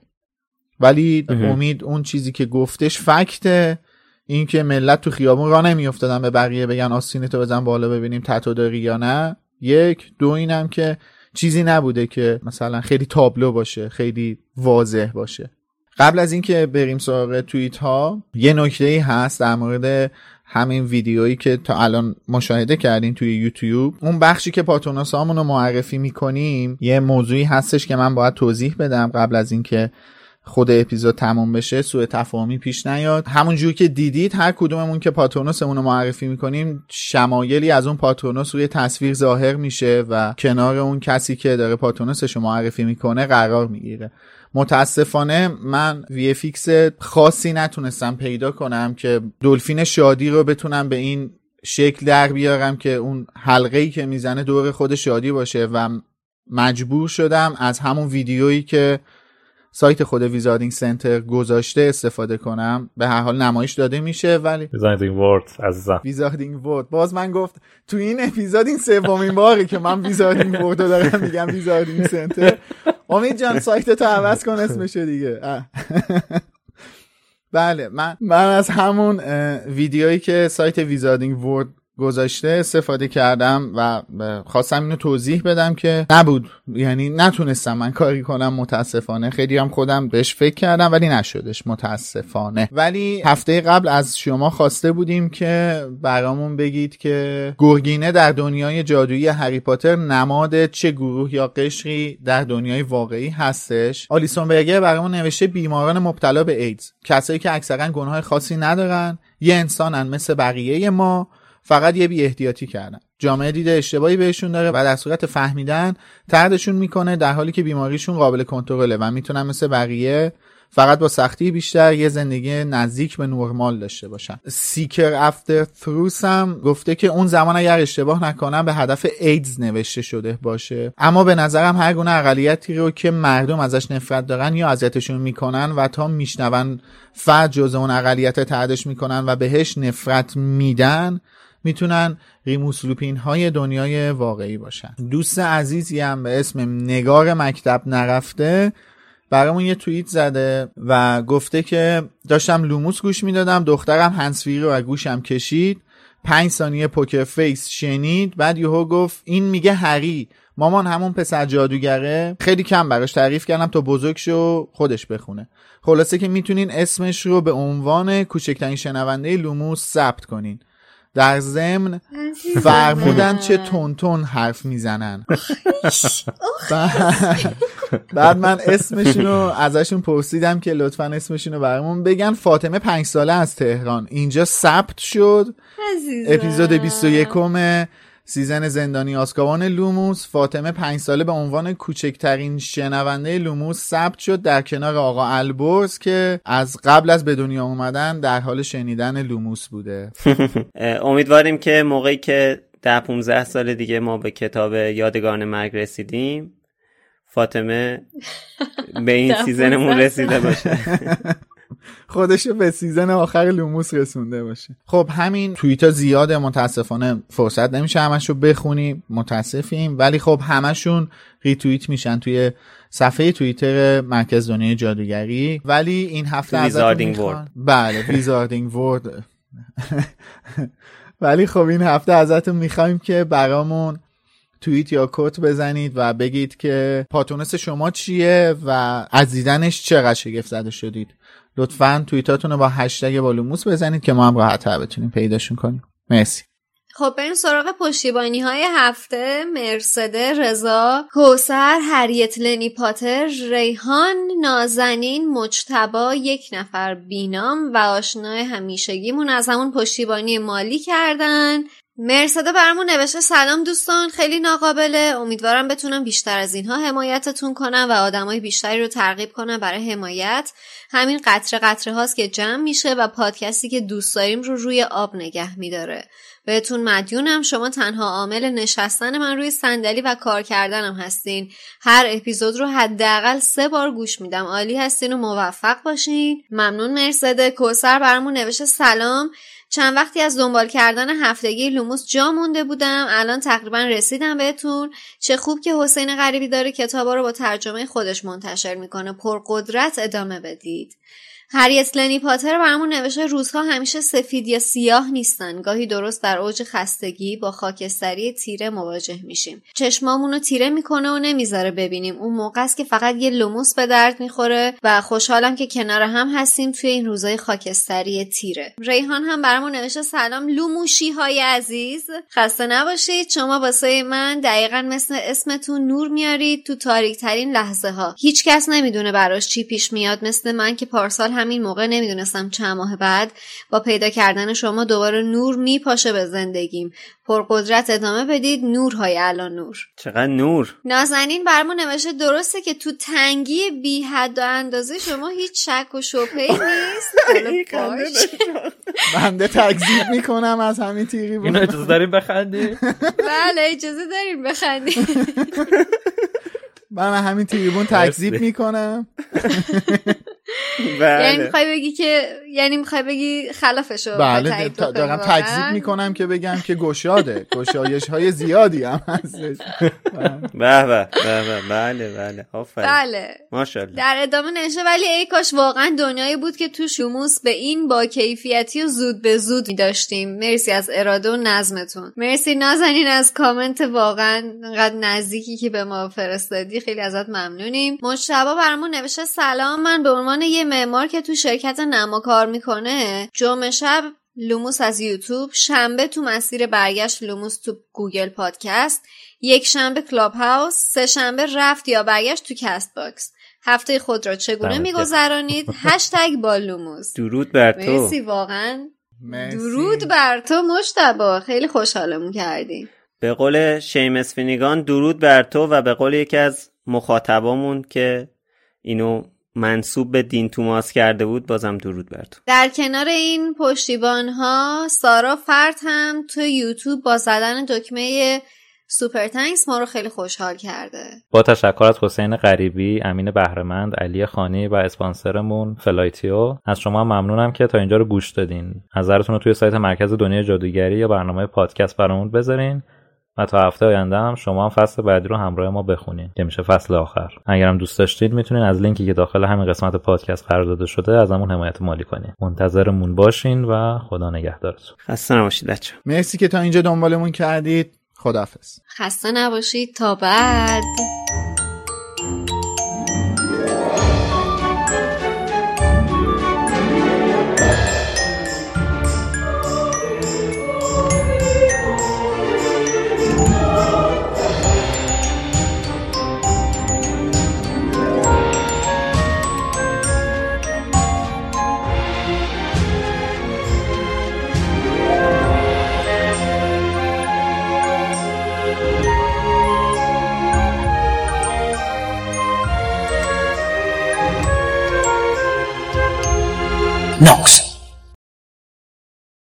ولی امید اون چیزی که گفتش فکته، این که ملت تو خیابون راه نمیافتادن به بقیه بگن آستینتو بزن بالا ببینیم تتو داری یا نه. یک دو اینم که چیزی نبوده که مثلا خیلی تابلو باشه، خیلی واضح باشه. قبل از اینکه بریم سراغ توییت ها، یه نکته‌ای هست در مورد همین ویدیویی که تا الان مشاهده کردین توی یوتیوب. اون بخشی که پاتونوس هامون رو معرفی میکنیم یه موضوعی هستش که من باید توضیح بدم قبل از اینکه خود اپیزود تموم بشه، سوء تفاهمی پیش نیاد. همونجور که دیدید هر کدوممون که پاترونوسمون رو معرفی میکنیم شمایلی از اون پاترونوس روی تصویر ظاهر میشه و کنار اون کسی که داره پاترونوسش رو معرفی میکنه قرار میگیره. متاسفانه من وی اف ایکس خاصی نتونستم پیدا کنم که دلفین شادی رو بتونم به این شکل در بیارم که اون حلقه‌ای که میزنه دور خود شادی باشه و مجبور شدم از همون ویدیویی که سایت خود ویزاردینگ سنتر گذاشته استفاده کنم. به هر حال نمایش داده میشه ولی ویزاردینگ ورد عزیزم، ویزاردینگ ورد. باز من گفت تو این اپیزود این سومین باره که من ویزاردینگ ورد رو دارم میگم ویزاردینگ سنتر. امید جان سایتتو عوض کن اسمشو دیگه. بله من من از همون ویدیویی که سایت ویزاردینگ ورد گذاشته استفاده کردم و خواستم اینو توضیح بدم که نبود، یعنی نتونستم من کاری کنم متاسفانه. خیلی هم خودم بهش فکر کردم ولی نشدش متاسفانه. ولی هفته قبل از شما خواسته بودیم که برامون بگید که گرگینه در دنیای جادویی هری پاتر نماد چه گروه یا قشری در دنیای واقعی هستش. آلیسون برگر برامون نوشته بیماران مبتلا به ایدز، کسایی که اکثرا گناه خاصی ندارن، یه انسانن مثل بقیه ما، فقط یه بی احتیاطی کردن. جامعه دیده اشتباهی بهشون داره و در صورت فهمیدن طردشون میکنه، در حالی که بیماریشون قابل کنترله و میتونن مثل بقیه فقط با سختی بیشتر یه زندگی نزدیک به نرمال داشته باشن. سیکر افتر تروس هم گفته که اون زمان اگر اشتباه نکنم به هدف ایدز نوشته شده باشه، اما به نظرم هر گونه اقلیتی رو که مردم ازش نفرت دارن یا اذیتشون میکنن و تا میشنون فرد جز اون اقلیت طردش میکنن و بهش نفرت میدن، میتونن ریموس لوپین های دنیای واقعی باشن. دوست عزیزی هم به اسم نگار مکتب نرفته برامون یه توییت زده و گفته که داشتم لوموس گوش میدادم، دخترم هنسفری رو از گوشم کشید، پنج ثانیه پوکر فیس شنید، بعد یهو گفت این میگه هری، مامان همون پسر جادوگره. خیلی کم براش تعریف کردم تا بزرگ شو خودش بخونه. خلاصه که میتونین اسمش رو به عنوان کوچکترین شنونده لوموس ثبت کنین. در ضمن فرمودن چه تون تون حرف میزنن. بعد من اسمشونو ازشون پرسیدم که لطفاً اسمشونو برامون بگن. فاطمه پنج ساله از تهران اینجا ثبت شد. اپیزود بیست و یکم سیزن زندانی آزکابان لوموس. فاطمه پنج ساله به عنوان کوچکترین شنونده لوموس ثبت شد در کنار آقا البرز که از قبل از به دنیا اومدن در حال شنیدن لوموس بوده. امیدواریم که موقعی که ده پونزده سال دیگه ما به کتاب یادگان مرگ رسیدیم فاطمه به این سیزنمون رسیده باشه. خودشو به سیزن آخر لوموس رسونده باشه. خب همین توییتا زیاده، متاسفانه فرصت نمیشه همشو بخونیم، متاسفیم، ولی خب همشون ریتوییت میشن توی صفحه توییتر مرکز دنیای جادوگری. ولی این هفته ازتون میخوان بله ویزاردینگ ورد ولی خب این هفته ازتون میخوایم که برامون توییت یا کوت بزنید و بگید که پاتونس شما چیه و از دیدنش چقدر شگفت زده شدید. لطفاً توییتاتون رو با هشتگ بالوموس بزنید که ما هم راحت‌تر بتونیم پیداشون کنیم. مرسی. خب بریم سراغ پشتیبانی های هفته. مرسده، رضا، کوثر، هریت لنی پاتر، ریحان، نازنین، مجتبی، یک نفر بینام و آشنای همیشگیمون از همون پشتیبانی مالی کردن. مرسده برامون نوشته سلام دوستان، خیلی ناقابله، امیدوارم بتونم بیشتر از اینها حمایتتون کنم و آدمای بیشتری رو ترغیب کنم برای حمایت. همین قطره قطره هاست که جمع میشه و پادکستی که دوست داریم رو روی آب نگه میداره. بهتون مدیونم، شما تنها عامل نشستن من روی صندلی و کار کردنم هستین. هر اپیزود رو حداقل سه بار گوش میدم. عالی هستین و موفق باشین. ممنون مرسده. کوثر برامون نوشته سلام، چند وقتی از دنبال کردن هفتگی لوموس جا مونده بودم، الان تقریبا رسیدم بهتون. چه خوب که حسین غریبی داره کتابا رو با ترجمه خودش منتشر میکنه. پرقدرت ادامه بدید. هریت لنی پاتر برامون نوشته روزها همیشه سفید یا سیاه نیستن، گاهی درست در اوج خستگی با خاکستری تیره مواجه میشیم. چشمامونو تیره میکنه و نمیذاره ببینیم. اون موقع است که فقط یه لوموس به درد میخوره و خوشحالم که کنار هم هستیم توی این روزای خاکستری تیره. ریحان هم برامون نوشته سلام لوموشی های عزیز، خسته نباشید، شما واسه من دقیقاً مثل اسمتون نور میارید تو تاریک ترین لحظه ها. هیچ کس نمیدونه براش چی پیش میاد، مثل من که پارسال همین موقع نمیدونستم چند ماه بعد با پیدا کردن شما دوباره نور میپاشه به زندگیم. پرقدرت ادامه بدید، نورهای الان نور. چقدر نور. نازنین برمون نوشته درسته که تو تنگی بی حد و اندازه شما هیچ شک و شبهه‌ای نیست. بنده تکذیب میکنم از همین تیری بود. اینو اجازه داریم بخندیم؟ بله اجازه داریم بخندیم. من همین تریبون تکذیب میکنم. یعنی میخوای بگی که یعنی میخوای بگی خلافشو بله دارم تکذیب میکنم که بگم که گشاده گشایش های زیادی هم هستش. به به به بله بله آفرین بله ماشاءالله. در ادامه نشه ولی ای کاش واقعا دنیایی بود که تو لوموس به این با کیفیتی و زود به زود می داشتیم. مرسی از اراده و نظمتون. مرسی نازنین از کامنت واقعا انقدر نزدیکی که به ما فرستادی، خیلی ازت ممنونیم. مجتبی برامون نوشته سلام، من به عنوان یه معمار که تو شرکت نما کار میکنه جمعه شب لوموس از یوتیوب، شنبه تو مسیر برگشت لوموس تو گوگل پادکست، یک شنبه کلاب هاوس، سه شنبه رفت یا برگشت تو کست باکس. هفته خود را چگونه میگذرانید؟ هشتگ با لوموس. درود بر تو. مرسی واقعا. مرسی. درود بر تو مجتبی، خیلی خوشحالمون کردی. به قول شیمس فینیگان درود بر تو و به قول یکی از مخاطبامون که اینو منسوب به دین توماس کرده بود بازم درود بر تو. در کنار این پشتیبان ها سارا فرد هم تو یوتیوب با زدن دکمه سوپر تانکس ما رو خیلی خوشحال کرده. با تشکر از حسین غریبی، امین بهرمند، علی خانی و اسپانسرمون فلایتیو. از شما ممنونم که تا اینجا رو گوش دادین. نظرتون رو توی سایت مرکز دنیای جادوگری یا برنامه پادکست برامون بذارین و تا هفته آینده هم شما هم فصل بعدی رو همراه ما بخونین که میشه فصل آخر. اگرم دوست داشتید میتونین از لینکی که داخل همین قسمت پادکست قرار داده شده ازمون حمایت مالی کنین. منتظرمون باشین و خدا نگهدارتون. خسته نباشید بچه‌ها. مرسی که تا اینجا دنبالمون کردید. خداحافظ. خسته نباشید تا بعد. Nox.